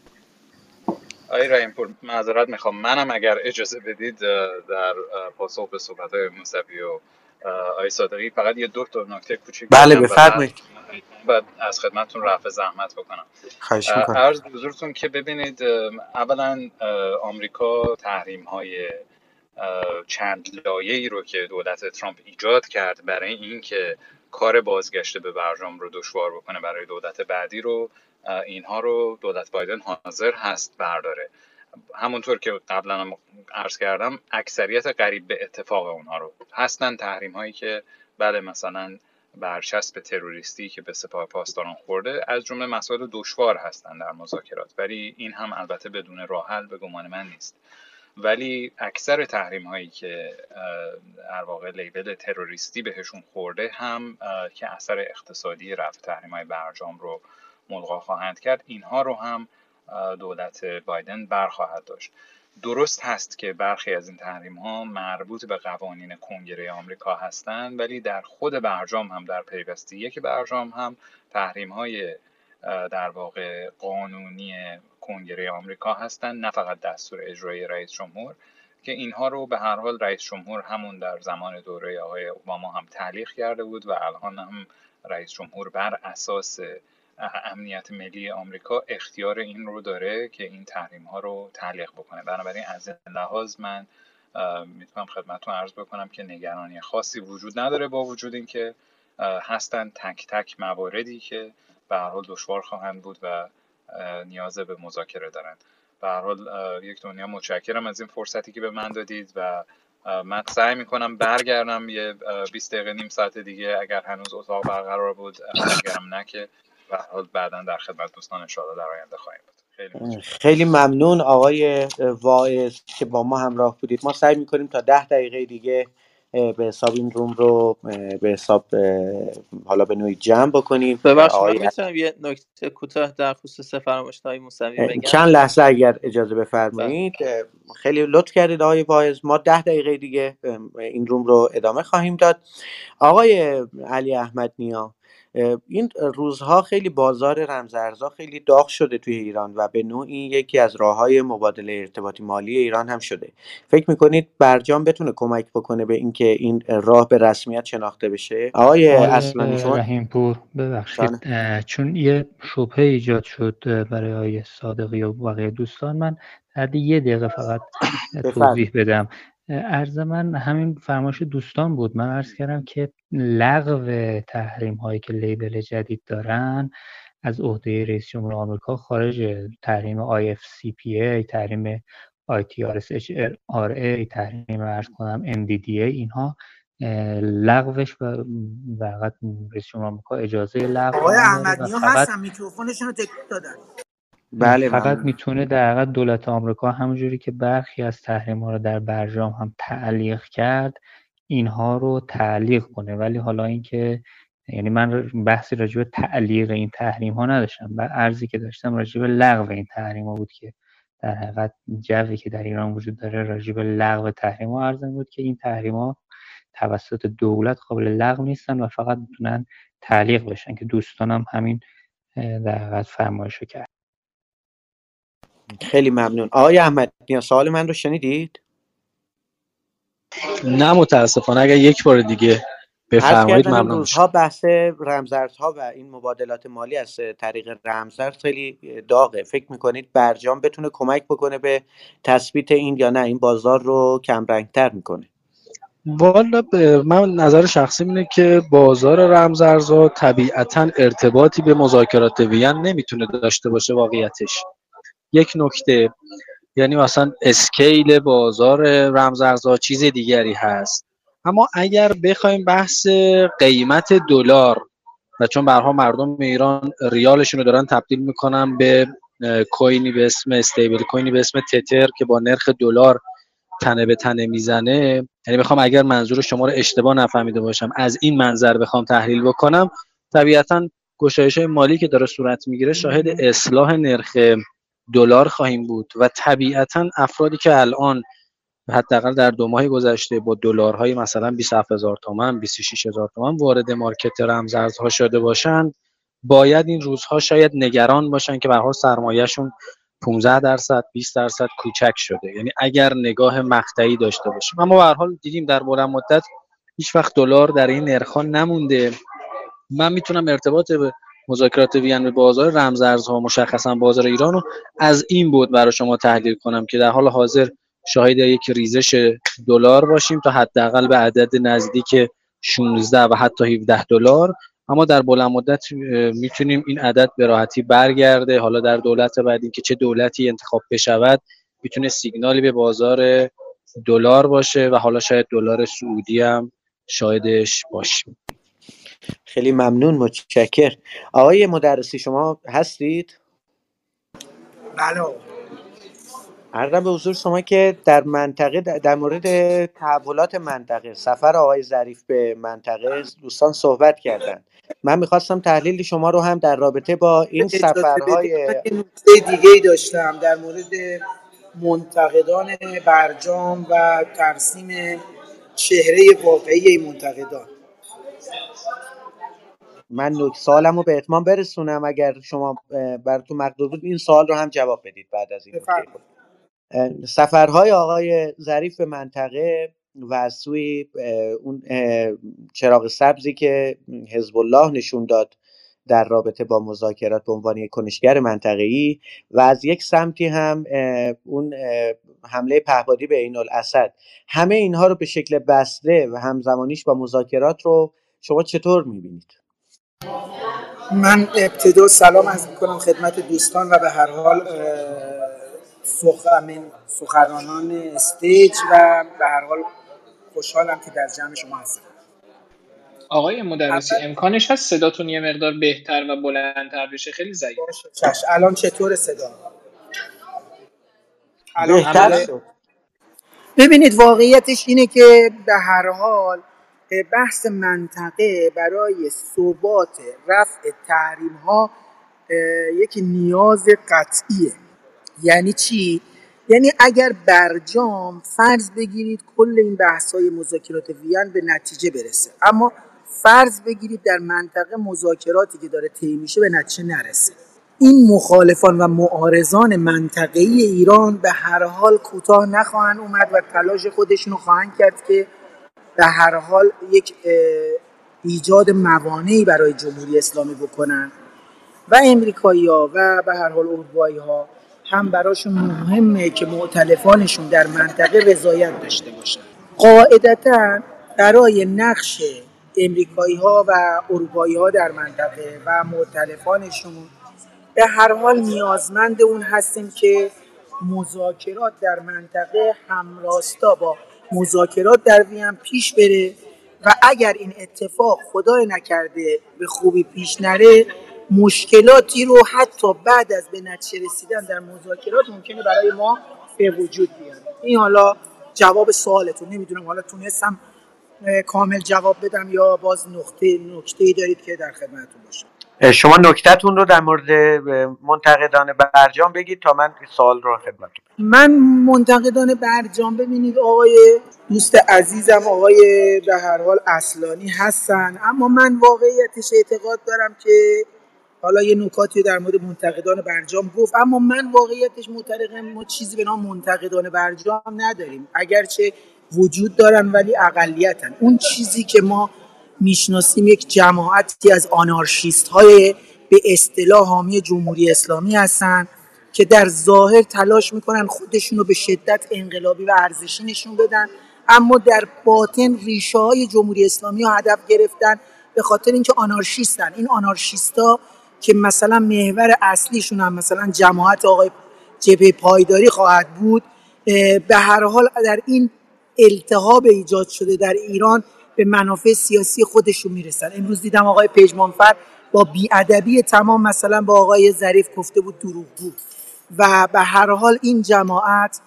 آقای رحیم پور معذرت میخوام، منم اگر اجازه بدید در پاسخ به صحبت‌های موسوی و آقای صادقی فقط یه دو تا نکته کوچیک بله بفرمایید بعد از خدمتتون رفع زحمت بکنم. خواهش میکنم. عرض به حضورتون که ببینید اولا آمریکا تحریم‌های چند لایه‌ای رو که دولت ترامپ ایجاد کرد برای اینکه کار بازگشت به برجام رو دشوار بکنه برای دولت بعدی رو، اینها رو دولت بایدن حاضر هست برداره. همونطور که قبلا هم عرض کردم اکثریت قریب به اتفاق اونها رو هستن تحریم هایی که بله مثلا برچسب تروریستی که به سپاه پاسداران خورده از جمله مسائل دشوار هستن در مذاکرات، ولی این هم البته بدون راه حل به گمان من نیست. ولی اکثر تحریم هایی که در واقع لیبل تروریستی بهشون خورده هم که اثر اقتصادی رفع تحریم های برجام رو ملغا خواهند کرد، اینها رو هم دولت بایدن برخواهد داشت. درست هست که برخی از این تحریم ها مربوط به قوانین کنگره آمریکا هستند، ولی در خود برجام هم در پیوسته یک برجام هم تحریم های در واقع قانونی کنگره آمریکا هستند، نه فقط دستور اجرایی رئیس جمهور که اینها رو به هر حال رئیس جمهور همون در زمان دوره آقای اوباما هم تعلیق کرده بود و الان هم رئیس جمهور بر اساس امنیت ملی آمریکا اختیار این رو داره که این تحریم ها رو تعلیق بکنه. بنابراین از این لحاظ من میتونم خدمتتون عرض بکنم که نگرانی خاصی وجود نداره، با وجود این که هستن تک تک مواردی که به هر حال دشوار خواهند بود و نیاز به مذاکره دارن. به هر حال یک دنیا متشکرم از این فرصتی که به من دادید و من سعی میکنم برگردم یه بیست دقیقه نیم ساعت دیگه اگر هنوز اتاق برقرار بود، اگرم نه که به هر حال بعداً در خدمت دوستان ان شاءالله در آینده خواهیم بود. خیلی, خیلی ممنون آقای واعظ که با ما همراه بودید. ما سعی میکنیم تا ده دقیقه دیگه به حساب این روم رو به حساب حالا به نوعی جمع بکنیم. ببخشید من میتونم یه نکته کوتاه در خصوص فرمایش‌های موسوی بگم؟ چند لحظه اگر اجازه بفرمایید. خیلی لطف کردید آقای واعظ. ما ده دقیقه دیگه این روم رو ادامه خواهیم داد. آقای علی احمد نیا، این روزها خیلی بازار رمزارزها خیلی داغ شده توی ایران و به نوعی یکی از راه‌های مبادله ارتباطی مالی ایران هم شده. فکر می‌کنید برجام بتونه کمک بکنه به اینکه این راه به رسمیت شناخته بشه؟ آقای اصلانی شما رحیم پور ببخشید چون یه شبهه ایجاد شد برای آقای صادقی و بقیه دوستان، من بعد یه دقیقه فقط توضیح بدم. عرض من همین فرمایش دوستان بود. من عرض کردم که لغو تحریم هایی که لیبل جدید دارن از عهده رئیس جمهور آمریکا خارج، تحریم آی اف سی پی ای، تحریم آی تی آر اس اچ آر ای، تحریم عرض کنم ام دی دی ای، اینها لغوش و واقعا رئیس جمهور آمریکا اجازه لغو آقای اون داره و احمدی فقط هستن میکروفونشون رو تکون دادن. بله فقط ممنون. میتونه در حقیقت دولت آمریکا همونجوری که برخی از تحریم‌ها رو در برجام هم تعلیق کرد اینها رو تعلیق کنه، ولی حالا اینکه یعنی من بحثی راجع به تعلیق این تحریم ها نداشتم، و عرضی که داشتم راجع به لغو این تحریم ها بود که در حقیقت جوی که در ایران وجود داره راجع به لغو تحریم ها عرض بود که این تحریم ها توسط دولت قابل لغو نیستن و فقط میتونن تعلیق بشن که دوستانم همین در حقیقت فرمایشو کرد. خیلی ممنون. آقای احمد نیا سوال من رو شنیدید؟ نه متاسفانه، اگر یک بار دیگه عرض بفرمایید کردم این ممنون میشم. روزها بحث رمزارزها و این مبادلات مالی از طریق رمزارز خیلی داغه. فکر میکنید برجام بتونه کمک بکنه به تثبیت این یا نه این بازار رو کم رنگتر میکنه؟ والا من نظر شخصی اینه که بازار رمزارزها طبیعتاً ارتباطی به مذاکرات وین نمیتونه داشته باشه. واقعیتش یک نکته، یعنی مثلا اسکیل بازار رمزارزها چیز دیگری هست. اما اگر بخوایم بحث قیمت دلار، و چون برها مردم ایران ریالشون رو دارن تبدیل میکنن به کوینی به اسم استیبل کوینی به اسم تتر که با نرخ دلار تنه به تنه میزنه، یعنی بخوام اگر منظور شما رو اشتباه نفهمیده باشم از این منظر بخوام تحلیل بکنم، طبیعتاً گشایش مالی که داره صورت میگیره شاهد اصلاح نرخ دلار خواهیم بود و طبیعتاً افرادی که الان حداقل در دو ماه گذشته با دلارهای مثلا بیست و هفت هزار تومان بیست و شش هزار تومان وارد مارکت رمزارزها شده باشند، باید این روزها شاید نگران باشن که به هر حال سرمایه‌شون پانزده درصد بیست درصد کوچک شده. یعنی اگر نگاه مقطعی داشته باشیم، اما به هر حال دیدیم در بلند مدت هیچ وقت دلار در این نرخ‌ها نمونده. من میتونم ارتباط به مذاکرات وین به بازار رمزارزها مشخصا بازار ایران رو از این بود برای شما تحلیل کنم که در حال حاضر شاهد یک ریزش دلار باشیم تا حداقل به عدد نزدیک شانزده و حتی هفده دلار، اما در بلند مدت میتونیم این عدد به راحتی برگرده. حالا در دولت بعدی که چه دولتی انتخاب بشود میتونه سیگنالی به بازار دلار باشه و حالا شاید دلار سعودی هم شاهدش باشیم. خیلی ممنون، متشکر. آقای مدرسی شما هستید؟ بله. عرضم به حضور شما که در منطقه در مورد تحولات منطقه، سفر آقای ظریف به منطقه دوستان صحبت کردن. من میخواستم تحلیل شما رو هم در رابطه با این اجازه بدید سفرهای من یه نکته دیگه ای داشتم در مورد منتقدان برجام و ترسیم چهره واقعی این منتقدان. من سوالمو به اتمام برسونم، اگر شما براتون مقدور بود این سوال رو هم جواب بدید بعد از این نکته. سفرهای آقای ظریف به منطقه و از سوی اون چراغ سبزی که حزب الله نشون داد در رابطه با مذاکرات به عنوان یک کنشگر منطقه‌ای و از یک سمتی هم اون حمله پهپادی به عین الاسد، همه اینها رو به شکل بسته و همزمانیش با مذاکرات رو شما چطور می‌بینید؟ من ابتدا سلام عرض می‌کنم خدمت دوستان و به هر حال سخنرانان استیج و به هر حال خوشحالم که در جمع شما هستم. آقای مدرسی امکانش هست صداتون یه مقدار بهتر و بلندتر بشه؟ خیلی ضعیف. چش. الان چطور صدا؟ الان بهتر شد. ببینید واقعیتش اینه که به هر حال بحث منطقه برای ثبات رفع تحریم ها یک نیاز قطعیه. یعنی چی؟ یعنی اگر برجام فرض بگیرید کل این بحث های مذاکرات وین به نتیجه برسه، اما فرض بگیرید در منطقه مذاکراتی که داره طی میشه به نتیجه نرسه، این مخالفان و معارضان منطقه‌ای ایران به هر حال کوتاه نخواهند اومد و تلاش خودشونو خواهند کرد که به هر حال یک ایجاد موانعی برای جمهوری اسلامی بکنن و امریکایی‌ها و به هر حال اروپایی‌ها هم براشون مهمه که مؤتلفانشون در منطقه رضایت داشته باشن. قاعدتاً برای نقش امریکایی‌ها و اروپایی‌ها در منطقه و مؤتلفانشون به هر حال نیازمند اون هستیم که مذاکرات در منطقه همراستا با مذاکرات در وین پیش بره و اگر این اتفاق خدای نکرده به خوبی پیش نره، مشکلاتی رو حتی بعد از به نتیجه رسیدن در مذاکرات ممکنه برای ما به وجود بیاد. این حالا جواب سوالتون، نمیدونم حالا تونستم کامل جواب بدم یا باز نقطه نکته‌ای دارید که در خدمتتون باشم. شما نکته‌تون رو در مورد منتقدان برجام بگید تا من سوال رو خدمتتون. من منتقدان برجام، ببینید آقای دوست عزیزم آقای به هر حال اصلانی هستن، اما من واقعیتش اعتقاد دارم که حالا یه نکاتی در مورد منتقدان برجام گفت، اما من واقعیتش معتقدم ما چیزی به نام منتقدان برجام نداریم، اگرچه وجود دارن ولی اقلیتن. اون چیزی که ما میشناسیم یک جماعتی از آنارشیست های به اصطلاح حامی جمهوری اسلامی هستن که در ظاهر تلاش میکنن خودشون رو به شدت انقلابی و ارزشی نشون بدن، اما در باطن ریشه های جمهوری اسلامی رو هدف گرفتن به خاطر اینکه آنارشیستن. این آنارشیستا که مثلا محور اصلیشون هم مثلا جماعت آقای جبهه پایداری خواهد بود، به هر حال در این التهاب ایجاد شده در ایران به منافع سیاسی خودشون میرسن. امروز دیدم آقای پژمانفر با بی‌ادبی تمام مثلا با آقای ظریف گفته بود دروغگو، و به هر حال این جماعت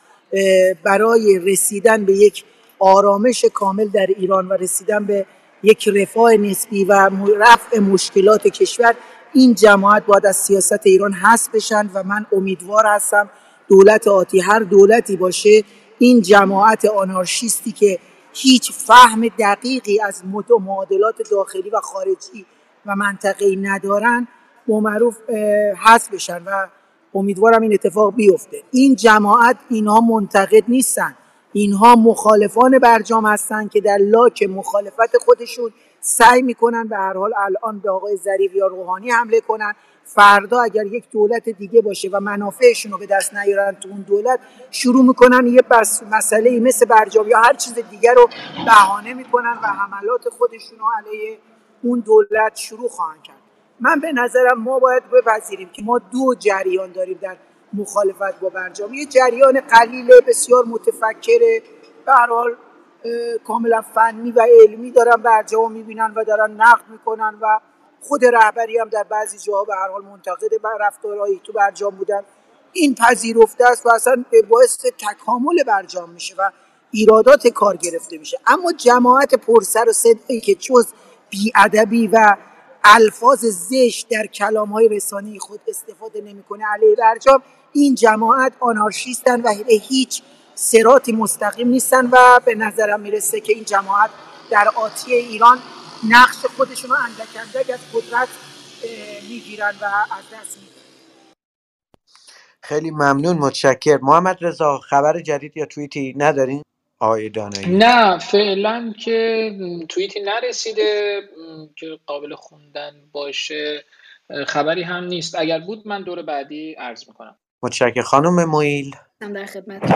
برای رسیدن به یک آرامش کامل در ایران و رسیدن به یک رفاه نسبی و رفع مشکلات کشور، این جماعت باید از سیاست ایران حذف بشن و من امیدوار هستم دولت آتی هر دولتی باشه این جماعت آنارشیستی که هیچ فهم دقیقی از معادلات داخلی و خارجی و منطقه‌ای ندارن به معروف حذف بشن و امیدوارم این اتفاق بیفته. این جماعت اینها منتقد نیستن، اینها مخالفان برجام هستن که در لاک مخالفت خودشون سعی میکنن به هر حال الان به آقای ظریف یا روحانی حمله کنن، فردا اگر یک دولت دیگه باشه و منافعشون رو به دست نیارن تو اون دولت، شروع میکنن یه بس مسئله مثل برجام یا هر چیز دیگر رو بهانه میکنن و حملات خودشون رو علیه اون دولت شروع خواهند کرد. من به نظرم ما باید بپذیریم که ما دو جریان داریم در مخالفت با برجام. یه جریان قلیل بسیار متفکره، به هر حال کاملا فنی و علمی دارن برجام میبینن و دارن نقد میکنن و خود رهبری هم در بعضی جاها به هر حال منتقد رفتارهایی تو برجام بودن. این پذیرفته است و اصلا باعث تکامل برجام میشه و ایرادات کار گرفته میشه. اما جماعت پرسر و صدایی که جز بی‌ادبی و الفاظ زشت در کلام‌های رسانه‌ای خود استفاده نمی‌کنه علیه برجام، این جماعت آنارشیستن و هیچ صراطی مستقیم نیستن و به نظرم میرسه که این جماعت در آتی ایران نقش خودشون رو اندک اندک از قدرت میگیرن و از دست میدن. خیلی ممنون، متشکر. محمد رضا خبر جدید یا توییتی ندارین؟ آقای دانایی نه فعلا که توییتی نرسیده که قابل خوندن باشه، خبری هم نیست. اگر بود من دور بعدی عرض میکنم. متشکر. خانم مویل در خدمتتون.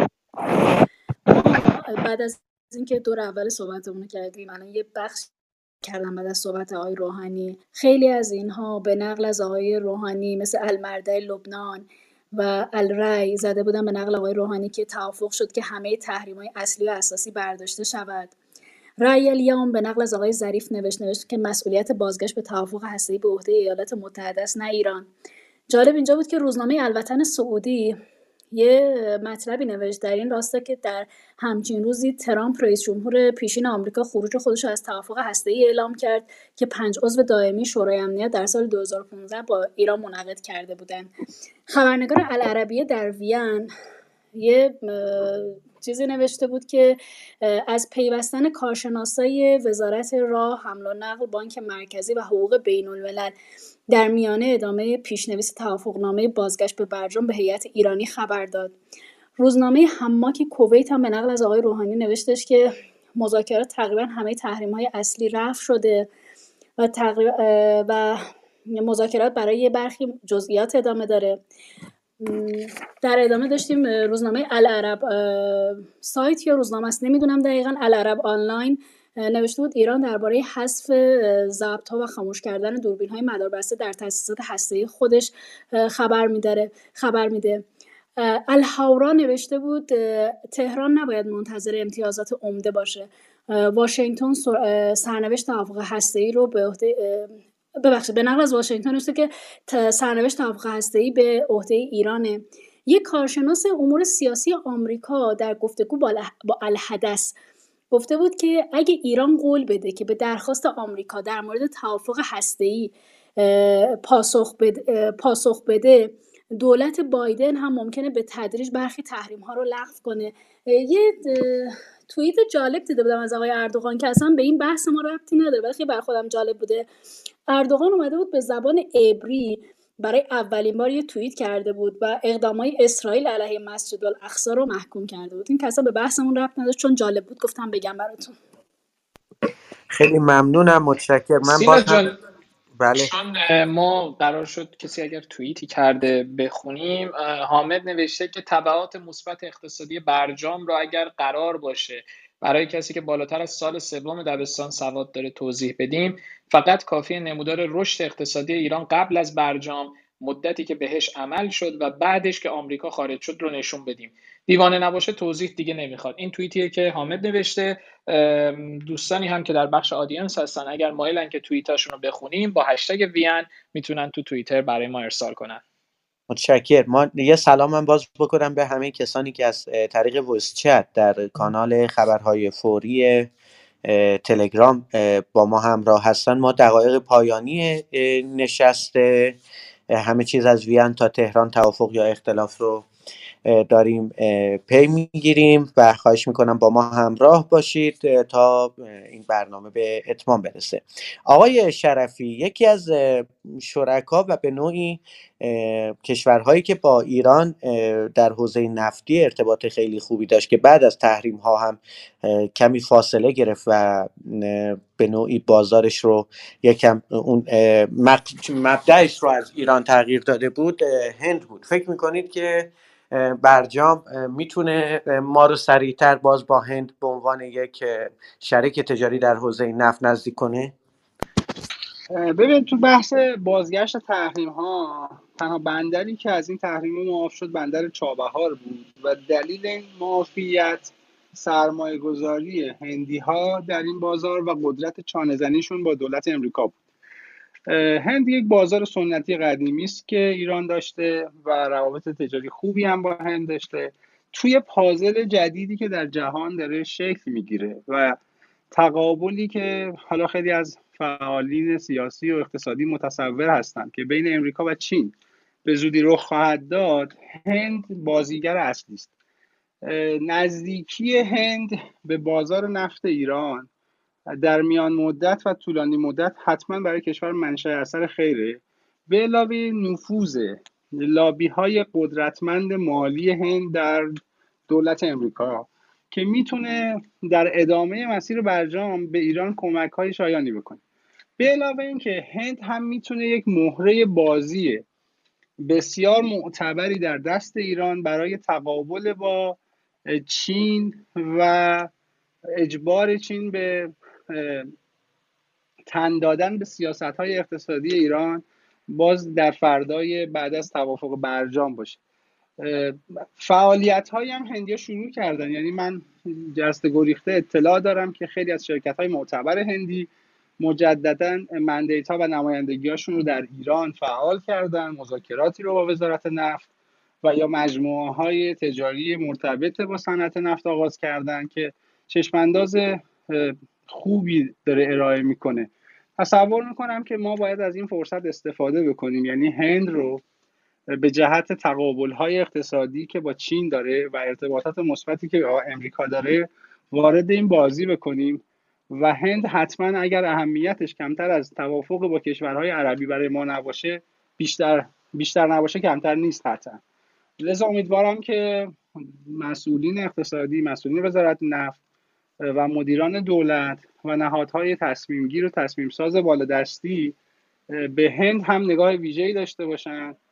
ما بعد از اینکه دور اول صحبتمون کردیم الان یه بخش کردم بعد از صحبت آقای روحانی، خیلی از اینها به نقل از آقای روحانی مثل المرده لبنان و الرای زده بودن به نقل آقای روحانی که توافق شد که همه تحریم‌های اصلی و اساسی برداشته شود. رای الیوم به نقل از آقای ظریف نوشت نوشت که مسئولیت بازگشت به توافق هسته‌ای به عهده ایالات متحده است نه ایران. جالب اینجا بود که روزنامه الوطن سعودی یه مطلبی نوشت در این راستا که در همچین روزی ترامپ رئیس جمهور پیشین آمریکا خروج خودش از توافق هسته‌ای اعلام کرد که پنج عضو دائمی شورای امنیت در سال دو هزار و پانزده با ایران منعقد کرده بودند. خبرنگار العربیه در وین یه چیزی نوشته بود که از پیوستن کارشناسای وزارت راه، حمل و نقل، بانک مرکزی و حقوق بین الملل در میانه ادامه پیشنویس توافقنامه بازگشت به برجام به هیئت ایرانی خبر داد. روزنامه حماک کویت هم به نقل از آقای روحانی نوشتش که مذاکرات تقریبا همه تحریم‌های اصلی رفع شده و تقریبا و مذاکرات برای برخی جزئیات ادامه داره. در ادامه داشتیم روزنامه العرب سایت یا روزنامه است نمیدونم دقیقاً، العرب آنلاین نوشته بود ایران درباره حذف ضبط‌ها و خاموش کردن دوربین‌های مداربسته در تأسیسات هسته‌ای خودش خبر می‌داره خبر میده. الحورا نوشته بود تهران نباید منتظر امتیازات عمده باشه. واشنگتن سرنوشت توافق هسته‌ای رو به عهده ببخشید به نقل از واشنگتن نوشته که سرنوشت توافق هسته‌ای به عهده ایرانه. یک کارشناس امور سیاسی آمریکا در گفتگو با الحدث گفته بود که اگه ایران قول بده که به درخواست آمریکا در مورد توافق هسته‌ای پاسخ بده, پاسخ بده دولت بایدن هم ممکنه به تدریج برخی تحریم‌ها رو لغو کنه. یه توییت جالب دیده بودم از آقای اردوغان که اصلا به این بحث ما ربطی نداره ولی خیلی بر خودم جالب بوده. اردوغان اومده بود به زبان عبری برای اولین بار یه توییت کرده بود و اقدامای اسرائیل علیه مسجد الاقصی رو محکوم کرده بود. این که اصلا به بحثمون ربط نداشت چون جالب بود گفتم بگم براتون. خیلی ممنونم، متشکرم. من سینا باز جان هم بله چون ما قرار شد کسی اگر توییتی کرده بخونیم، حامد نوشته که تبعات مثبت اقتصادی برجام را اگر قرار باشه برای کسی که بالاتر از سال سوم دبستان سواد داره توضیح بدیم، فقط کافیه نمودار رشد اقتصادی ایران قبل از برجام، مدتی که بهش عمل شد و بعدش که آمریکا خارج شد رو نشون بدیم. دیوانه نباشه توضیح دیگه نمیخواد. این توییتیه که حامد نوشته. دوستانی هم که در بخش آدینس هستن اگر مایلن که توییتاشون رو بخونیم با هشتگ وین میتونن تو توییتر برای ما ارسال کنن. متشکرم. ما یه سلام من باز بکنم به همه کسانی که از طریق وایس چت در کانال خبرهای فوری تلگرام با ما همراه هستن. ما دقایق پایانی نشست همه چیز از وین تا تهران توافق یا اختلاف رو داریم پی میگیریم و خواهش میکنم با ما همراه باشید تا این برنامه به اتمام برسه. آقای شرفی، یکی از شرکا و به نوعی کشورهایی که با ایران در حوزه نفتی ارتباط خیلی خوبی داشت که بعد از تحریم ها هم کمی فاصله گرفت و به نوعی بازارش رو یکم اون مبدأش رو از ایران تغییر داده بود، هند بود. فکر میکنید که برجام میتونه ما رو سریعتر باز با هند به عنوان یک شریک تجاری در حوزه نفت نزدیک کنه؟ ببین تو بحث بازگشت تحریم ها تنها بندری که از این تحریم معاف شد بندر چابهار بود و دلیل این معافیت سرمایه گذاری هندی ها در این بازار و قدرت چانه‌زنیشون با دولت امریکا بود. هند یک بازار سنتی قدیمی است که ایران داشته و روابط تجاری خوبی هم با هند داشته. توی پازل جدیدی که در جهان داره شکل میگیره و تقابلی که حالا خیلی از فعالین سیاسی و اقتصادی متصور هستند که بین امریکا و چین به زودی رخ خواهد داد، هند بازیگر اصلی است. نزدیکی هند به بازار نفت ایران در میان مدت و طولانی مدت حتما برای کشور منشأ اثر خیره، به علاوه نفوذ لابی های قدرتمند مالی هند در دولت امریکا که میتونه در ادامه مسیر برجام به ایران کمک های شایانی بکنه. به علاوه اینکه هند هم میتونه یک مهره بازی بسیار معتبری در دست ایران برای تقابل با چین و اجبار چین به تن دادن به سیاست‌های اقتصادی ایران باز در فردای بعد از توافق برجام باشه. فعالیت‌هایی هم هندی‌ها شروع کردن، یعنی من جست گریخته اطلاع دارم که خیلی از شرکت‌های معتبر هندی مجدداً مندیت‌ها و نمایندگی‌هاشون رو در ایران فعال کردن، مذاکراتی رو با وزارت نفت و یا مجموعه‌های تجاری مرتبط با صنعت نفت آغاز کردن که چشم‌انداز خوبی داره ارائه میکنه. تصور میکنم که ما باید از این فرصت استفاده بکنیم، یعنی هند رو به جهت تقابل‌های اقتصادی که با چین داره و ارتباطات مثبتی که با امریکا داره وارد این بازی بکنیم و هند حتما اگر اهمیتش کمتر از توافق با کشورهای عربی برای ما نباشه، بیشتر بیشتر نباشه کمتر نیست قطعا. لذا امیدوارم که مسئولین اقتصادی، مسئولین وزارت نفت و مدیران دولت و نهادهای تصمیم گیر و تصمیم ساز بالادستی به هند هم نگاه ویژه‌ای داشته باشن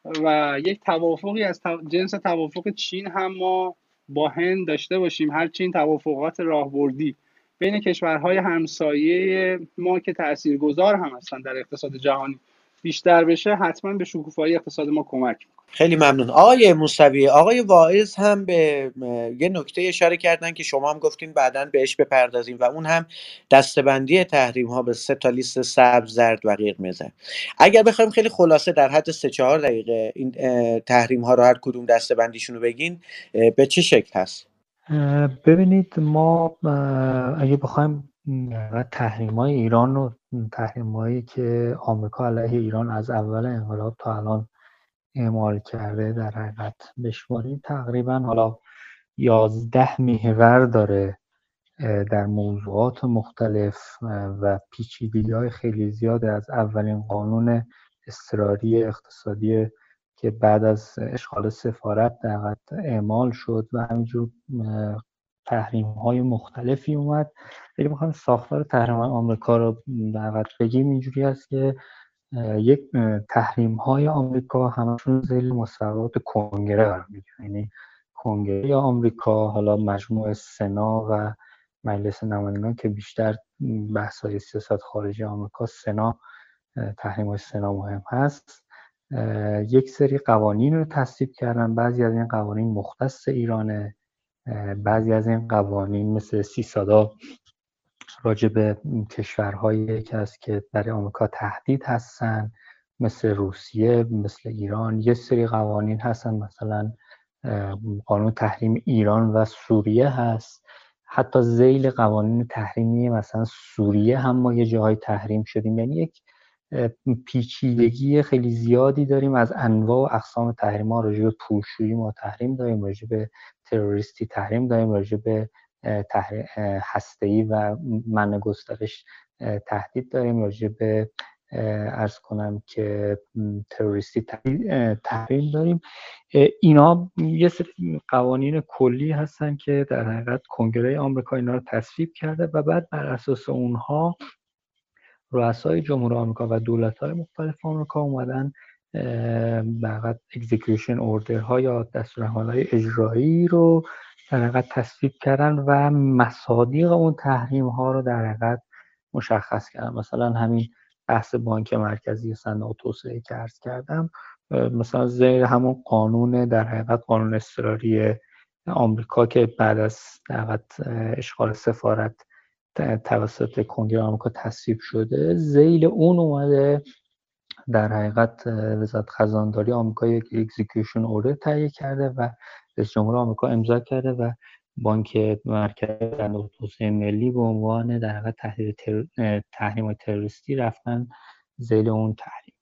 و یک توافقی از جنس توافق چین هم ما با هند داشته باشیم. هرچی این توافقات راهبردی بین کشورهای همسایه ما که تاثیرگذار هم هستن در اقتصاد جهانی بیشتر بشه، حتما به شکوفایی اقتصاد ما کمک میکنه. خیلی ممنون آقای موسوی. آقای واعظ هم به یه نکته اشاره کردن که شما هم گفتین بعداً بهش بپردازیم و اون هم دسته‌بندی تحریم ها به سه تا لیست سبز، زرد و قرمزه. اگر بخوایم خیلی خلاصه در حد سه چهار دقیقه این تحریم ها رو هر کدوم دسته‌بندیشون رو بگین، به چه شکل هست؟ ببینید ما اگه بخوایم تحریم های ایران رو، تحریم هایی که آمریکا علیه ایران از اول انقلاب تا الان اعمال کرده در حقیقت بشماریم، تقریبا حالا یازده محور داره در موضوعات مختلف و پیچیدگی‌های خیلی زیاد، از اولین قانون اضطراری اقتصادی که بعد از اشغال سفارت در حقیقت اعمال شد و همینجور تحریم‌های مختلفی اومد. اگه بخوایم ساختار تحریم‌های آمریکا رو در حقیقت بگیم، اینجوری است که یک تحریم‌های آمریکا همشون زیر مصوبات کنگره قرار می‌گیره. یعنی کنگره آمریکا، حالا مجموع سنا و مجلس نمایندگان که بیشتر بحث‌های سیاست خارجی آمریکا، سنا، تحریم‌های سنا مهم هست، یک سری قوانین رو تصویب کردن. بعضی از این قوانین مختص ایرانه، بعضی از این قوانین مثل سیسادا راجع به کشورهایی که هست که برای آمریکا تهدید هستن، مثل روسیه، مثل ایران. یه سری قوانین هستن، مثلا قانون تحریم ایران و سوریه هست. حتی ذیل قوانین تحریمی مثلا سوریه هم ما یه جاهای تحریم شدیم. یعنی یک پیچیدگی خیلی زیادی داریم از انواع و اقسام تحریم ها. راجع به پولشویی ما تحریم داریم، راجع به تروریستی تحریم داریم، راجع به هسته‌ای و منع گسترش تهدید داریم، راجع به عرض کنم که تروریستی تحریم داریم. اینا یه سری قوانین کلی هستن که در حقیقت کنگره آمریکا اینا رو تصویب کرده و بعد بر اساس اونها رؤسای جمهور آمریکا و دولت‌های مختلف آمریکا اومدن در حقیقت اکزیکیوشن اوردرها یا دستورالعمل‌های اجرایی رو در حقیقت تصویب کردن و مصادیق اون تحریم‌ها رو در حقیقت مشخص کردن. مثلا همین بحث بانک مرکزی و صندوق توسعه که عرض کردم، مثلا زیر همون قانون در حقیقت قانون اضطراری آمریکا که بعد از در حقیقت اشغال سفارت توسط کنگره آمریکا تصویب شده، ذیل اون اومده در حقیقت وزارت خزانداری آمریکا یک اکزیکیوشن اوردر تهیه کرده و رئیس جمهور آمریکا امضا کرده و بانک مرکزی صندوق توسعه ملی به عنوان در حقیقت تحریم تروریستی رفتن ذیل اون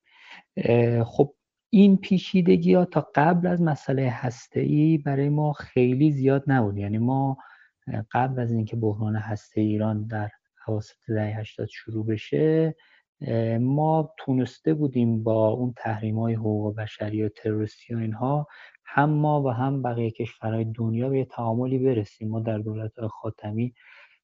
تحریم. خب این پیچیدگی ها تا قبل از مسئله هسته‌ای برای ما خیلی زیاد نبود. یعنی ما قبل از اینکه بحران هسته ایران در اواسط دهه هشتاد شروع بشه، ما تونسته بودیم با اون تحریم‌های حقوق بشری و تروریستی و اینها هم ما و هم بقیه کشورهای دنیا به تعاملی برسیم. ما در دولت‌های خاتمی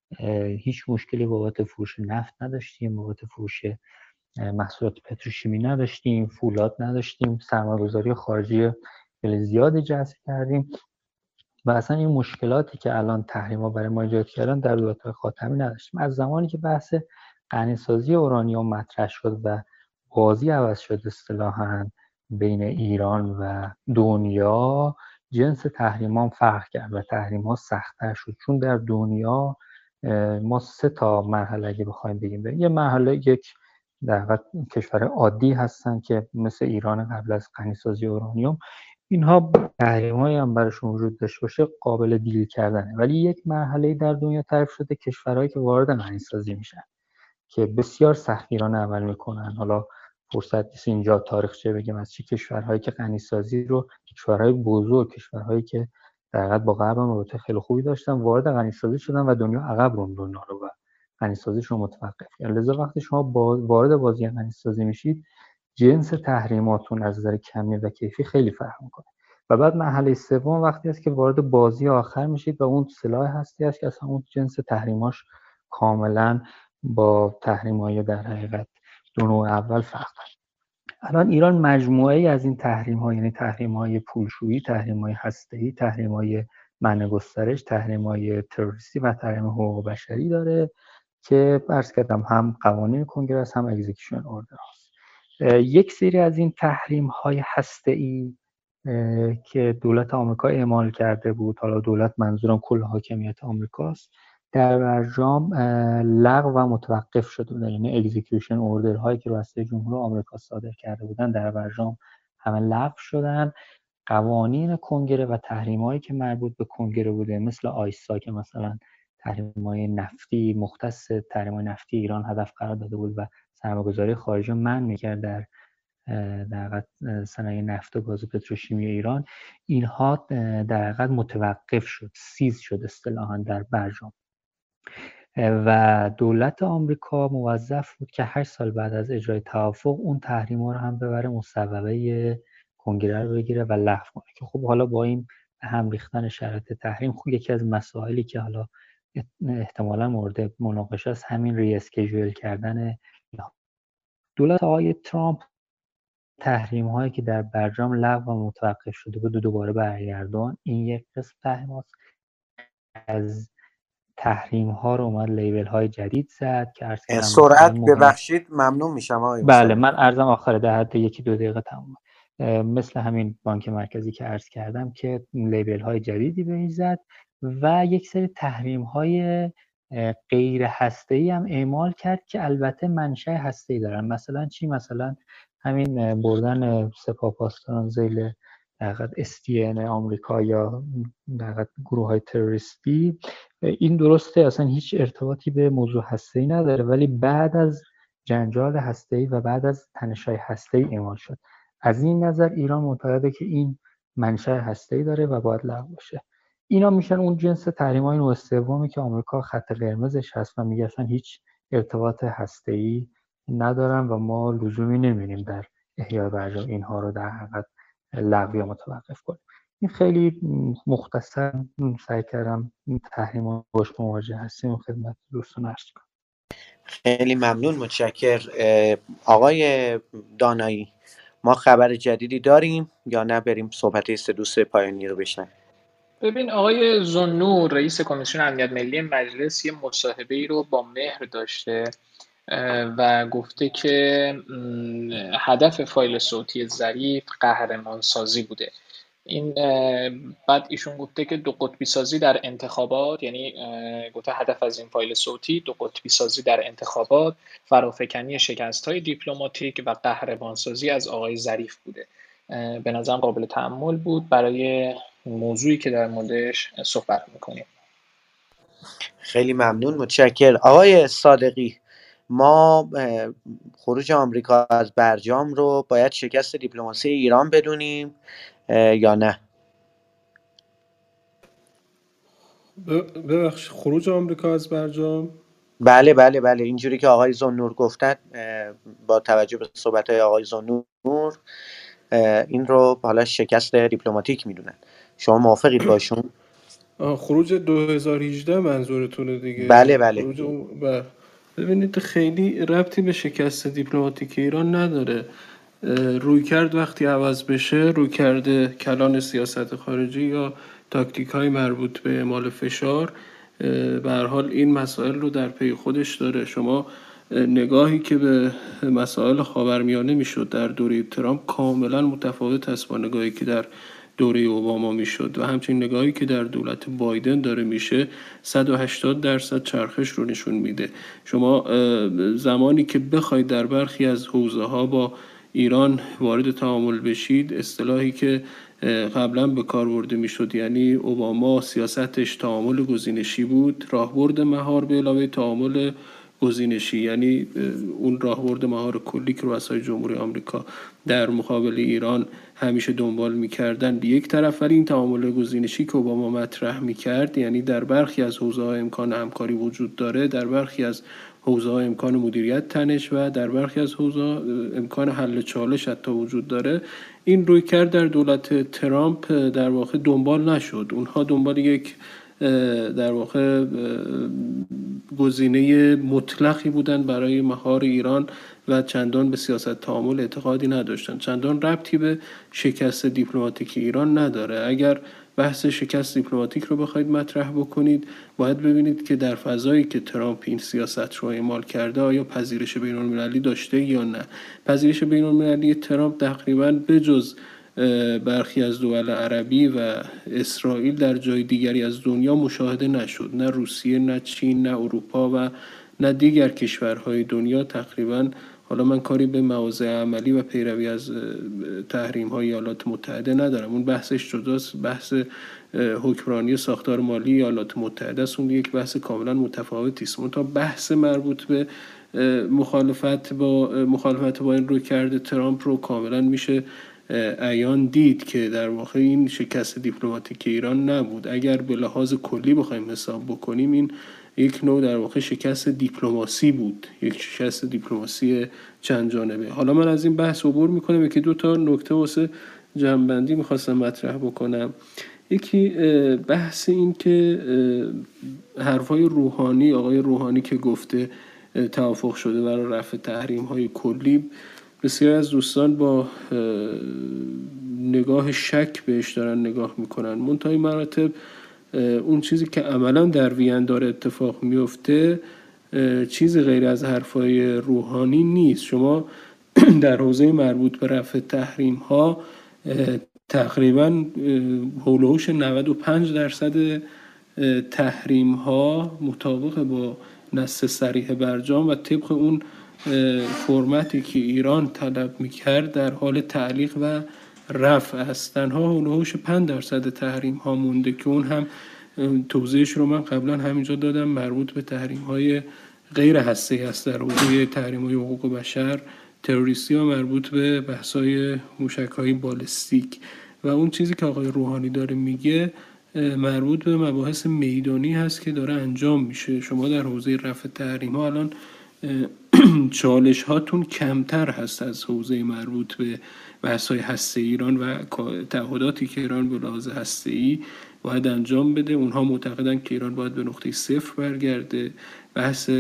هیچ مشکلی بابت فروش نفت نداشتیم، بابت فروش محصولات پتروشیمی نداشتیم، فولاد نداشتیم، سرمایه‌گذاری خارجی خیلی زیادی جذب کردیم و اصلا این مشکلاتی که الان تحریم‌ها برای ما ایجاد کردن در دولت‌های خاتمی نداشتیم. از زمانی که بحث غنی‌سازی اورانیوم مطرح شد و بازی عوض شد اصطلاحاً بین ایران و دنیا، جنس تحریم‌ها فرق کرد و تحریم‌ها سخت‌تر شد. چون در دنیا ما سه تا مرحله اگه بخوایم بگیم، یه مرحله یک در واقع کشور عادی هستن که مثل ایران قبل از غنی‌سازی اورانیوم، اینها تحریم‌هایی هم براشون وجود داشته باشه قابل دیل کردنه. ولی یک مرحله در دنیا تعریف شده کشورهایی که وارد غنی‌سازی میشن که بسیار سختگیرانه عمل میکنن. حالا فرصت نیست اینجا تاریخچه بگیم از چه کشورهایی که غنی‌سازی رو، کشورهای بزرگ، کشورهایی که در حقیقت با غرب رابطه خیلی خوبی داشتن، وارد غنی‌سازی شدن و دنیا عقب روند اونها رو و غنی‌سازیشون متوقف کرد. لذا وقتی شما باز وارد بازی غنی‌سازی میشید، جنس تحریماتون از نظر کمی و کیفی خیلی فرق میکنه. و بعد مرحله سوم وقتی است که وارد بازی آخر میشید و اون سلاح هستی است که اصلا اون جنس تحریماش کاملا با تحریم‌های در حقیقت دو نوع اول فرق داره. الان ایران مجموعه‌ای از این تحریم‌ها، یعنی تحریم‌های پولشویی، تحریم‌های هسته‌ای، تحریم‌های منع گسترش، تحریم‌های تروریستی و تحریم حقوق بشری داره که عرض کردم هم قوانین کنگره است هم اکزیکیوشن اوردر هست. یک سری از این تحریم‌های هسته‌ای که دولت آمریکا اعمال کرده بود، حالا دولت منظورم کل حاکمیت آمریکاست، در برجام لغو و متوقف شده بودن، یعنی اکزیکیوشن اوردر هایی که رئیس جمهور آمریکا صادر کرده بودن در برجام همه لغو شدن. قوانین کنگره و تحریم هایی که مربوط به کنگره بوده مثل آیسا که مثلا تحریم های نفتی مختص تحریم های نفتی ایران هدف قرار داده بود و سرمایه‌گذاری خارجی منع می‌کرد در در صنایع نفت و گاز و پتروشیمی ایران، اینها در حقیقت متوقف شد، سیز شد اصطلاحاً در برجام و دولت آمریکا موظف بود که هشت سال بعد از اجرای توافق اون تحریم‌ها رو هم ببره مصوبه کنگره رو بگیره و لغو کنه که خب حالا با این هم ریختن شرایط تحریم خب یکی از مسائلی که حالا احتمالاً مورد مناقشه است همین ری اسکیجول کردن دولت آقای ترامپ تحریم هایی که در برجام لغو و متوقف شده بود و دوباره برگردان. این یک قسم تحریم هاست. از تحریم ها رو اومد لیبل های جدید زد که عرض کردم سرعت ببخشید ممنون میشم آقای بله من عرضم آخر در حد یکی دو دقیقه تموم. مثل همین بانک مرکزی که عرض کردم که لیبل های جدیدی به این زد و یک سری تحریم های غیر هسته‌ای هم اعمال کرد که البته منشأ هسته‌ای دارن. مثلا چی؟ مثلا همین بردن سپاه پاسداران ذیل در اس دی ان آمریکا یا در گروه‌های تروریستی، این درسته اصلا هیچ ارتباطی به موضوع هسته‌ای نداره ولی بعد از جنجال هسته‌ای و بعد از تنش‌های هسته‌ای اعمال شد. از این نظر ایران معتقده که این منشأ هسته‌ای داره و باید لغو بشه. اینا میشن اون جنس تحریم‌های نوع سومی که آمریکا خط قرمزش هست و میگه اصلا هیچ ارتباط هسته‌ای ندارن و ما لزومی نمی‌بینیم در احیای برجام اینها رو در حقیقت لغو یا متوقف کنیم. این خیلی مختصر سعی کردم تحریم‌ها باش مواجه هستیم و خدمت دوستان عرض کنم. خیلی ممنون، متشکر. آقای دانایی ما خبر جدیدی داریم یا نه بریم صحبت سه دوست پایانی رو بشنویم؟ ببین آقای ذوالنور رئیس کمیسیون امنیت ملی مجلس یه مصاحبه‌ای رو با مهر داشته و گفته که هدف فایل صوتی ظریف قهرمان سازی بوده. این بعد ایشون گفته که دو قطبی سازی در انتخابات، یعنی گفته هدف از این فایل صوتی دو قطبی سازی در انتخابات، فرافکنی شکست‌های دیپلماتیک و قهرمان سازی از آقای ظریف بوده. به نظرم قابل تأمل بود برای موضوعی که در موردش صحبت می‌کنیم. خیلی ممنون، متشکر. آقای صادقی ما خروج آمریکا از برجام رو باید شکست دیپلماسی ایران بدونیم یا نه؟ ببخشید خروج آمریکا از برجام؟ بله بله بله اینجوری که آقای ذوالنور گفتن با توجه به صحبت‌های آقای ذوالنور این رو حالا شکست دیپلماتیک میدونن. شما موافقید باشون؟ خروج دو هزار و هجده منظورتونه دیگه؟ بله بله. خروج بله. ببینید خیلی ربطی به شکست دیپلماتیک ایران نداره. رویکرد وقتی عوض بشه، رویکرد کلان سیاست خارجی یا تاکتیک های مربوط به اعمال فشار، به هر حال این مسائل رو در پی خودش داره. شما نگاهی که به مسائل خاورمیانه میشد در دوره ترامپ کاملا متفاوت است با نگاهی که در دوره اوباما میشد و همچنین نگاهی که در دولت بایدن داره میشه صد و هشتاد درصد چرخش رو نشون میده. شما زمانی که بخواید در برخی از حوزه ها با ایران وارد تعامل بشید، اصطلاحی که قبلا به کار برده میشد، یعنی اوباما سیاستش تعامل گزینشی بود، راهبرد مهار به علاوه تعامل گزینشی، یعنی اون راهبرد مهار کلی که رؤسای جمهوری آمریکا در مقابل ایران همیشه دنبال میکردن به یک طرف، ولی این تعامل گزینشی که اوباما مطرح میکرد، یعنی در برخی از حوزه‌ها امکان همکاری وجود داره، در برخی از حوزه‌ها امکان مدیریت تنش و در برخی از حوزه‌ها امکان حل چالش حتی وجود داره، این رویکرد در دولت ترامپ در واقع دنبال نشد. اونها دنبال یک در واقع گزینه مطلقی بودن برای مهار ایران و چندان به سیاست تعامل اعتقادی نداشتن. چندان ربطی به شکست دیپلماتیک ایران نداره. اگر بحث شکست دیپلماتیک رو بخواید مطرح بکنید، باید ببینید که در فضایی که ترامپ این سیاست رو اعمال کرده آیا پذیرش بین‌المللی داشته یا نه. پذیرش بین‌المللی ترامپ تقریباً بجز برخی از دول عربی و اسرائیل در جای دیگری از دنیا مشاهده نشد. نه روسیه، نه چین، نه اروپا و نه دیگر کشورهای دنیا تقریباً. حالا من کاری به مواضع عملی و پیروی از تحریم‌های ایالات متحده ندارم، اون بحثش جداست. بحث حکمرانی ساختار مالی ایالات متحده است، اون یک بحث کاملا متفاوتی است. اون تا بحث مربوط به مخالفت با مخالفت با این رویکرد ترامپ رو کاملا میشه عیان دید که در واقع این شکست دیپلماتیک ایران نبود. اگر به لحاظ کلی بخوایم حساب بکنیم، این یک نوع در واقع شکست دیپلماسی بود، یک شکست دیپلماسی چند جانبه. حالا من از این بحث عبور میکنم، یکی دو تا نکته واسه جنبندی میخواستم مطرح بکنم. یکی بحث این که حرفای روحانی، آقای روحانی که گفته توافق شده برای رفع تحریم های کلی، بسیار از دوستان با نگاه شک بهش دارن نگاه میکنن. منتهای مراتب اون چیزی که عملا در وین داره اتفاق میفته چیزی غیر از حرفای روحانی نیست. شما در حوزه مربوط به رفع تحریم ها تقریبا حول و حوش نود و پنج درصد تحریم ها مطابق با نص صریح برجام و طبق اون فرمتی که ایران طلب میکرد در حال تعلیق و رفع است. تنها حول و حوش پنج درصد تحریم ها مونده که اون هم توضیحش رو من قبلا همینجا دادم، مربوط به تحریم های غیر هسته‌ای است در حوزه تحریم های حقوق بشر، تروریستی و مربوط به بحث‌های موشک‌های بالستیک. و اون چیزی که آقای روحانی داره میگه مربوط به مباحث میدانی هست که داره انجام میشه. شما در حوزه رفع تحریم ها الان چالش هاتون کمتر هست از حوزه مربوط به بحث‌های هسته ایران و تعهداتی که ایران به لحاظ هسته‌ای باید انجام بده. اونها معتقدن که ایران باید به نقطه صفر برگرده. بحث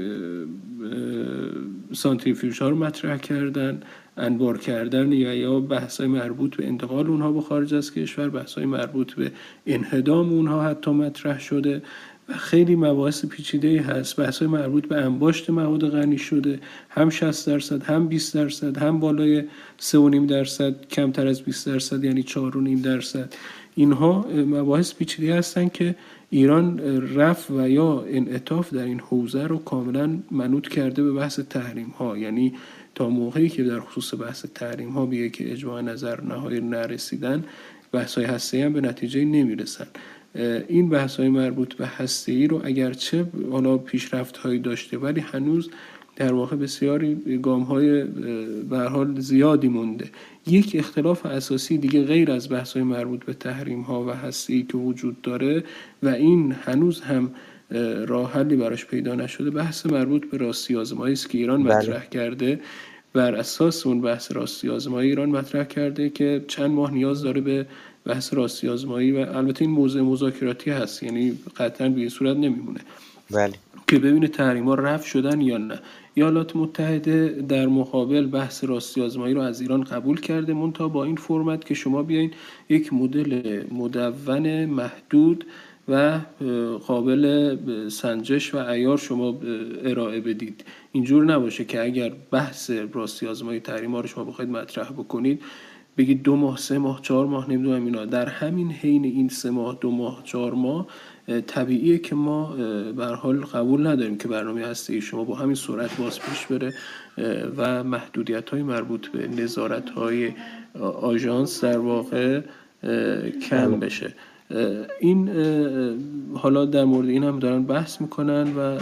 سانتریفیوژ ها رو مطرح کردن، انبار کردن یا یا بحث‌های مربوط به انتقال اونها به خارج از کشور، بحث‌های مربوط به انهدام اونها حتی مطرح شده و خیلی مباحث پیچیده‌ای هست. بحث‌های مربوط به انباشت مواد غنی شده، هم شصت درصد، هم بیست درصد، هم بالای سه و نیم درصد، کمتر از بیست درصد یعنی چهار و نیم درصد. اینها مباحث پیچیده هستن که ایران رفع و یا انعطاف در این حوزه رو کاملا منوط کرده به بحث تحریم ها. یعنی تا موقعی که در خصوص بحث تحریم ها به یک اجماع نظر نهایی نرسیدن، بحث های هسته‌ای هم به نتیجه نمیرسن. این بحث های مربوط به هسته‌ای رو اگرچه حالا پیشرفت هایی داشته ولی هنوز در واقع بسیاری گام های به هر حال زیادی مونده. یک اختلاف اساسی دیگه غیر از بحث های مربوط به تحریم ها و هسته‌ای که وجود داره و این هنوز هم راه حلی براش پیدا نشده، بحث مربوط به راستی آزمایی است که ایران بله. مطرح کرده. بر اساس اون بحث راستی آزمایی ایران مطرح کرده که چند ماه نیاز داره به بحث راستی آزمایی و البته این موضوع مذاکراتی هست، یعنی قطعاً به این صورت نمیمونه بله. که ببینه تحریم‌ها رفع شدن یا نه. ایالات متحده در مقابل بحث راستی آزمایی رو از ایران قبول کرده، منتها با این فرمت که شما بیاین یک مدل مدون محدود و قابل سنجش و عیار شما ارائه بدید. اینجور نباشه که اگر بحث راستی آزمایی تحریم‌ها رو شما بخواید مطرح بکنید بگید دو ماه، سه ماه، چهار ماه، نمیدونم اینا. در همین حین این سه ماه، دو ماه، چهار ماه طبیعیه که ما به هر حال قبول نداریم که برنامه هسته‌ای شما با همین سرعت باز پیش بره و محدودیت‌های مربوط به نظارت‌های آژانس در واقع کم بشه. این حالا در مورد این هم دارن بحث میکنن و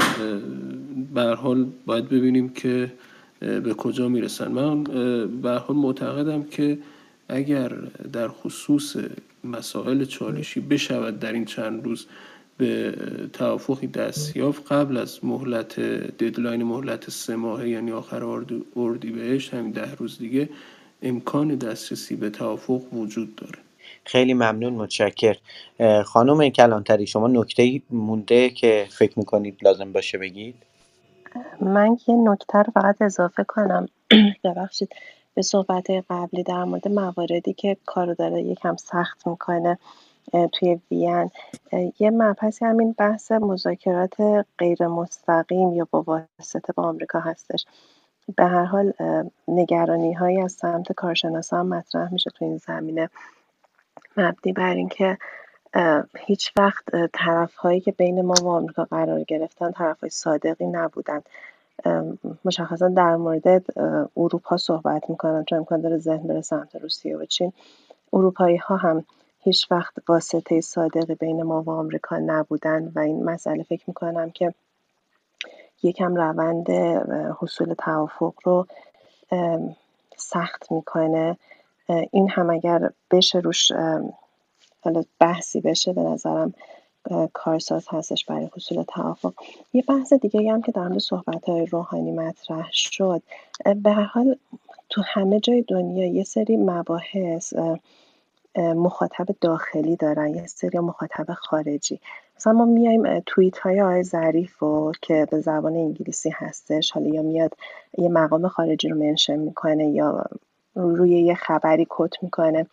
به هر حال باید ببینیم که به کجا میرسن. من به هر حال معتقدم که اگر در خصوص مسائل چالشی بشود در این چند روز به توافقی دست یافت قبل از مهلت ددلاین مهلت سه ماهه یعنی آخر اردیبهشت، همین ده روز دیگه امکان دسترسی به توافق وجود داره. خیلی ممنون، متشکر. خانم کلانتری، شما نکته‌ای مونده که فکر میکنید لازم باشه بگید؟ من یه نکته رو فقط اضافه کنم ببخشید به صحبت قبلی در مورد مواردی که کارو داره یکم سخت میکنه توی وین. یه مبحثی همین بحث مذاکرات غیر مستقیم یا با واسطه با آمریکا هستش. به هر حال نگرانی هایی از سمت کارشناسان هم مطرح میشه تو این زمینه، مبنی بر اینکه هیچ وقت طرف هایی که بین ما و آمریکا قرار گرفتن طرف های صادقی نبودن. مشخصا در مورد اروپا صحبت میکنم چون امکان داره ذهن بره سمت روسیه و چین. اروپایی ها هم هیچ وقت واسطه صادقی بین ما و آمریکا نبودن و این مسئله فکر میکنم که یکم روند حصول توافق رو سخت میکنه. این هم اگر بشه روش حالا بحثی بشه، به نظرم کارساز هستش برای حصول توافق. یه بحث دیگه هم که در مورد صحبت‌های روحانی مطرح شد، به هر حال تو همه جای دنیا یه سری مباحث مخاطب داخلی دارن، یه سری مخاطب خارجی. مثلا ما میایم توییت های آقای ظریف رو که به زبان انگلیسی هستش، حالا یا میاد یه مقام خارجی رو منشن میکنه یا روی یه خبری کت میکنه،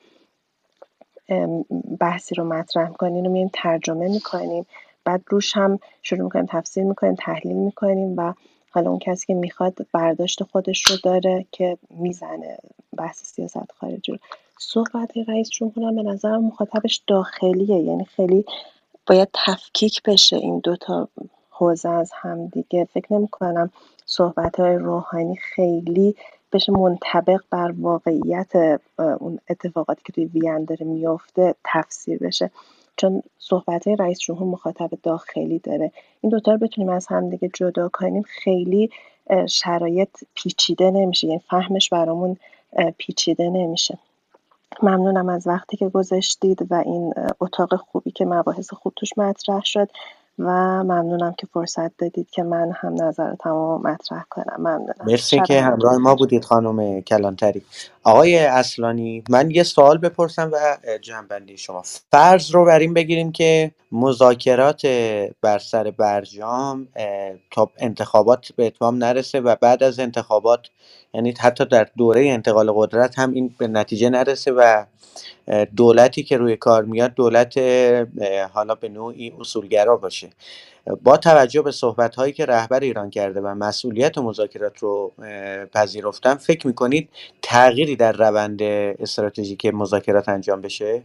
بحثی رو مطرح میکنیم رو میایم ترجمه میکنیم، بعد روش هم شروع میکنیم تفسیر میکنیم، تحلیل میکنیم و حالا اون کسی که میخواد برداشت خودش رو داره که میزنه بحث سیاست خارجی رو. صحبت رئیس جمهور هم به نظرم مخاطبش داخلیه، یعنی خیلی باید تفکیک بشه این دوتا حوزه از هم دیگه. فکر نمی کنم صحبت‌های روحانی خیلی بشه منطبق بر واقعیت اون اتفاقاتی که توی وین داره میفته تفسیر بشه، چون صحبت‌های رئیس جمهور مخاطب داخلی داره. این دوتا رو بتونیم از هم دیگه جدا کنیم خیلی شرایط پیچیده نمیشه، یعنی فهمش برامون پیچیده نمیشه. ممنونم از وقتی که گذاشتید و این اتاق خوبی که مباحث خوب توش مطرح شد و ممنونم که فرصت دادید که من هم نظراتمو مطرح کنم. ممنونم. مرسی که همراه ما بودید خانم کلانتری. آقای اصلانی، من یه سوال بپرسم و جنبندی شما. فرض رو بر این بگیریم که مذاکرات بر سر برجام تا انتخابات به اتمام نرسه و بعد از انتخابات، یعنی حتی در دوره انتقال قدرت هم این به نتیجه نرسه و دولتی که روی کار میاد دولت حالا به نوعی اصولگرا باشه. با توجه به صحبت‌هایی که رهبر ایران کرده و مسئولیت مذاکرات رو پذیرفتن، فکر می‌کنید تغییری در روند استراتژیک مذاکرات انجام بشه؟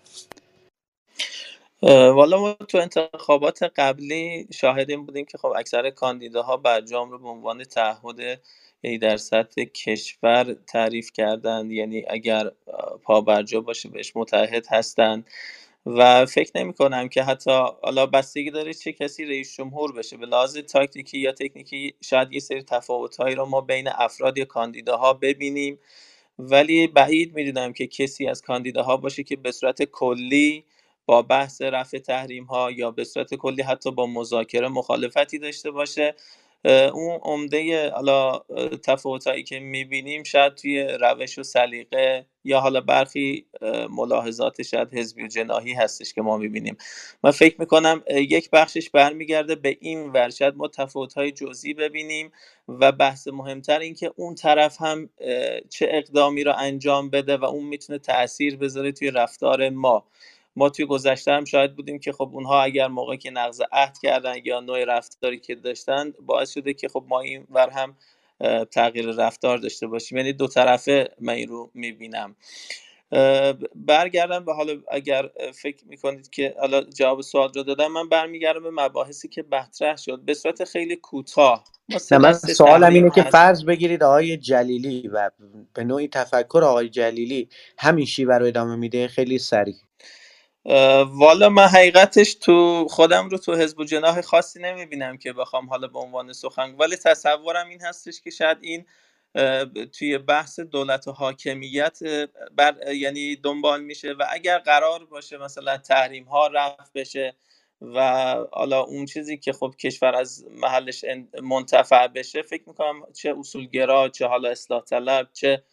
والا ما تو انتخابات قبلی شاهد این بودیم که خب اکثر کاندیداها برجام رو به عنوان تعهد یعنی در سطح کشور تعریف کردند، یعنی اگر پا برجا باشه بهش متحد هستند و فکر نمی کنم که حتی حالا بستگی داره چه کسی رئیس جمهور بشه. به لحاظ تاکتیکی یا تکنیکی شاید یه سری تفاوت‌هایی رو ما بین افراد یا کاندیداها ببینیم، ولی بعید می‌دونم که کسی از کاندیداها باشه که به صورت کلی با بحث رفع تحریم ها یا به صورت کلی حتی با مذاکره مخالفتی داشته باشه. اون عمده حالا تفاوتایی که میبینیم شاید توی روش و سلیقه یا حالا برخی ملاحظات شاید حزبی و جناحی هستش که ما میبینیم. من فکر میکنم یک بخشش برمیگرده به این ور، شاید ما تفاوت‌های جزئی ببینیم و بحث مهمتر این که اون طرف هم چه اقدامی رو انجام بده و اون میتونه تأثیر بذاره توی رفتار ما. ما توی گذشته هم شاهد بودیم که خب اونها اگر موقعی که نقض عهد کردن یا نوع رفتاری که داشتن باعث شده که خب ما این ور هم تغییر رفتار داشته باشیم، یعنی دو طرفه من این رو میبینم. برگردم به حالا اگر فکر میکنید که حالا جواب سوال رو دادم، من برمیگردم به مباحثی که مطرح شد به صورت خیلی کوتاه. نه، من سوالم اینه که فرض بگیرید آقای جلیلی و به نوعی تفکر آقای جلیلی همین شیوه رو ادامه میده خیلی سریع. والا من حقیقتش تو خودم رو تو حزب و جناح خاصی نمیبینم که بخوام حالا به عنوان سخن، ولی تصورم این هستش که شاید این توی بحث دولت و حاکمیت بر یعنی دنبال میشه و اگر قرار باشه مثلا تحریم ها رفع بشه و حالا اون چیزی که خب کشور از محلش منتفع بشه، فکر میکنم چه اصولگرا چه حالا اصلاح طلب چه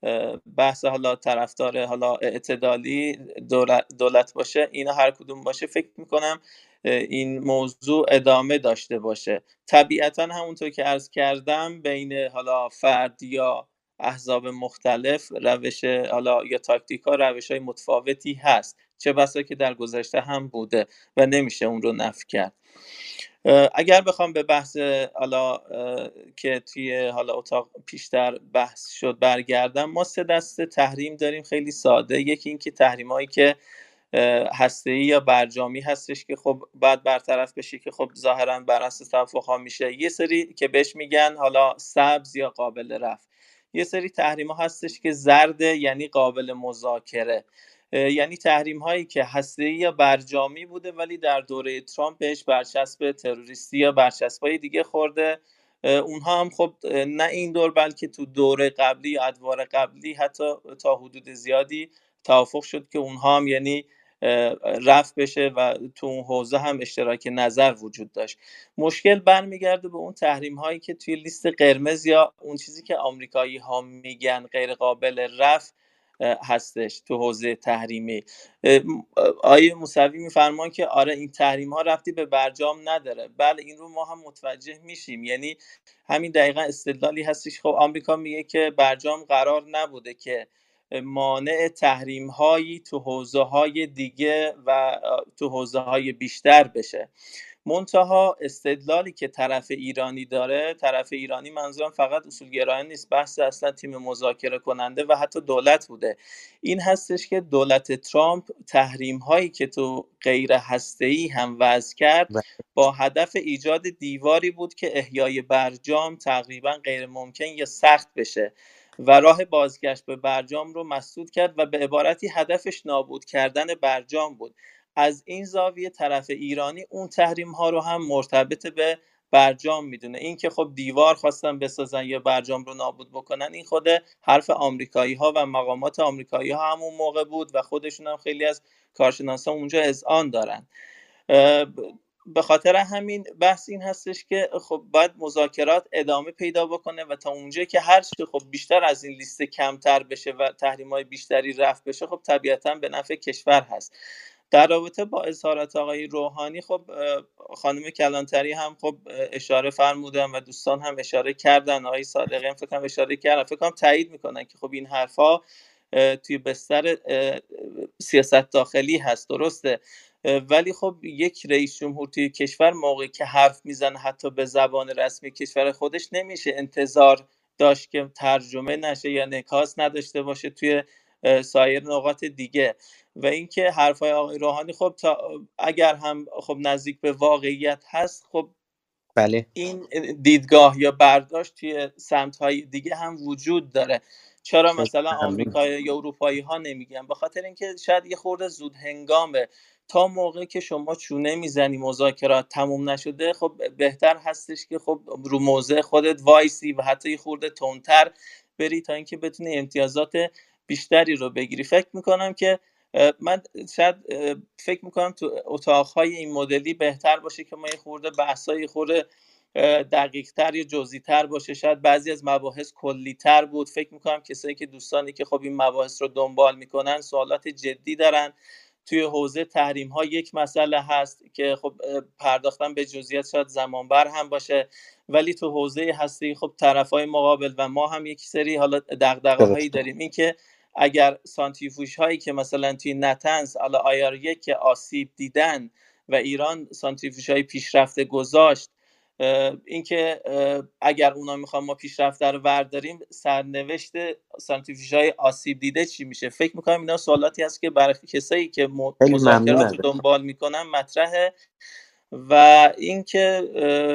بحث حالا طرفدار حالا اعتدالی دولت, دولت باشه، اینا هر کدوم باشه، فکر میکنم این موضوع ادامه داشته باشه. طبیعتا همونطور که عرض کردم بین حالا فرد یا احزاب مختلف روش حالا یا تاکتیک ها روش های متفاوتی هست، چه بسا که در گذشته هم بوده و نمیشه اون رو نفی کرد. اگر بخوام به بحث حالا که توی حالا اتاق پیشتر بحث شد برگردم، ما سه دسته تحریم داریم خیلی ساده. یکی این که تحریمایی که هسته‌ای یا برجامی هستش که خب بعد برطرف بشه که خب ظاهرا بر اساس توافق‌ها میشه. یه سری که بهش میگن حالا سبز یا قابل رفع. یه سری تحریم‌ها هستش که زرده، یعنی قابل مذاکره. یعنی تحریم هایی که هسته‌ای یا برجامی بوده ولی در دوره ترامپ بهش برچسب تروریستی یا برچسب‌های دیگه خورده. اونها هم خب نه این دور بلکه تو دوره قبلی یا ادوار قبلی حتی تا حدود زیادی توافق شد که اونها هم یعنی رفع بشه و تو اون حوزه هم اشتراک نظر وجود داشت. مشکل برمیگرده به اون تحریم هایی که توی لیست قرمز یا اون چیزی که آمریکایی ها میگن غیر قابل رفع هستش تو حوزه تحریمی. آیه موسوی میفرمان که آره این تحریم ها رفتی به برجام نداره. بله این رو ما هم متوجه میشیم، یعنی همین دقیقا استدلالی هستش. خب آمریکا میگه که برجام قرار نبوده که مانع تحریم هایی تو حوزه های دیگه و تو حوزه های بیشتر بشه. منتها استدلالی که طرف ایرانی داره، طرف ایرانی منظورم فقط اصولگرایان نیست، بحث اصلا تیم مذاکره کننده و حتی دولت بوده، این هستش که دولت ترامپ تحریم هایی که تو غیر هسته‌ای هم وضع کرد با هدف ایجاد دیواری بود که احیای برجام تقریبا غیر ممکن یا سخت بشه و راه بازگشت به برجام رو مسدود کرد و به عبارتی هدفش نابود کردن برجام بود. از این زاویه طرف ایرانی اون تحریم ها رو هم مرتبط به برجام میدونه. این که خب دیوار خواستن بسازن یا برجام رو نابود بکنن، این خود حرف آمریکایی ها و مقامات آمریکایی ها همون موقع بود و خودشون هم خیلی از کارشناسان اونجا اذعان دارن. به خاطر همین بحث این هستش که خب باید مذاکرات ادامه پیدا بکنه و تا اونجایی که هر چی خب بیشتر از این لیست کمتر بشه و تحریم‌های بیشتری رفع بشه، خب طبیعتاً به نفع کشور هست. در رابطه با اظهارات آقای روحانی، خب خانم کلانتری هم خب اشاره فرمودن و دوستان هم اشاره کردن، آقای صادقی هم فکر کنم اشاره کردن، فکر کنم تایید میکنن که خب این حرفا توی بستر سیاست داخلی هست، درسته، ولی خب یک رئیس جمهور توی کشور موقعی که حرف میزنه حتی به زبان رسمی کشور خودش نمیشه انتظار داشت که ترجمه نشه یا انعکاس نداشته باشه توی سایر نقاط دیگه. و اینکه حرفای آقای روحانی خب تا اگر هم خب نزدیک به واقعیت هست، خب بله این دیدگاه یا برداشت توی سمت‌های دیگه هم وجود داره. چرا مثلا آمریکایی یا اروپایی ها نمیگن؟ به خاطر اینکه شاید یه خورده زود هنگامه، تا موقعی که شما چونه میزنی مذاکرات تموم نشده، خب بهتر هستش که خب رو موضع خودت وایسی و حتی یه خورده تندتر بری تا اینکه بتونی امتیازات بیشتری رو بگیری. فکر میکنم که من شاید فکر میکنم تو اتاقهای این مدلی بهتر باشه که ما یه خورده بحثای خورده دقیق تر یا جزئی تر باشه. شاید بعضی از مباحث کلی تر بود. فکر میکنم کسایی که دوستانی که خب این مباحث رو دنبال میکنن سوالات جدی دارن. توی حوزه تحریم ها یک مسئله هست که خب پرداختن به جزئیات شاید زمان بر هم باشه، ولی تو حوزه هستی خب طرفای مقابل و ما هم یک سری حالا دغدغه هایی داریم. این که اگر سانتریفوژ هایی که مثلا توی نتنز حالا آیار یک که آسیب دیدن و ایران سانتریفوژ های پیشرفته گذاشت، اینکه اگر اونا میخوان ما پیشرفته رو ورداریم، سرنوشت سانتریفوژ های آسیب دیده چی میشه؟ فکر میکنم اینا سوالاتی هست که برای کسایی که مذاکرات رو دنبال میکنن مطرحه. و اینکه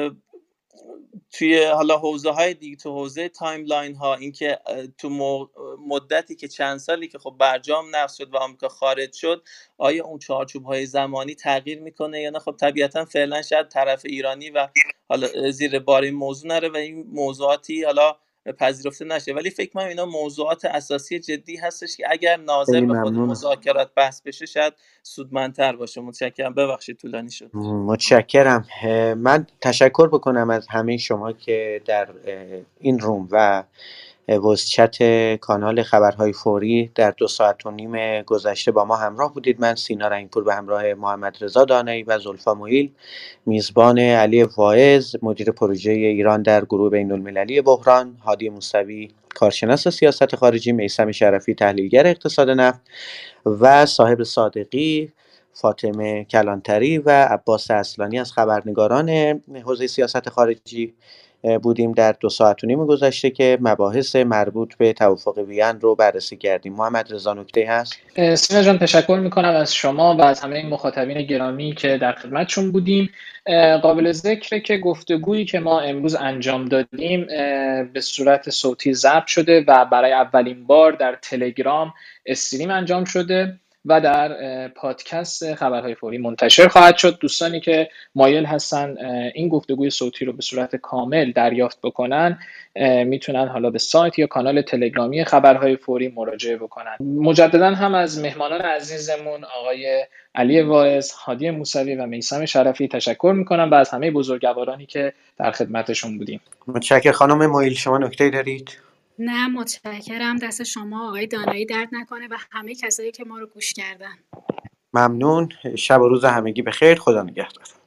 توی حالا حوزه های دیگه، تو حوزه تایملاین ها، اینکه تو مدتی که چند سالی که خب برجام نقض شد و آمریکا خارج شد، آیا اون چارچوب های زمانی تغییر میکنه یا نه؟ خب طبیعتا فعلا شاید طرف ایرانی و حالا زیر بار این موضوع نره و این موضوعاتی حالا پذیرفته نشه، ولی فکر کنم اینا موضوعات اساسی جدی هستش که اگر ناظر به خود مذاکرات بحث بشه شاید سودمندتر باشه. متشکرم، ببخشید طولانی شد. متشکرم. من تشکر بکنم از همه شما که در این روم و وایس چت کانال خبرهای فوری در دو ساعت و نیم گذشته با ما همراه بودید. من سینا رحیمپور به همراه محمد رضا دانایی و زلفا محیل، میزبان علی واعظ مدیر پروژه ایران در گروه بین‌المللی بحران، هادی موسوی کارشناس سیاست خارجی، میثم شرفی تحلیلگر اقتصاد نفت و صاحب صادقی، فاطمه کلانتری و عباس اصلانی از خبرنگاران حوزه سیاست خارجی بودیم در دو ساعت و نیم گذشته که مباحث مربوط به توافق وین رو بررسی کردیم. محمد رضا نکته هست؟ سینا جان تشکر میکنم از شما و از همه مخاطبین گرامی که در خدمتشون بودیم. قابل ذکره که گفتگویی که ما امروز انجام دادیم به صورت صوتی ضبط شده و برای اولین بار در تلگرام استریم انجام شده و در پادکست خبرهای فوری منتشر خواهد شد. دوستانی که مایل هستن این گفتگوی صوتی رو به صورت کامل دریافت بکنن میتونن حالا به سایت یا کانال تلگرامی خبرهای فوری مراجعه بکنن. مجددا هم از مهمانان عزیزمون آقای علی واعظ، هادی موسوی و میثم شرفی تشکر میکنم و از همه بزرگوارانی که در خدمتشون بودیم. متشکرم. خانم مویل شما نکته دارید؟ نه متشکرم، دست شما آقای دانایی درد نکنه و همه کسایی که ما رو گوش کردن. ممنون. شب و روز همگی بخیر. خدا نگهدار.